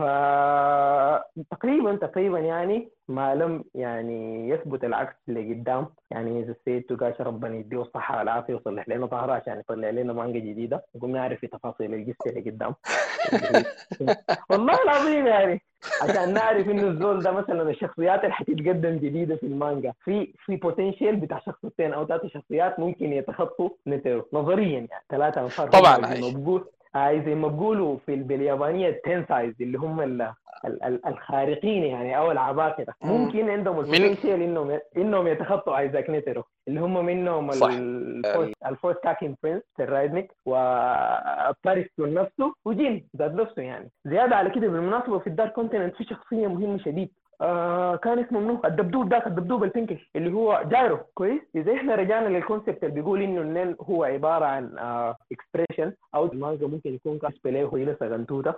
فتقريبا يعني ما لم يعني يثبت العكس لقدام، يعني اذا السيد تقاش ربنا يديه الصحه والعافيه ويصلح لنا ظهره عشان يطلع لنا مانجا جديده وقمنا نعرف في تفاصيل القصه اللي قدام اللي هي والله العظيم يعني عشان نعرف انه الزول ده مثلا الشخصيات اللي حتتقدم جديده في المانجا في بوتنشال بتاع شخصيتين او ثلاث شخصيات ممكن يتخطوا نترو نظريا، يعني ثلاثه انفار هم طبعا زي ما عايش. بقول زي ما بقولوا باليابانيه التنسايز اللي هم الخارقين يعني او العباقره، مم. ممكن عندهم من البوتنشال انهم يتخطوا ايزاك نيترو اللي هم منهم صح. الفوز تاكين برنس الرايدنيك وباريستون نفسه وجين ذات نفسه. يعني زياده على كده بالمناسبه في الدارك كونتيننت في شخصيه مهمه شديد كان اسمه منو الدبدوب البينكش اللي هو جايرو. كويس، اذا احنا رجعنا للكونسيبت اللي بيقول انه النين هو عباره عن اكسبريشن او المانجا ممكن يكون كاسبي له الى سجنتوتا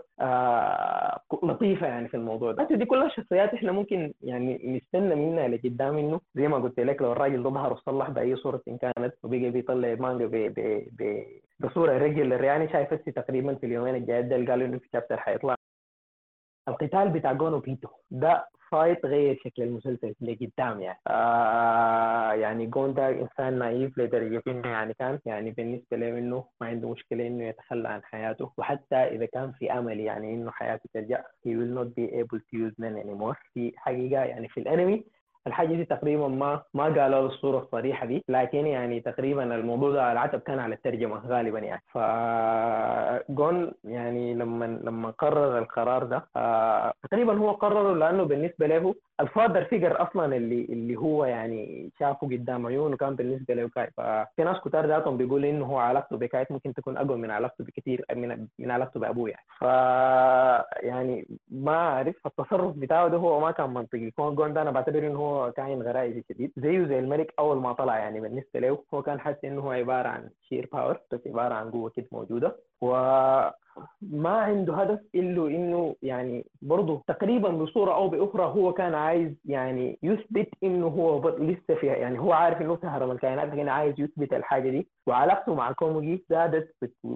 لطيفه يعني في الموضوع ده. دي كلها شخصيات احنا ممكن يعني نستنى منها لقدام، انه زي ما قلت لك لو الراجل ده ظهر وصلح باي صوره إن كانت وبقى بيطلع مانجا بصوره ريجولر، يعني شايف تقريبا في اليومين الجايين ده قالوا انه في شابتر حيطلع القتال بتاع جون وبيتو ده فايت غير شكل المسلسل لقدام يعني. يعني جون ده انسان نايف لدرجه انه يعني كان يعني بالنسبه له انه ما عنده مشكله انه يتخلى عن حياته، وحتى اذا كان في امل يعني انه حياته ترجع he will not be able to use men anymore. في حقيقه يعني في الانمي الحاجه دي تقريبا ما قالوا الصوره الصريحه دي، لكن يعني تقريبا الموضوع ده العتب كان على الترجمه غالبا يعني. فجون يعني لما قرر القرار ده تقريبا هو قرره لانه بالنسبه له الفادر فيجر اصلا اللي هو يعني شافه قدام عيونه كان بالنسبه له كاي. ففي ناس كتار ذاتهم بيقولوا انه هو علاقته بكايت ممكن تكون اقوى من علاقته بكثير من علاقته بابوه يعني. يعني ما اعرف التصرف بتاعه ده هو ما كان منطقي. جون ده انا بعتبر انه هو كائن غرائزي شديد زيه زي الملك اول ما طلع. يعني بالنسبه له هو كان حاسس انه هو عباره عن شير باور، بس عباره عن قوه كده موجوده وما عنده هدف الا انه يعني برضه تقريبا بصوره او باخرى هو كان عايز يعني يثبت انه هو لسه فيها. يعني هو عارف انه سهر من الكائنات لكن عايز يثبت الحاجه دي. وعلاقته مع كوموجي زادت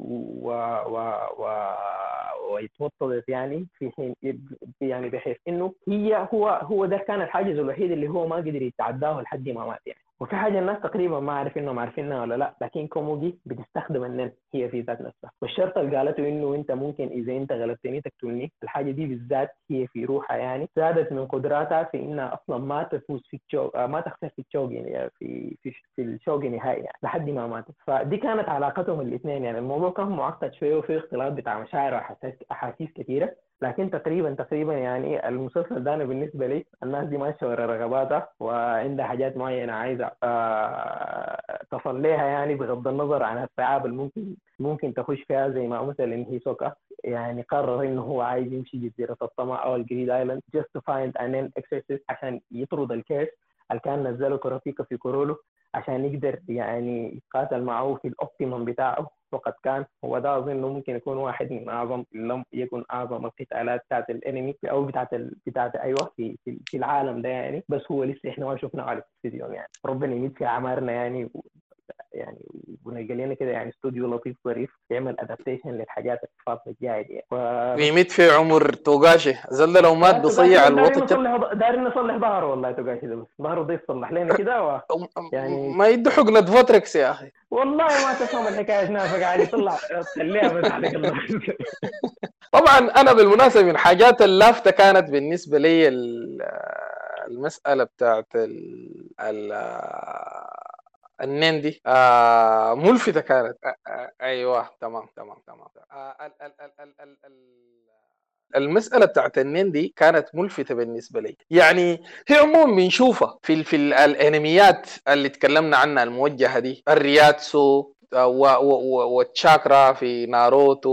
ويتوطدت يعني في حين يعني بحيث انه هو ده كان الحاجز الوحيد اللي هو ما قدر يتعداه لحد ما مات يعني. وفي حاجه الناس تقريبا ما عارف انهم عارفينها ولا لا، لكن كوموجي بتستخدم النن هي في ذات نفسها. والشرط اللي قالته انه انت ممكن اذا انت غلبتني تقتلني، الحاجه دي بالذات هي في روحها يعني زادت من قدراتها في انها اصلا ما تفوز في ما تخسر في الشوغي يعني في الشوغي نهائي يعني لحد ما ماتت. فدي كانت علاقتهم الاثنين. يعني الموضوع كان معقد شويه وفيه اختلاط بتاع مشاعر واحاسيس كثيره، لكن تقريبا يعني المسلسل ده انا بالنسبه لي الناس دي ماشيه ورا رغباتها وعندها حاجات معينه عايزه تصل لها، يعني بغض النظر عن الصعاب اللي ممكن تخش فيها. زي ما مثلا هيسوكا يعني قرر انه هو عايز يمشي جزيره الطمع او الجريد ايلاند just to find an exorcist عشان يطرد الكيس اللي كان نزله كورافيكا في كورولو عشان يقدر يعني يقاتل معه في الاوبتيمم بتاعه وقد كان هو ده أظن ممكن يكون واحد من أعظم، إن لم يكن أعظم القتالات بتاعت الأنمي أو بتاعت أيوه في العالم ده يعني. بس هو لسه إحنا ما شفناه على التلفزيون يعني. ربنا يمد في أعمارنا يعني يعني ونلقى لنا كده يعني استوديو لطيف ظريف يعمل ادابتيشن للحاجات الفترة الجاية دي يعني. فبس ويميت في عمر توغاشي زل ده لو مات لا توغاشي بيصيع ده الوطن كده. دايرين نصلح ظهره والله. توغاشي ده بس ظهره ده يصلح لنا كده يعني ما يدوا حقنة فوتركس يا اخي. والله ما تفهم الحكايه نافق علي طلع خليها بس عليك الله. طبعا انا بالمناسبه من حاجات اللافته كانت بالنسبه لي المساله بتاعت النين دي ملفتة كانت. ايوه تمام. المسألة بتاعت النين دي كانت ملفتة بالنسبة لي. يعني هي عموما بنشوفها في الانميات اللي تكلمنا عنها الموجهة دي، الرياتسو والتشاكرا في ناروتو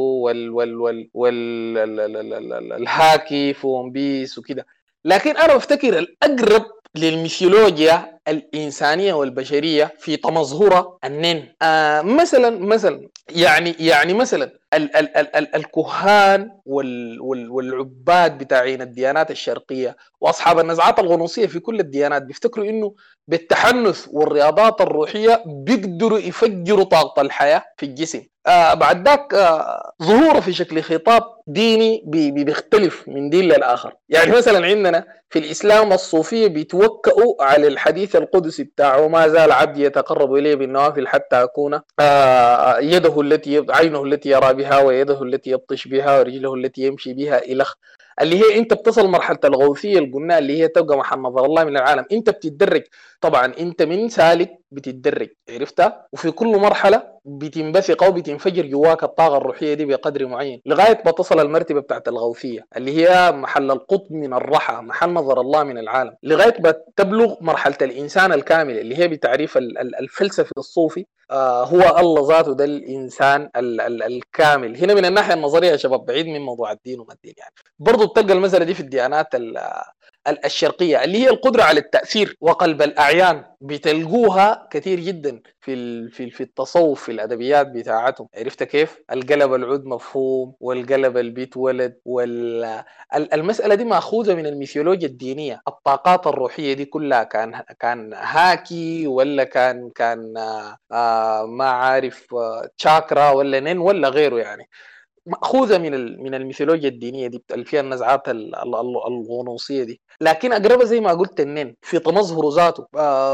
الهاكي في ون بيس وكده. لكن انا بفتكر الاقرب للميثولوجيا الانسانيه والبشريه في تمظهرها النين. مثلا يعني مثلا الكهان والعباد بتاعين الديانات الشرقيه واصحاب النزعات الغنوصيه في كل الديانات بيفتكروا انه بالتحنث والرياضات الروحيه بيقدروا يفجروا طاقه الحياه في الجسم. بعد ذاك ظهوره في شكل خطاب ديني بيختلف من دين للآخر. يعني مثلا عندنا في الإسلام الصوفية بيتوكئوا على الحديث القدسي بتاعه وما زال عبدي يتقرب إليه بالنوافل حتى أكون يده التي عينه التي يرى بها ويده التي يبطش بها ورجله التي يمشي بها إلخ، اللي هي انت بتصل مرحله الغوثيه اللي قلنا اللي هي تبقى محل نظر الله من العالم. انت بتتدرج طبعا، انت من سالك بتتدرج عرفتها، وفي كل مرحله بتنبثق او بتنفجر جواك الطاقه الروحيه دي بقدر معين لغايه ما تصل المرتبه بتاعت الغوثيه اللي هي محل القطب من الرحى، محل نظر الله من العالم، لغايه ما تبلغ مرحله الانسان الكامل اللي هي بتعريف الفلسفي الصوفي هو الله ذاته ده الانسان الكامل. هنا من الناحيه النظريه يا شباب بعيد من موضوع الدين وما الدين يعني. برضو بتلقى المسألة دي في الديانات الشرقية اللي هي القدرة على التأثير وقلب الأعيان، بتلقوها كثير جدا في التصوف في الأدبيات بتاعتهم. عرفت كيف؟ القلب العود مفهوم والقلب البيت ولد المسألة دي مأخوذة من الميثولوجيا الدينية. الطاقات الروحية دي كلها كان هاكي ولا كان ما عارف تشاكرا ولا نين ولا غيره يعني، مأخوذة من الميثولوجيا الدينية دي اللي فيها النزعات الغنوصية دي. لكن أقربها زي ما قلت النين في تمظهر ذاته.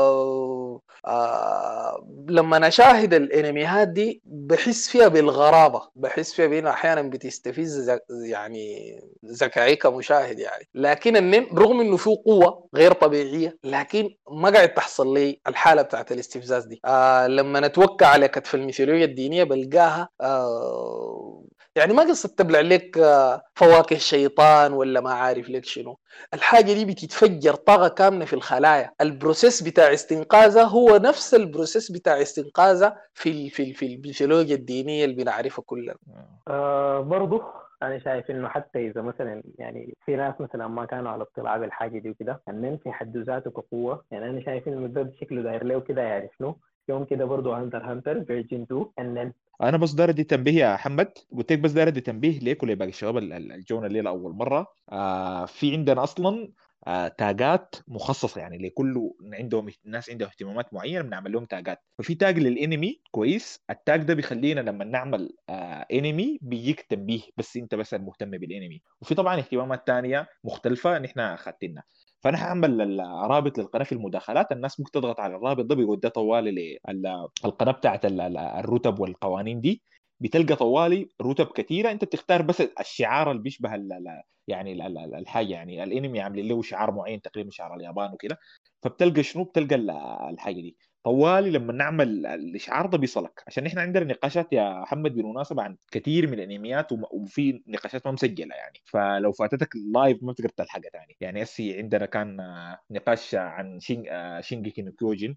لما نشاهد الانميات دي بحس فيها بالغرابة، بحس فيها بأنها أحيانا بتستفز يعني ذكائي كمشاهد يعني. لكن النين رغم أنه فيه قوة غير طبيعية لكن ما قاعد تحصل لي الحالة بتاعت الاستفزاز دي. لما نتوقع على كتف الميثولوجيا الدينية بلقاها يعني ما قصة تبلع لك فواكه الشيطان ولا ما عارف لك شنو. الحاجة دي بتتفجر طاقة كاملة في الخلايا. البروسيس بتاع استنقاذها هو نفس البروسيس بتاع استنقاذها في الميثولوجيا الدينية اللي بنعرفها كلنا. برضو أنا شايف إنه حتى إذا مثلا يعني في ناس مثلا ما كانوا على اطلاع بالحاجة دي وكده، النين في حد ذاته كقوة يعني أنا شايف إنه ده شكله داير له كده يعني شنو يوم كده برضو هانتر فيرجن 2 النين. انا بس داير ادي تنبيه يا محمد، قلت لك بس داير ادي تنبيه ليك ولباقي الشباب الجونا الليله اول مره. في عندنا اصلا تاجات مخصصه يعني لكل عندهم ناس عندهم اهتمامات معينه بنعمل لهم تاجات. ففي تاج للانمي كويس، التاج ده بيخلينا لما نعمل انمي بيجيك تنبيه بس انت بس المهتم بالانمي. وفي طبعا اهتمامات تانية مختلفه نحن اخذتنا. فانا هعمل الرابط للقناه في المداخلات، الناس ممكن تضغط على الرابط ده بيودي طوالي للقناه بتاعت الرتب والقوانين دي. بتلقى طوالي رتب كثيره، انت بتختار بس الشعار اللي بيشبه يعني الحاجه، يعني الانمي عاملين له شعار معين تقريبا شعار اليابان وكده. فبتلقى شنو، بتلقى الحاجه دي طوالي لما نعمل الاشعار ده بيصلك. عشان احنا عندنا نقاشات يا محمد بالمناسبه عن كثير من الانميات وفي نقاشات ما مسجله يعني، فلو فاتتك اللايف ما بتقدر تلحقها ثاني يعني. هسي عندنا كان نقاش عن شينجيكي نو كيوجين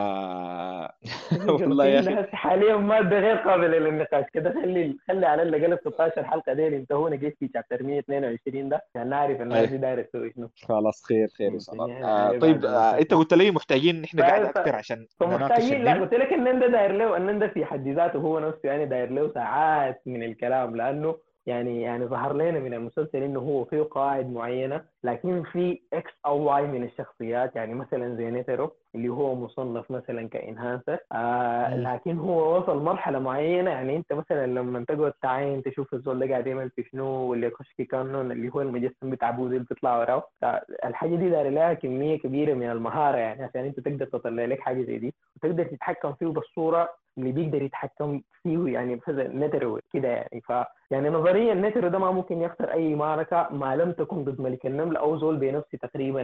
والله يا اخي هسه حاليا مادة غير قابلة للنقاش كده. خلي على الأقل 16 حلقة دي ينتهونا كيف في شابتر 122 ده عشان نعرف الناس دي دايرة تسوي شنو. خلاص خير ان شاء الله. يعني طيب بعد انت قلت لي محتاجين احنا قاعده طيب اكثر عشان نناقش فمحتاجين، لا الدين. قلت لك ان ده داير له، ان ده في حد ذاته هو نفسه يعني داير له ساعات من الكلام، لانه يعني ظهر لنا من المسلسل انه هو فيه قواعد معينه، لكن في اكس او واي من الشخصيات، يعني مثلا زي نيترو اللي هو مصنف مثلا كانهانسر، مم. لكن هو وصل مرحله معينه. يعني انت مثلا لما تقعد تعاين تشوف الزول ده قاعد يعمل في شنو، واللي يخش في كانون اللي هو المجسم بتاع بوذي اللي بيطلع وراه، الحاجه دي داير لها كميه كبيره من المهاره، يعني عشان انت تقدر تطلع لك حاجه زي دي وتقدر تتحكم فيه بالصوره اللي بيقدر يتحكم فيه، يعني مثلا نترو كده يعني. يعني نظريا نترو ده ما ممكن يخسر اي معركه ما لم تكن ضد ملك النمل او زول بنفس تقريبا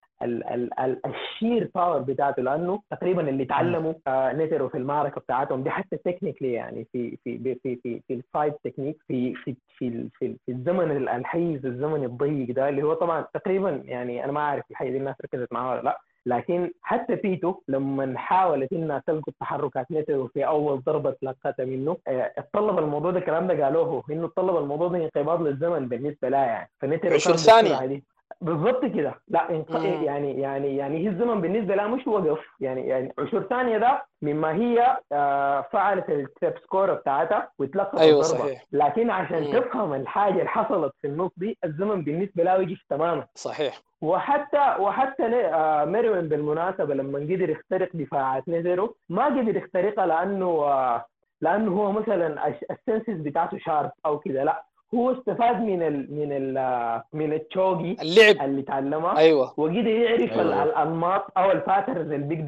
الشير باور بتاعته، لانه تقريبا اللي مم. تعلموا نترو في المعركه بتاعتهم دي حتى تكنيكلي، يعني في الفايت تكنيك في الزمن الحيز، الزمن الضيق ده اللي هو طبعا تقريبا، يعني انا ما عارف الحاجه دي الناس ركزت معاها ولا لا، لكن حتى بيتو لما حاولت انها تلقط تحركات نترو في اول ضربه تلقتها منه، اتطلب الموضوع ده، الكلام ده قالوه انه اتطلب الموضوع ده انقباض للزمن بالنسبه لها يعني، فنترو عشر كان بالسرعه ثانية. دي بالضبط كده. لا مم. يعني هي الزمن بالنسبه لها مش وقف، يعني 10 ثانيه ده مما هي فعلت التريب سكور بتاعتها واتلقت ايوه الضربه، صحيح. لكن عشان مم. تفهم الحاجه اللي حصلت في النص دي الزمن بالنسبه لها وقف تماما. صحيح. وحتى ميروين بالمناسبه لما قدر يخترق دفاعات نيزيرو ما قدر يخترقها لانه هو مثلا السنسز بتاعته شارب او كده، لا هو استفاد من التشوجي اللعب. اللي تعلمها، ايوه. وقدر يعرف ايوه ايوه. الانماط او الباترنز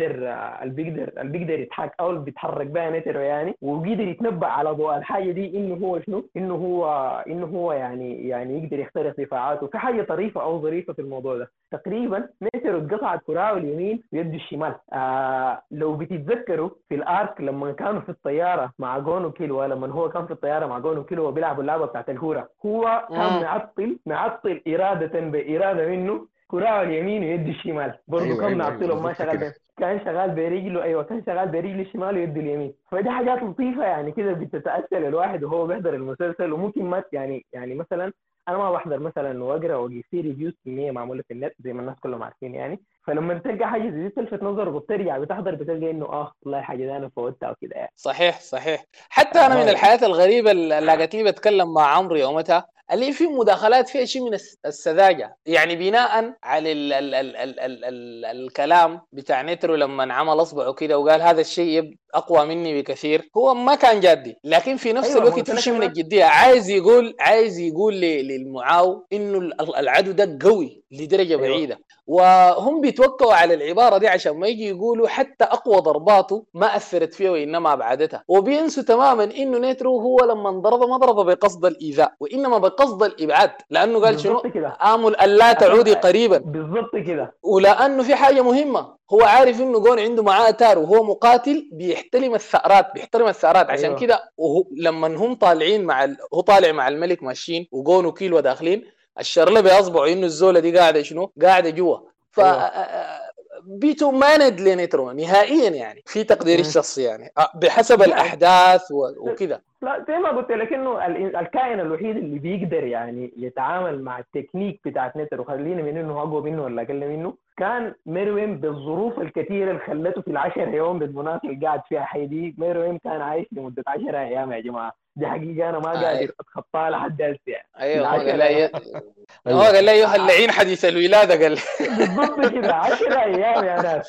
اللي بيقدر يتحرك او اللي بيتحرك بها نترو يعني، وقدر يتنبأ على ضوء الحاجه دي انه هو شنو، انه هو يعني يقدر يخترق دفاعاته. في حاجه طريفه او ظريفه في الموضوع ده، تقريبا نترو اتقطعت كراعه اليمين ويده الشمال. لو بتتذكروا في الارك لما كانوا في الطياره مع جونو كيلو، لما هو كان في الطياره مع جونو كيلو وبيلعبوا اللعبه بتاعت الكوره، هو كان مم. معطل باراده منه كراعه اليمين ويده الشمال، برضه ايوه كان ايوه ايوه معطله ما بالضبط شغال كده. بين، كان شغال برجله، ايوه كان شغال برجله الشمال ويده اليمين. فدي حاجات لطيفه يعني كده بتتاثر الواحد وهو بيحضر المسلسل، وممكن ما يعني مثلا انا ما بحضر مثلا واقرا واجي في ريفيوز كميه معموله في النت زي ما الناس كلهم عارفين يعني، فلما تلقى حاجه زي دي تلفت نظرك وبترجع بتحضر بتلقى انه والله الحاجه دي انا فوتها وكده يعني. صحيح صحيح. حتى انا من آه. الحياة الغريبة اللي لقيتني بتكلم مع عمرو يومتها، اللي في مداخلات فيها شيء من السذاجة، يعني بناء على ال الكلام بتاع نترو لما عمل اصبعه كده وقال هذا الشيء اقوى مني بكثير، هو ما كان جادي، لكن في نفس ايوه ما الوقت قلت في لك شيء من الناس الجدية. عايز يقول للمعاو انه العدو ده قوي لدرجة ايوه بعيدة، وهم بيتوقعوا على العبارة دي عشان ما يجي يقولوا حتى أقوى ضرباته ما أثرت فيه وإنما أبعدتها، وبينسوا تماما إنه نيترو هو لما ضرب ما ضرب بقصد الإيذاء وإنما بقصد الإبعاد، لأنه قال بالضبط شنو كده آمل ألا عشان تعودي قريبا، بالضبط كده ولأنه في حاجة مهمة هو عارف إنه جون عنده معاه تار وهو مقاتل بيحترم الثأرات عشان ايوه كده لما هم طالعين هو طالع مع الملك ماشيين وجون وكيلو داخلين، الشرله بيصبعوا انه الزوله دي قاعده شنو قاعده جوا. ف ايوه بيتو ماند لنترو نهائيا يعني في تقديري مم. الشخصي يعني بحسب لا الاحداث وكده. لا زي ما قلت لك انه الكائن الوحيد اللي بيقدر يعني يتعامل مع التكنيك بتاعت نتر وخلينا من انه اقوى منه ولا اقل منه كان ميروين، بالظروف الكثيره اللي خلته في ال10 يوم بالمناسبه اللي قاعد فيها حيدي. ميروين كان عايش لمده 10 ايام يا جماعه، دي حقيقه انا ما قادر اتخطاها لحد هسه يعني. ايوه هو قال ال10 لي ايام هو ايوه. قال لي ايها اللعين حديث الولاده قال لي. بالضبط كده 10 ايام يا ناس.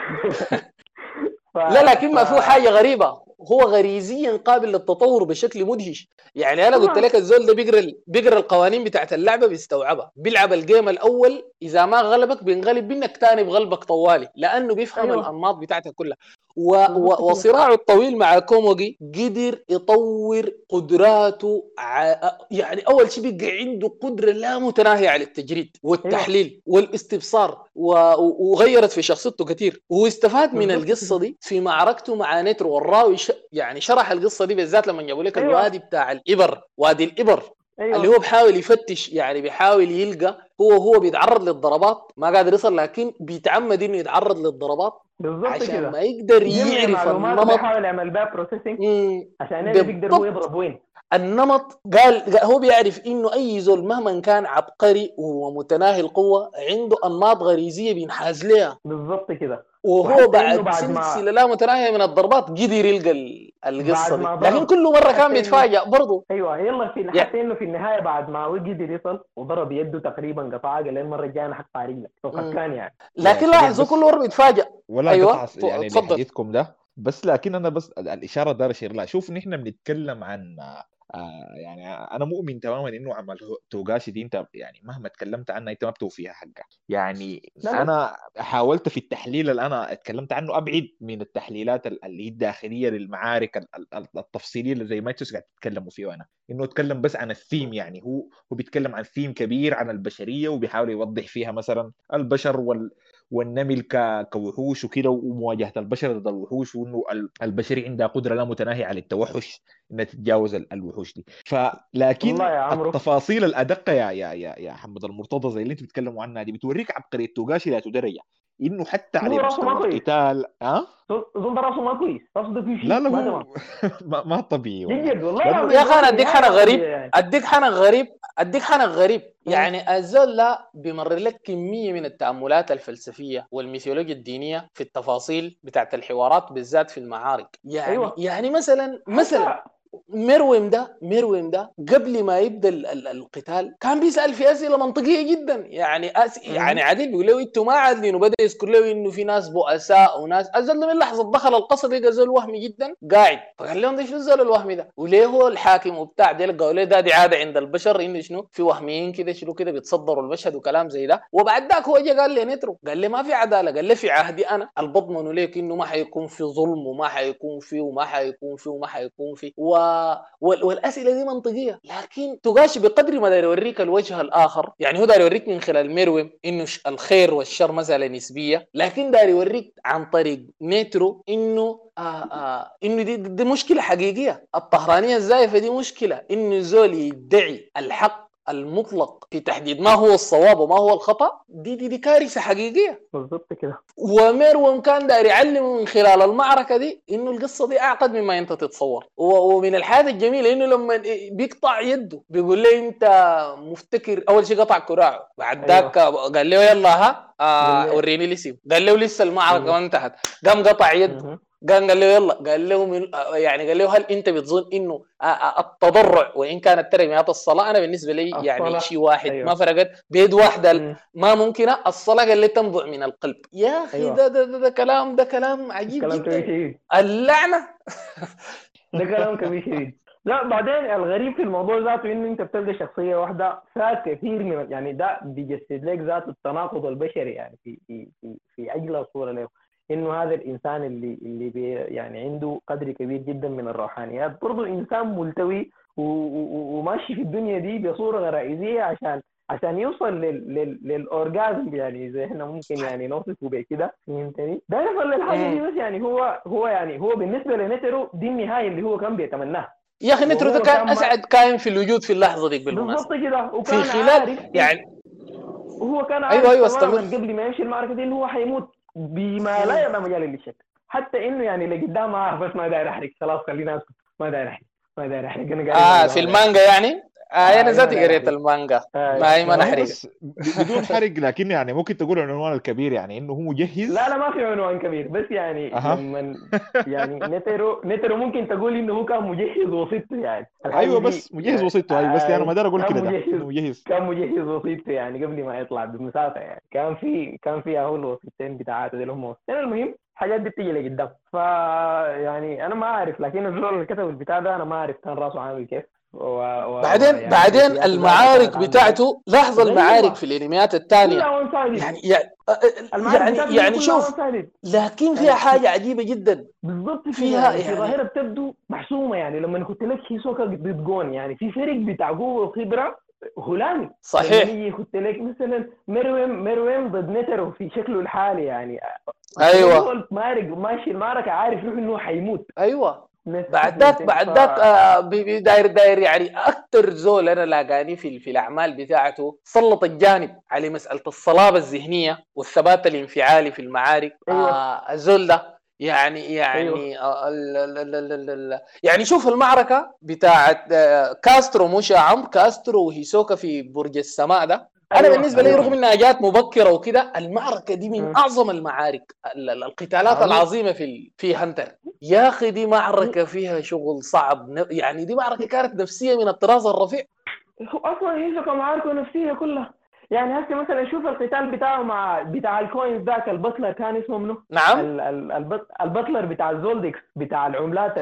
ف لا لكن ف ما فيه حاجه غريبه، هو غريزيا قابل للتطور بشكل مدهش. يعني انا قلت طبعا لك الزول ده بيقرا القوانين بتاعت اللعبه بيستوعبها، بيلعب الجيم الاول اذا ما غلبك بينغلب منك ثاني بغلبك طوالي لانه بيفهم ايوه الانماط بتاعتها كلها. بالضبط كده وصراعه الطويل مع كوموجي قدر يطور قدراته يعني اول شيء بقى عنده قدره لا متناهيه على التجريد ايوه والتحليل والاستبصار وغيرت في شخصيته كثير، واستفاد من بالضبط القصه كده دي في معركته مع نترو. والراوي يعني شرح القصه دي بالذات لما جابوا لك ايوه الوادي بتاع الابر، وادي الابر اللي ايوه هو بحاول يفتش، يعني بيحاول يلقى هو بيتعرض للضربات ما قادر يصل، لكن بيتعمد انه يتعرض للضربات بالظبط عشان كده، ما يقدر يجمع يعرف معلومات النمط. وبيحاول يعمل بها بروسيسنج عشان يقدر هو بالضبط. يضرب وين. النمط قال هو بيعرف انه اي زول مهما كان عبقري ومتناهي القوه عنده انماط غريزيه بينحاز لها، بالظبط كده. وهو وحتى انه بعد بعد ما سلسله لا متناهيه من الضربات قدر يلقى القصه بعد دي، ما لكن ضرب، كل مره كان حتى انه بيتفاجئ برضه. ايوه يلا في يعني حتى انه في النهايه بعد ما قدر يصل وضرب يده تقريبا قطعها، قال لي المره الجايه انا حقطع رجلك فقد كان يعني. يا لكن شباب لاحظوا كل بس مره بيتفاجئ. ولا ايوه قطع يعني تفضل. لحديثكم ده، بس لكن انا بس الاشاره ده اشير لها. شوف نحن بنتكلم عن يعني انا مؤمن تماما انه عمل توغاشي دي انت يعني مهما اتكلمت عنها انت ما بتوفيها حقها. يعني لا لا انا حاولت في التحليل اللي انا اتكلمت عنه ابعد من التحليلات اللي هي الداخليه للمعارك التفصيليه اللي زي ما انتوا قاعد تتكلموا فيه، انا انه اتكلم بس عن الثيم. يعني هو بيتكلم عن ثيم كبير عن البشريه وبيحاول يوضح فيها مثلا البشر والنمل كوحوش وكده، ومواجهه البشر ضد الوحوش، وانه البشريه عندها قدره لا متناهيه على التوحش انها تتجاوز الوحوش دي. والله فلكن يا عمرو. التفاصيل الادق يا محمد المرتضى زي اللي انتم بتتكلموا عنها دي بتوريك عبقريه توغاشي لا درجه انه حتى هو على راسه مستوى ما كويس، القتال زول ده راسه ما كويس، راسه ده فيه لا شيء لا ما تمام. هو ما طبيعي والله. جد والله لانه يا العظيم اخي انا زول اديك نهايه حنك ما غريب، طبيعي يعني. اديك حنك غريب. يعني الزول لا بيمر لك كميه من التاملات الفلسفيه والميثولوجيا الدينيه في التفاصيل بتاعت الحوارات بالذات في المعارك. يعني ايوه مثلا حتى ميرويم ده قبل ما يبدا القتال كان بيسال في اسئله منطقيه جدا. يعني يعني عادل بيقول له انتوا ما عادلين، وبدا يذكر له انه في ناس بؤساء وناس. الزول من لحظه دخل القصر لقى زول وهمي جدا قاعد، فقال لهم ده شنو الزول الوهمي ده وليه هو الحاكم وبتاع ديل؟ قالوا له ده دي عاده عند البشر انه شنو في وهميين كده شنو كده بيتصدروا المشهد وكلام زي ده. وبعد ذاك هو جا قال لي نترو، قال لي ما في عداله، قال لي في عهدي انا البضمن ليك انه ما حيكون في ظلم وما حيكون في وما حيكون في وما حيكون في والاسئله دي منطقيه. لكن توغاشي بقدر ما داير يوريك الوجه الاخر، يعني هو داير يوريك من خلال ميرويم انه الخير والشر مساله نسبيه، لكن داير يوريك عن طريق نيترو انه انه دي مشكله حقيقيه. الطهرانيه الزائفه دي مشكله، انه زول يدعي الحق المطلق في تحديد ما هو الصواب وما هو الخطا، دي كارثه حقيقيه. بالضبط كده. وميروم كان داير يعلمه من خلال المعركه دي انه القصه دي اعقد مما انت تتصور. ومن الحاجات الجميله انه لما بيقطع يده بيقول لي انت مفتكر اول شيء قطع كراعه، بعد ذاك قال له يلا ها وريني الاسم، قال له لسه المعركه ما انتهت، قام قطع يده، قال له يلا، قال له يعني قال له هل انت بتظن انه التضرع وان كانت ترميات الصلاه انا بالنسبه لي يعني شيء واحد ما فرقت بيد واحده ما ممكنه، الصلاه قال لي تنبع من القلب. يا اخي ده كلام عجيب كلام جدا. اللعنه ده كلام كبير شديد. لا بعدين الغريب في الموضوع ذاته انه انت بتلقى شخصيه واحده فيها كثير من يعني ده بيجسد لك ذات التناقض البشري يعني في اجل صوره له، انه هذا الانسان اللي يعني عنده قدر كبير جدا من الروحانيات برضه انسان ملتوي وماشي في الدنيا دي بصوره غرائزيه عشان يوصل للاورجازم، يعني زي احنا ممكن يعني نوصفه بكده، فهمتني؟ ده يوصل للحاجه دي. بس يعني هو بالنسبه لنترو دي النهايه اللي هو كان بيتمناها. يا اخي نترو ده كان اسعد كائن في الوجود في اللحظه دي بالمناسبه. بالضبط كده. وكان في خلال عارف يعني وهو كان عارف ايوه تماما استمر. قبل ما يمشي المعركه دي انه هو حيموت بما لا يبقى مجال للشك، حتى انه يعني اللي قدام عارف بس ما داير احرق، خلاص خلينا اسكت، ما داير احرق انا قاعد في المانجا يعني انا ذاتي قريت المانجا ما هي ما ما هو نحرق بس بدون حرق، لكن يعني ممكن تقول العنوان الكبير يعني انه هو مجهز. لا ما في عنوان كبير، بس يعني لما يعني نترو ممكن تقول انه هو كان مجهز وسيطته يعني. ايوه بس مجهز وسيطته. ايوه بس يعني ما دار اقول كده ده كان مجهز وسيطته يعني قبل ما يطلع بمسافه يعني. كان في اهو الوسيطتين بتاعته اللي هم المهم حاجات دي بتيجي لقدام. يعني انا ما اعرف، لكن الزول اللي كتب البتاع ده انا ما اعرف كان راسه عامل كيف. بعدين المعارك بتاعته لاحظ المعارك في الانميات الثانيه يعني شوف، لكن فيها حاجه عجيبه جدا بالضبط فيها يعني في ظاهره بتبدو محسومه. يعني لما قلت لك هيسوكا ضد جون يعني في فرق بتاع قوه وخبره هلامي. صحيح. لما يجي قلت لك مثلا ميرويم ضد نترو في شكله الحالي يعني ايوه مارك ماشي المعركه عارف انه حيموت. ايوه بعد ذاك داير يعني اكثر زول انا لاقاني في الاعمال بتاعته سلط الجانب على مساله الصلابه الذهنيه والثبات الانفعالي في المعارك. ايوه الزول ده ايوه يعني شوف المعركه بتاعت كاسترو، مش عمرو كاسترو وهيسوكا في برج السماء ده. انا ايوه بالنسبه لي رغم ايوه انها جات مبكره وكده، المعركه دي من اعظم المعارك القتالات عظيم. العظيمه في هانتر. يا اخي دي معركه فيها شغل صعب، يعني دي معركه كانت نفسيه من الطراز الرفيع. هو اصلا هيسوكا معاركه نفسيه كلها. يعني هسه مثلا شوف القتال بتاعه مع بتاع الكوينز ذاك البطلر كان اسمه منو؟ نعم البطلر بتاع الزولدكس بتاع العملات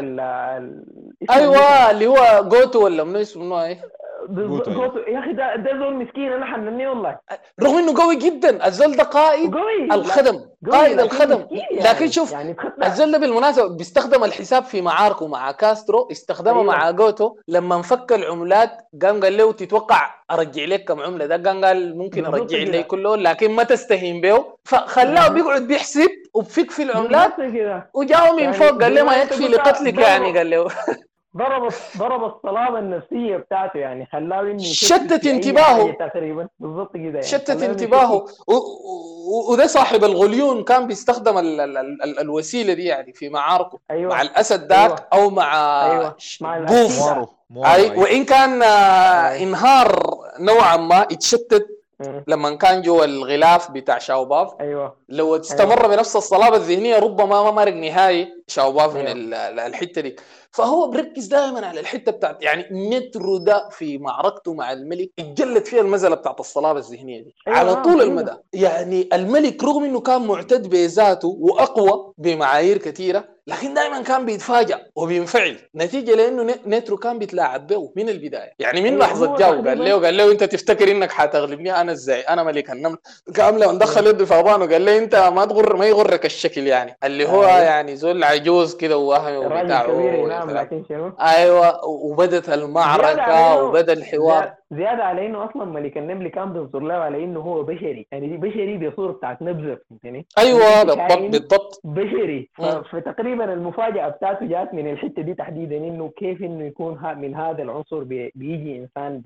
اسمه منو كان؟ ايوه اللي هو جوتو ولا منو اسمه منو ايه. جوتو أيوة. يا اخي ده زول مسكين انا حنني والله. رغم انه قوي جدا الزول ده قائد قوي الخدم، قوي قائد لكن الخدم. مسكين لكن شوف يعني تخطى. الزول ده بالمناسبه بيستخدم الحساب في معاركه مع كاسترو، استخدمه ايوه مع جوتو لما انفك العملات. قال له تتوقع ارجع لك كم عمله؟ ده قال ممكن بالضبط ارجع لي كده كله لكن ما تستهين به، فخلاه بيقعد بيحسب وبفك في العملات. بالضبط كده. وجاءه من يعني فوق قال زي له ما ما انت يكفي قلت لقتلك يعني، قال له ضرب الصلابه النفسيه بتاعته، يعني خلاه انه يشكك شتت في اي حاجه انتباهه، تقريبا. بالضبط كده يعني شتت خلاه انه انتباهه. يشكك. وده صاحب الغليون كان بيستخدم الوسيله دي يعني في معاركه مع ايوه الاسد ذاك ايوه او مع ايوه مع بوف. الاكيدا. موارو أيوة. وان كان اي انهار نوعا ما، اتشتت مم. لما كان جوا الغلاف بتاع شاوباف. ايوه لو ايوه استمر بنفس الصلابه الذهنيه ربما ما مرق نهائي شاوباف من ايوه الحته دي. فهو بركز دائما على الحته بتاعت يعني نترو ده في معركته مع الملك اتجلت فيها المساله بتاعت الصلابه الذهنيه دي على ايوه طول المدى. حقيقة. يعني الملك رغم انه كان معتد بذاته واقوى بمعايير كثيره، لكن دائما كان بيتفاجأ وبينفعل نتيجه لانه نترو كان بيتلاعب به من البدايه. يعني من ايوه لحظه هو جاء تقريبا. قال له انت تفتكر انك حتغلبني؟ انا ازاي؟ انا ملك النمل كامله. وندخل يده في ابانه وقال له انت ما يغرك الشكل، يعني اللي هو اي يعني زول عجوز كده ووهمي الراجل وبتاع كبير يا ينام سلام. لكن شنو ايوه وبدت زياده على المعركه انه وبدا الحوار. زياده على انه اصلا ملك النمل كان بينظر له على انه هو بشري، يعني دي بشري بصوره بتاعت نبذه، فهمتني؟ ايوه انت بالضبط كائن بالضبط. بشري. مم. فتقريبا المفاجاه بتاعته جات من الحته دي تحديدا، انه كيف انه يكون من هذا العنصر بيجي انسان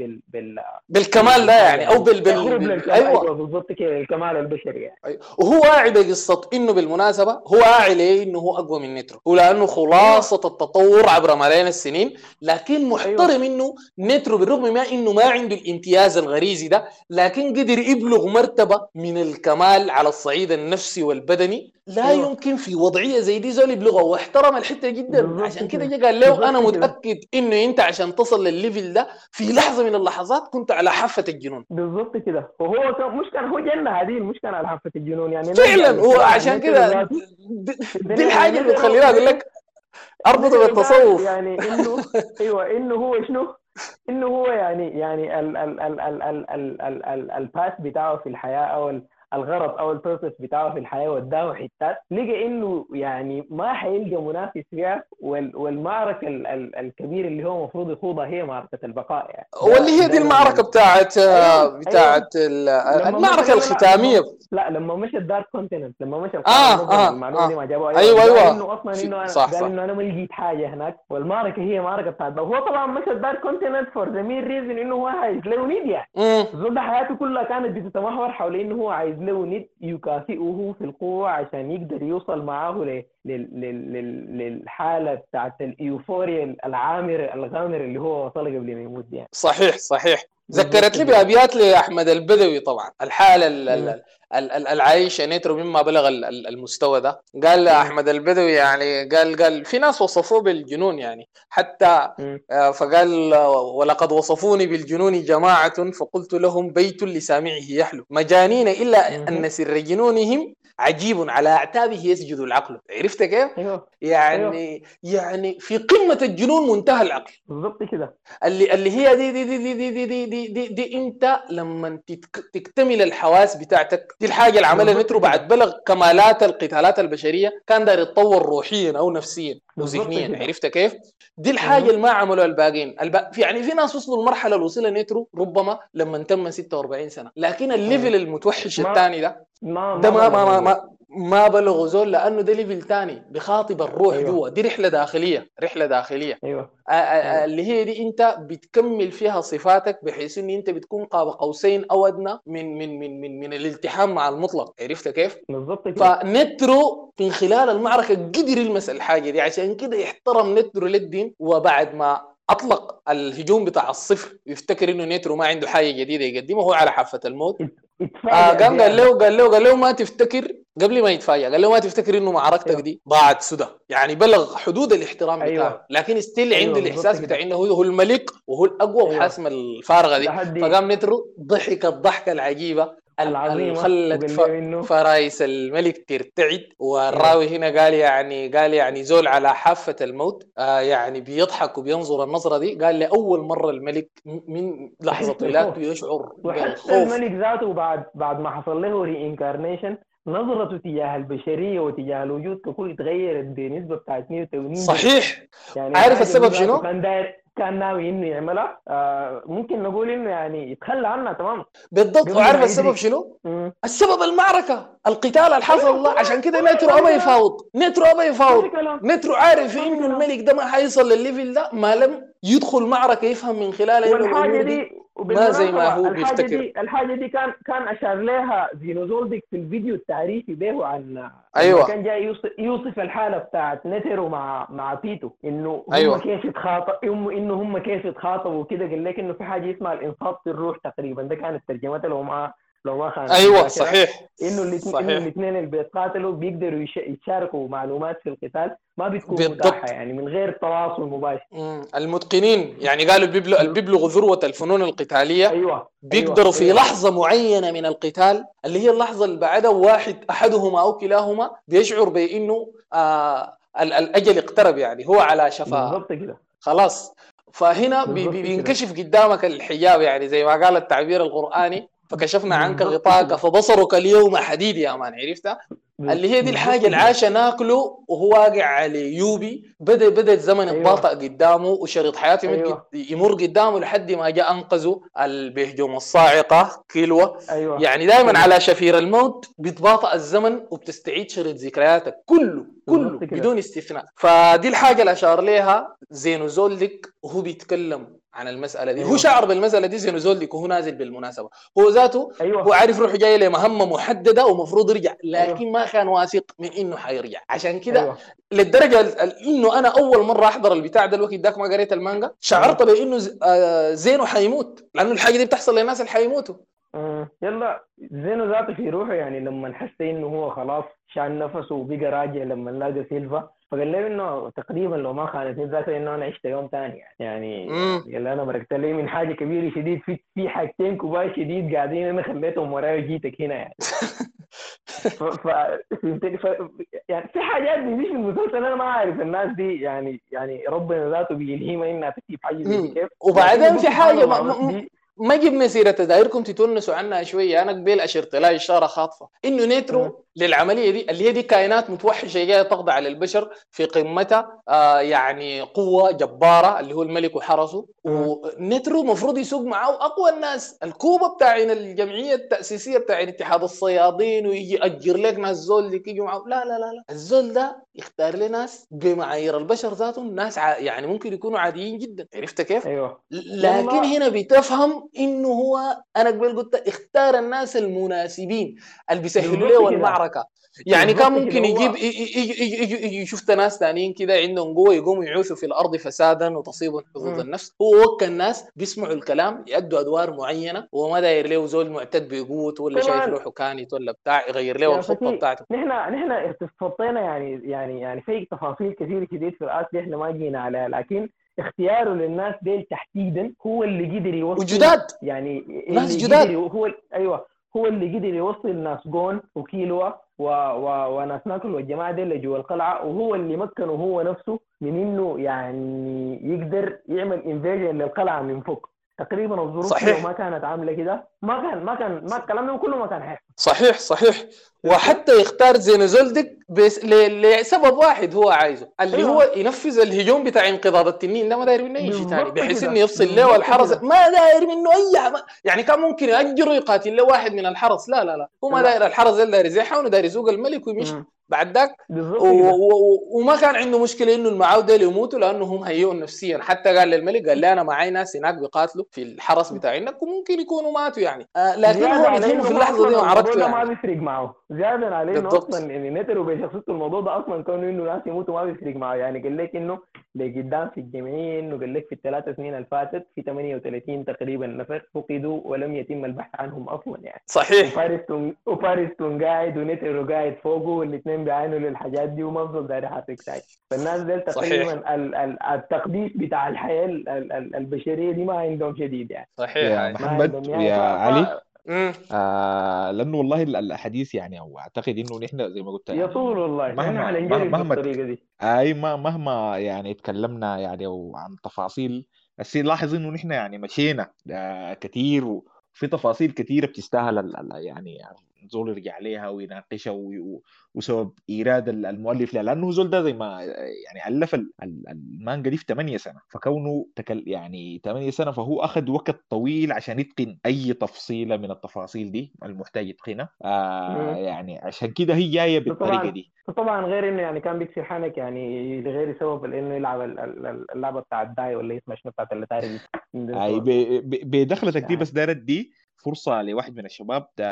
بالكمال ده بالحاجه يعني او يعني يقرب للكمال. ايوه. ايوه بالضبط كده الكمال البشري يعني. أيوة. وهو واعي بقصة انه بالمناسبة هو واعي ليه انه هو اقوى من نترو، ولانه خلاصة ايوه التطور عبر ملايين السنين. لكن ايوه محترم انه نترو بالرغم ما انه ما عنده الامتياز الغريزي ده، لكن قدر يبلغ مرتبة من الكمال على الصعيد النفسي والبدني لا ايوه يمكن في وضعية زي دي زول يبلغها. واحترم الحتة جدا، بالضبط عشان كده كده جا قال له انا بالضبط كده متأكد انه انت عشان تصل للليفل ده في لحظة من اللحظات كنت على حافة الجنون. بالضبط كده. وهو مش كان هو جنة هذه المشكلة على حافة الجنون يعني. نرجع فعلا هو للكلام عن عشان نتر كده ذاته. دي الحاجة اللي نتر بتخليني اقول لك اربطه نتر قال بالتصوف. يعني انه ايوه انه هو شنو، انه هو يعني ال الباس بتاعه في الحياة او الغرض او البيربس بتاعه في الحياه وداه حتات لقى انه يعني ما حيلقى منافس فيها، والمعركه الكبيره اللي هو المفروض يخوضها هي معركه البقاء يعني. واللي هي دي ده المعركه بتاعت أيوة. لما المعركه مثلا الختاميه. لما مشى الدارك كونتيننت، لما مشى القاره المظلمه، المعلومه دي ما جابوها. ايوه قال انه اصلا انه انا صح قال انه انا ما لقيت حاجه هناك، والمعركه هي معركه بتاعت. هو طبعا مشى الدارك كونتيننت فور ذا مين ريزن انه هو عايز له نيد يعني. الزول ده حياته كلها كانت بتتمحور حول انه هو عايز له نيد يكافئه في القوه عشان يقدر يوصل معاه للحاله بتاعت الايوفوريا العامر الغامر اللي هو وصل قبل ما يموت يعني. صحيح ذكرت لي بأبيات لأحمد البدوي طبعا الحالة العايشة نترو مما بلغ المستوى ده. قال أحمد البدوي يعني قال في ناس وصفوه بالجنون يعني حتى فقال ولقد وصفوني بالجنون جماعة فقلت لهم بيت لسامعه يحلو مجانين إلا أن سر جنونهم عجيب على أعتابه يسجد العقل. عرفت كيف؟ يعني في قمة الجنون منتهى العقل. بالضبط كده. اللي هي دي انت لما تكتمل الحواس بتاعتك. دي الحاجه اللي عملها نترو بعد بلغ كمالات القتالات البشريه، كان داير يتطور روحيا او نفسيا وذهنيا. عرفت كيف؟ دي الحاجه اللي ما عملوا الباقين. يعني في ناس وصلوا المرحله اللي وصلها نترو ربما لما تم 46 سنه، لكن الليفل المتوحش الثاني ده ما ما بلغوا زول لانه ده ليفل تاني بخاطب الروح ايوه جوا. دي رحله داخليه، رحله داخليه ايوه ايوه اللي هي دي انت بتكمل فيها صفاتك بحيث ان انت بتكون قاب قوسين او ادنى من الالتحام مع المطلق. عرفت كيف؟ بالضبط كده. فنترو من خلال المعركه قدر يلمس الحاجه دي، عشان كده يحترم نترو للدين. وبعد ما اطلق الهجوم بتاع الصفر يفتكر انه نيترو ما عنده حاجه جديده يقدمها، هو على حافه الموت. اتفاجئ قام زياده. قال له ما تفتكر، قبل ما يتفاجئ قال له ما تفتكر انه معركتك ايوه دي ضاعت سدى. يعني بلغ حدود الاحترام بتاعه، ايوه لكن ستيل عنده ايوه بالضبط الاحساس بتاع كده. انه هو الملك وهو الاقوى ايوه وحاسم الفارغه دي. لحد فقام نترو ضحك الضحكه العجيبه العظيمه خلت وقال له انه فرايس الملك ترتعد. ايوه والراوي هنا قال يعني زول على حافه الموت يعني بيضحك وبينظر النظره دي. قال لاول مره الملك من لحظه يحس بالخوف. ولادته يشعر وحتى بالخوف. الملك ذاته بعد ما حصل له ري انكارنيشن نظرته تجاه البشريه وتجاه الوجود ككل اتغيرت بنسبه بتاعت 180%. صحيح. يعني عارف الحاجه اللي هو السبب ذاته شنو؟ كان داير، كان ناوي انه يعملها، ممكن نقول انه يعني يتخلى عنها تماما بالضبط. قبل وعارف ما السبب يدرك. شنو؟ السبب المعركة، القتال اللي حصل ايوه ده. عشان كده نترو ما في أبى كلام، يفاوض، نترو أبى ما في يفاوض. كلام، نترو عارف ما في إنه كلام. الملك ده ما حيصل للليفل ده ما لم يدخل معركة يفهم من خلالها إنه والحاجه الأمور دي دي ما زي ما وبالمناسبه هو الحاجه بيفتكر. دي الحاجه دي كان اشار لها زينوزولديك في الفيديو التعريفي به عن لما أيوة كان جاي يوصف الحاله بتاعت نترو مع بيتو، انه هم أيوة كيف يتخاطبوا، انه هم كيف يتخاطبوا وكده. قال لك انه في حاجه اسمها الانصات في الروح تقريبا، ده كانت ترجمتها لو ما خانتني أيوة الذاكره. صحيح انه صحيح. الاثنين اللي بيتقاتلوا بيقدروا يتشاركوا معلومات في القتال ما بتكون متاحه بالضبط. يعني من غير تواصل مباشر. المتقنين يعني قالوا البيبلغوا ذروة الفنون القتالية ايوه بيقدروا ايوه في ايوه لحظة معينة من القتال اللي هي اللحظة اللي بعدها واحد أحدهما أو كلاهما بيشعر بأنه الأجل اقترب، يعني هو على شفا بالضبط كده. خلاص. فهنا بالضبط كده. بينكشف قدامك الحجاب، يعني زي ما قال التعبير القرآني فكشفنا عنك بالضبط غطاءك كده. فبصرك اليوم حديد يا مان. عرفتها؟ اللي هي دي بالضبط الحاجة اللي كده. عاش ناكله وهو واقع على يوبي. بدأ الزمن يتباطأ ايوه قدامه وشريط حياته ايوه يمر قدامه لحد ما جاء أنقذه البهجوم الصاعقة كيلوة. ايوه يعني دائما ايوه على شفير الموت بيتباطأ الزمن وبتستعيد شريط ذكرياتك كله بالضبط كده. بدون استثناء. فدي الحاجة اللي أشار لها زينوزولديك وهو بيتكلم عن المسألة دي. هو ايوه شعر بالمسألة دي زينوزولديك وهو نازل بالمناسبة. هو ذاته هو ايوه عارف روحه جاي لمهمة محددة ومفروض يرجع، ايوه لكن ما كان واثق من انه حيرجع. عشان كده ايوه للدرجة انه انا اول مرة احضر البتاع ده الوقت داك ما قريت المانجا شعرت ايوه بانه زينو حيموت، لانه الحاجة دي بتحصل للناس اللي حيموتوا. يلا زينو ذاته في روحه يعني لما حس انه هو خلاص شان نفسه وبقى راجع لما لقى سيلفا، فقال له انه تقريبا لو ما خانتني ذاته انه انا عشت يوم ثاني يعني قال انا مرقت لي من حاجه كبيره شديد، في حاجتين كبار شديد قاعدين انا خليتهم وراي وجيتك هنا يعني. فهمتني يعني في حاجات دي في المسلسل انا ما اعرف الناس دي يعني ربنا ذاته بيلهمها انها تكتب حاجه زي دي كيف، لكن وبعدين يقول في سبحان حاجة الله بس دي. ما جبنا سيرة دايركم تتونسوا عنها شوية. أنا قبل أشرت لها إشارة خاطفة إنه مم. نيترو للعملية دي اللي هي دي كائنات متوحشة جاية تخضع للبشر في قمتها يعني قوة جبارة اللي هو الملك وحرسه. مم. ونيترو مفروض يسوق معاه أقوى الناس الكوبا بتاعين الجمعية التأسيسية بتاعين اتحاد الصيادين ويجي يأجر لك ناس زول اللي يجوا معاه. لا لا لا لا، الزول ده يختار لي ناس بمعايير البشر ذاتهم، ناس يعني ممكن يكونوا عاديين جدا. عرفت كيف؟ ايوه لكن يلا هنا بتفهم انه هو انا قبل قلت اختار الناس المناسبين اللي بيسهلوا بالضبط له كده. المعركه. يعني كان بالضبط كده ممكن يجيب هو. شفت ناس ثانيين كده عندهم قوه يقوموا يعوثوا في الارض فسادا وتصيبهم حظوظ مم. النفس. هو وكل الناس بيسمعوا الكلام يأدوا ادوار معينه وما داير له زول معتد بقوته ولا شايف كمان روحه كانت ولا بتاع يغير له يا الخطه فتي بتاعته. نحن استفطينا يعني في تفاصيل كثير شديد في الآس دي احنا ما جينا عليها، لكن اختياره للناس ديل تحديدا هو اللي قدر يوصل وجداد يعني وناس اللي قدر جداد. هو ايوه هو اللي قدر يوصل ناس جون وكيلوا وناس ناكل والجماعه دي اللي جوا القلعه، وهو اللي مكنه هو نفسه من انه يعني يقدر يعمل انفيجن للقلعه من فوق. تقريبا الظروف لو صحيح ما كانت عامله كده ما الكلام ده كله ما كان هيحصل. صحيح شفتوا؟ وحتى يختار زينوزولدك بس لسبب واحد هو عايزه اللي هو ايوه ينفذ الهجوم بتاع انقضاض التنين ده، ما داير منه اي شيء ثاني بالضبط بحيث انه كده يفصل له بالضبط الحرس، كده. ما داير منه يعني كان ممكن يأجره يقاتل له واحد من الحرس، لا هو ما لا داير الحرس ده، داير يزيحه وداير يسوق الملك ويمشي مم. بعد ذاك. بالضبط كده. وما كان عنده مشكله انه المعاود ده يموتوا لانه هم هيئوا نفسيا، حتى قال للملك قال لي انا معي ناس هناك بيقاتلوا في الحرس بتاعي انك وممكن يكونوا ماتوا يعني لكن زيادة هو على بتهمه انه في ما اللحظه دي اصلا الموضوع معركته ده ما يعني. بيفرق معه، زيادة على انه اصلا بالضبط يعني نترو بشخصيته الموضوع ده اصلا كونه انه ناس يموتوا ما بيفرق معه. يعني قال لك انه لقدام في الجميع انه قال لك في ال3 سنين اللي فاتت في 38 تقريبا نفر فقدوا ولم يتم البحث عنهم اصلا يعني. صحيح وباريستون قاعد ونترو قاعد فوقه والاثنين بيعانوا للحاجات دي وما بفضل داير يحرك ساعه. فالناس دي صحيح تقريبا التقديس بتاع الحياه البشريه دي ما عندهم شديد يعني. صحيح يا هاي ما محمد عندهم نهايه ويا علي، امم لانه والله الاحاديث يعني، او اعتقد انه نحن زي ما قلت يطول يعني والله، نحن مهما حننجرف مهما بالطريقه دي. مهما يعني اتكلمنا يعني او عن تفاصيل، بس لاحظ انه نحن يعني مشينا كتير، وفي تفاصيل كتيره بتستاهل يعني زول يرجع عليها ويناقشها وسبب ايراد المؤلف لها، لانه زول ده زي ما يعني الف المانجا دي في 8 سنه، فكونه يعني 8 سنه فهو اخذ وقت طويل عشان يتقن اي تفصيله من التفاصيل دي المحتاج يتقنها. مم. يعني عشان كده هي جايه بالطريقه فطبعا دي. فطبعا غير انه يعني كان بيكسر حنك يعني لغير سبب انه يلعب اللعبه بتاع الداي ولا اسمها شنو بتاعت الاتاري دي عندنا اي سبب بدخلتك دي، يعني. بس دارت دي فرصه لواحد من الشباب ده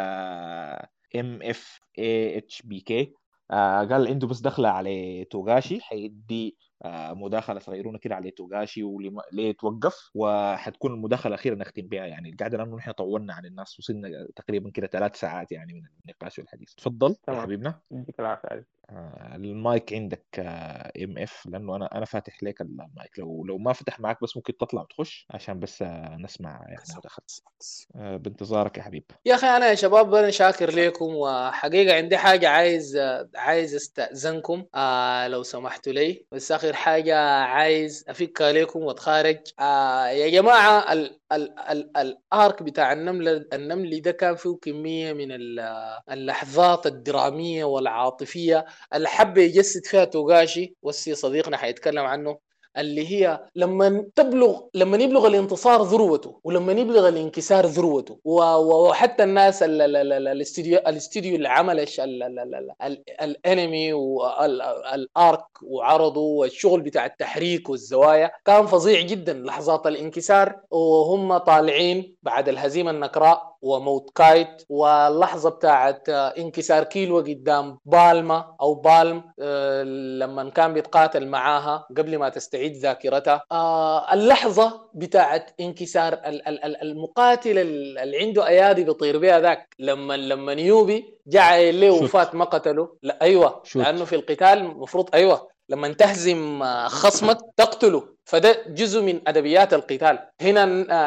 MFAHBK، قال عنده بس دخله على توغاشي، حيدي مداخله صغيرونه كده على توغاشي وليه توقف، وحتكون المداخله الاخيره نختم بها يعني القعده، لانه نحن طولنا عن الناس، وصلنا تقريبا كده 3 ساعات يعني من النقاش والحديث. تفضل يا تمام، حبيبنا. يديك العافيه. المايك عندك MF، لانه انا فاتح لك المايك، لو ما فتح معك بس ممكن تطلع وتخش عشان بس نسمع يعني مداخلة. بانتظارك يا حبيب. يا اخي انا يا شباب انا شاكر لكم، وحقيقه عندي حاجه عايز استاذنكم لو سمحتوا لي، بس اخر حاجه عايز افك عليكم واتخارج يا جماعه الارك بتاع النمل ده كان فيه كميه من اللحظات الدراميه والعاطفيه اللي حب يجسد فيها توغاشي والسي صديقنا حيتكلم عنه، اللي هي لما يبلغ الانتصار ذروته ولما يبلغ الانكسار ذروته، وحتى الناس الاستوديو اللي عمل الانمي والارك وعرضوا والشغل بتاع التحريك والزوايا كان فظيع جدا. لحظات الانكسار وهم طالعين بعد الهزيمه النكراء وموت كايت، واللحظه بتاعت انكسار كيلو قدام بالما او بالم لما كان بيتقاتل معاها قبل ما تستعيد ذاكرتها، اللحظه بتاعت انكسار المقاتل اللي عنده ايادي بيطير بها ذاك، لما نيوبي جاء له شوت وفات ما قتله، لا ايوه لانه شوت في القتال المفروض ايوه لما تهزم خصمك تقتله، فده جزء من ادبيات القتال. هنا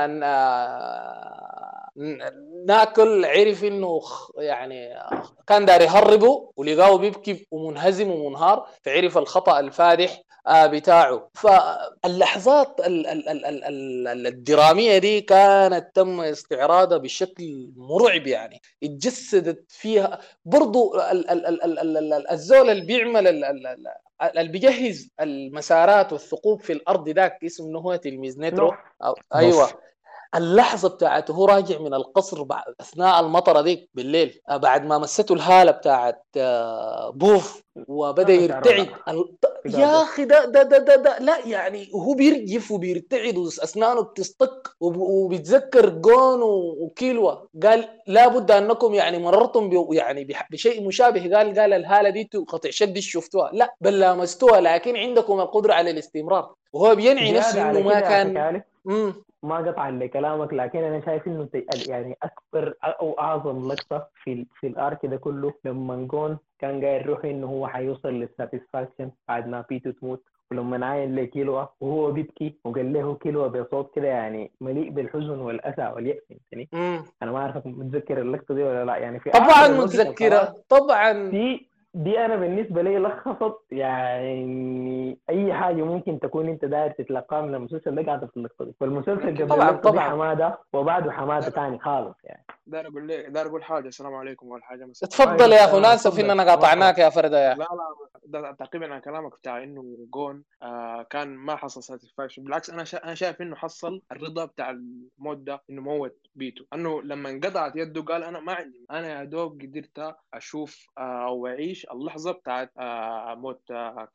ناكل عرف انه يعني كان داري يهربه ولقاه بيبكي ومنهزم ومنهار، فعرف الخطأ الفادح بتاعه. فاللحظات الدرامية دي كانت تم استعراضها بشكل مرعب، يعني اتجسدت فيها برضو الزول اللي بيعمل اللي بيجهز المسارات والثقوب في الارض ذاك اسمه انه هو تلميذ نترو نوف. ايوه. اللحظه بتاعته هو راجع من القصر اثناء المطره ديك بالليل بعد ما مسته الهاله بتاعت بوف وبدا لما شعره يرتعد لا في يا قلبه. اخي ده لا يعني هو بيرجف وبيرتعد واسنانه بتستق وبيتذكر جون وكيلوا، قال لابد انكم يعني مررتم يعني بشيء مشابه، قال الهاله دي قطع شد شفتوها، لا بل لامستوها لكن عندكم القدره على الاستمرار، وهو بينعي نفسه زيادة انه على ما كده يا أخي كان كالي، ما قطعا لكلامك، لكن أنا شايف إنه يعني أكبر أو أعظم لقطة في الآرك ده كله لما جون كان قايل روحي إنه هو حيوصل للساتسفاكشن بعد ما بيتو تموت، ولما عاين لكيلوا وهو بيبكي وقال له كيلوا بصوت كده يعني مليء بالحزن والأسى واليأس. يعني أنا ما أعرف متذكر اللقطة دي ولا لا، يعني في طبعا آخر الوقت خلاص متذكره طبعا. في دي انا بالنسبه لي لخصت يعني اي حاجه ممكن تكون انت داير تتلقاها من المسلسل ده قاعده في اللقطه دي، والمسلسل قبل طبعا اللقطه دي طبعا. حماده وبعده حماده تاني خالص يعني. داير اقول حاجه. السلام عليكم اول حاجه مثلا. اتفضل وعليكم يا اخو السلام، ناسف اتفضل اننا قاطعناك يا فرده يا. لا ده تعقيبا على كلامك بتاع انه جون كان ما حصل ساتسفاكشن. بالعكس انا شايف انه حصل الرضا بتاع الموت ده، انه موت بيتو. انه لما انقطعت يده قال انا ما عندي، انا يا دوب قدرت اشوف او اعيش اللحظه بتاعت موت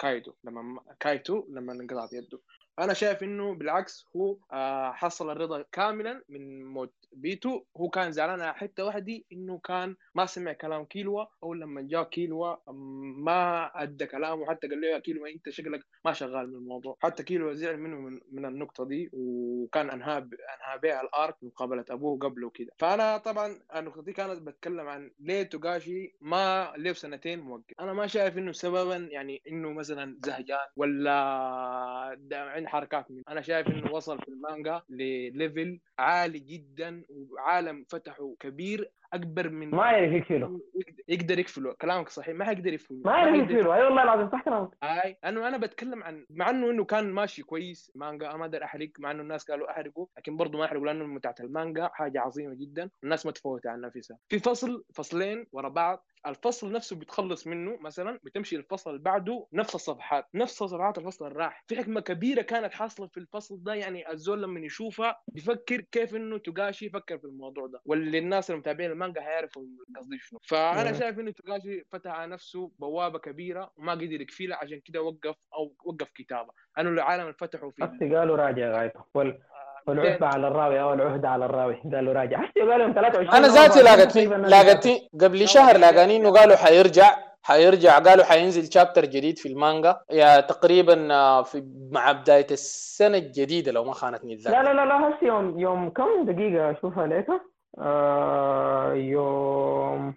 كايتو لما انقطعت يده. انا شايف انه بالعكس هو حصل الرضا كاملا من موت بيتو. هو كان زعلان على حته واحده، انه كان ما سمع كلام كيلوا، او لما جاء كيلوا ما ادى كلامه، حتى قال له يا كيلوا انت شكلك ما شغال من الموضوع. حتى كيلوا زعل منه من النقطه دي، وكان انهى بيع الارك مقابله ابوه قبله وكده. فانا طبعا النقطه دي كانت بتكلم عن ليه توغاشي ما ليه سنتين موقف. انا ما شايف انه سببا يعني انه مثلا زهجان ولا عند حركات منه. انا شايف انه وصل في المانجا لليفل عالي جدا، وعالم فتحه كبير اكبر من ما يعرف يكفله، يقدر يقفله. كلامك صحيح، ما حيقدر يقفله، ما يعرف يكفله. اي والله العظيم صح كلامك. انا بتكلم عن مع انه كان ماشي كويس مانجا. انا ما اقدر احرق، مع انه الناس قالوا احرقه، لكن برضه ما احرقه لانه متعه المانجا حاجه عظيمه جدا، والناس ما تفوتها عن نفسها. في فصلين ورا بعض، الفصل نفسه بتخلص منه مثلا بتمشي الفصل اللي بعده نفس صفحات الفصل الراح. في حكمه كبيره كانت حاصله في الفصل ده، يعني الزول لما يشوفها بيفكر كيف انه توغاشي يفكر في الموضوع ده، واللي الناس المتابعين المانجا هيعرفوا قصدي شنو. فانا شايف انه توغاشي فتح على نفسه بوابه كبيره وما قدر يكفيها، عشان كده وقف كتابه. انه العالم اللي فتحوا فيه حتى قالوا راجع غايته والعهدة على الراوي، او العهدة على الراوي قالوا راجع. حتى قالوا يوم 23 انا ذاتي تقريبا لاقتني قبل شهر لاقاني انه قالوا حيرجع قالوا حينزل شابتر جديد في المانجا يا تقريبا في مع بدايه السنه الجديده لو ما خانتني الذاكره. لا هسه يوم كم دقيقة اشوفها ليك. يوم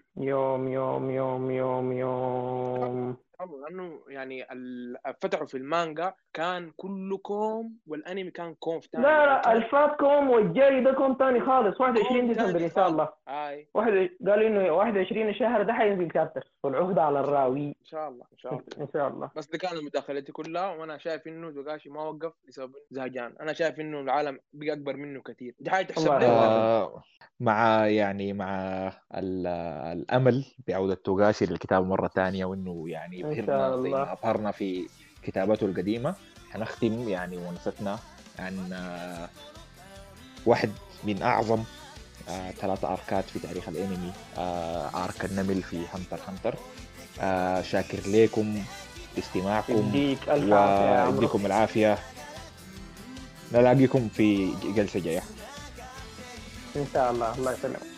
لانه يعني فتحوا في المانجا كان كله كوم، والانمي كان كوم ثاني. لا الفات كوم والجاي ده كوم ثاني خالص. 21 ديسمبر ان شاء الله. قالوا انه 21 الشهر ده حينزل شابتر والعهدة على الراوي ان شاء الله. بس دي كانت مداخلتي كلها، وانا شايف انه توغاشي ما وقف بسبب زهجان. انا شايف انه العالم بقى اكبر منه كثير، دي حاجه تحسب له. مع الامل بعودة توغاشي للكتابة مرة ثانية، وانه يعني يبهرنا زي ما أبهرنا في كتاباته القديمة. حنختم يعني ونستنا عن واحد من أعظم 3 أركات في تاريخ الأنمي، أرك النمل في هانتر. شاكر لكم استماعكم ويديكم العافية. نلاقيكم في جلسة جاية إن شاء الله. الله يسلمك.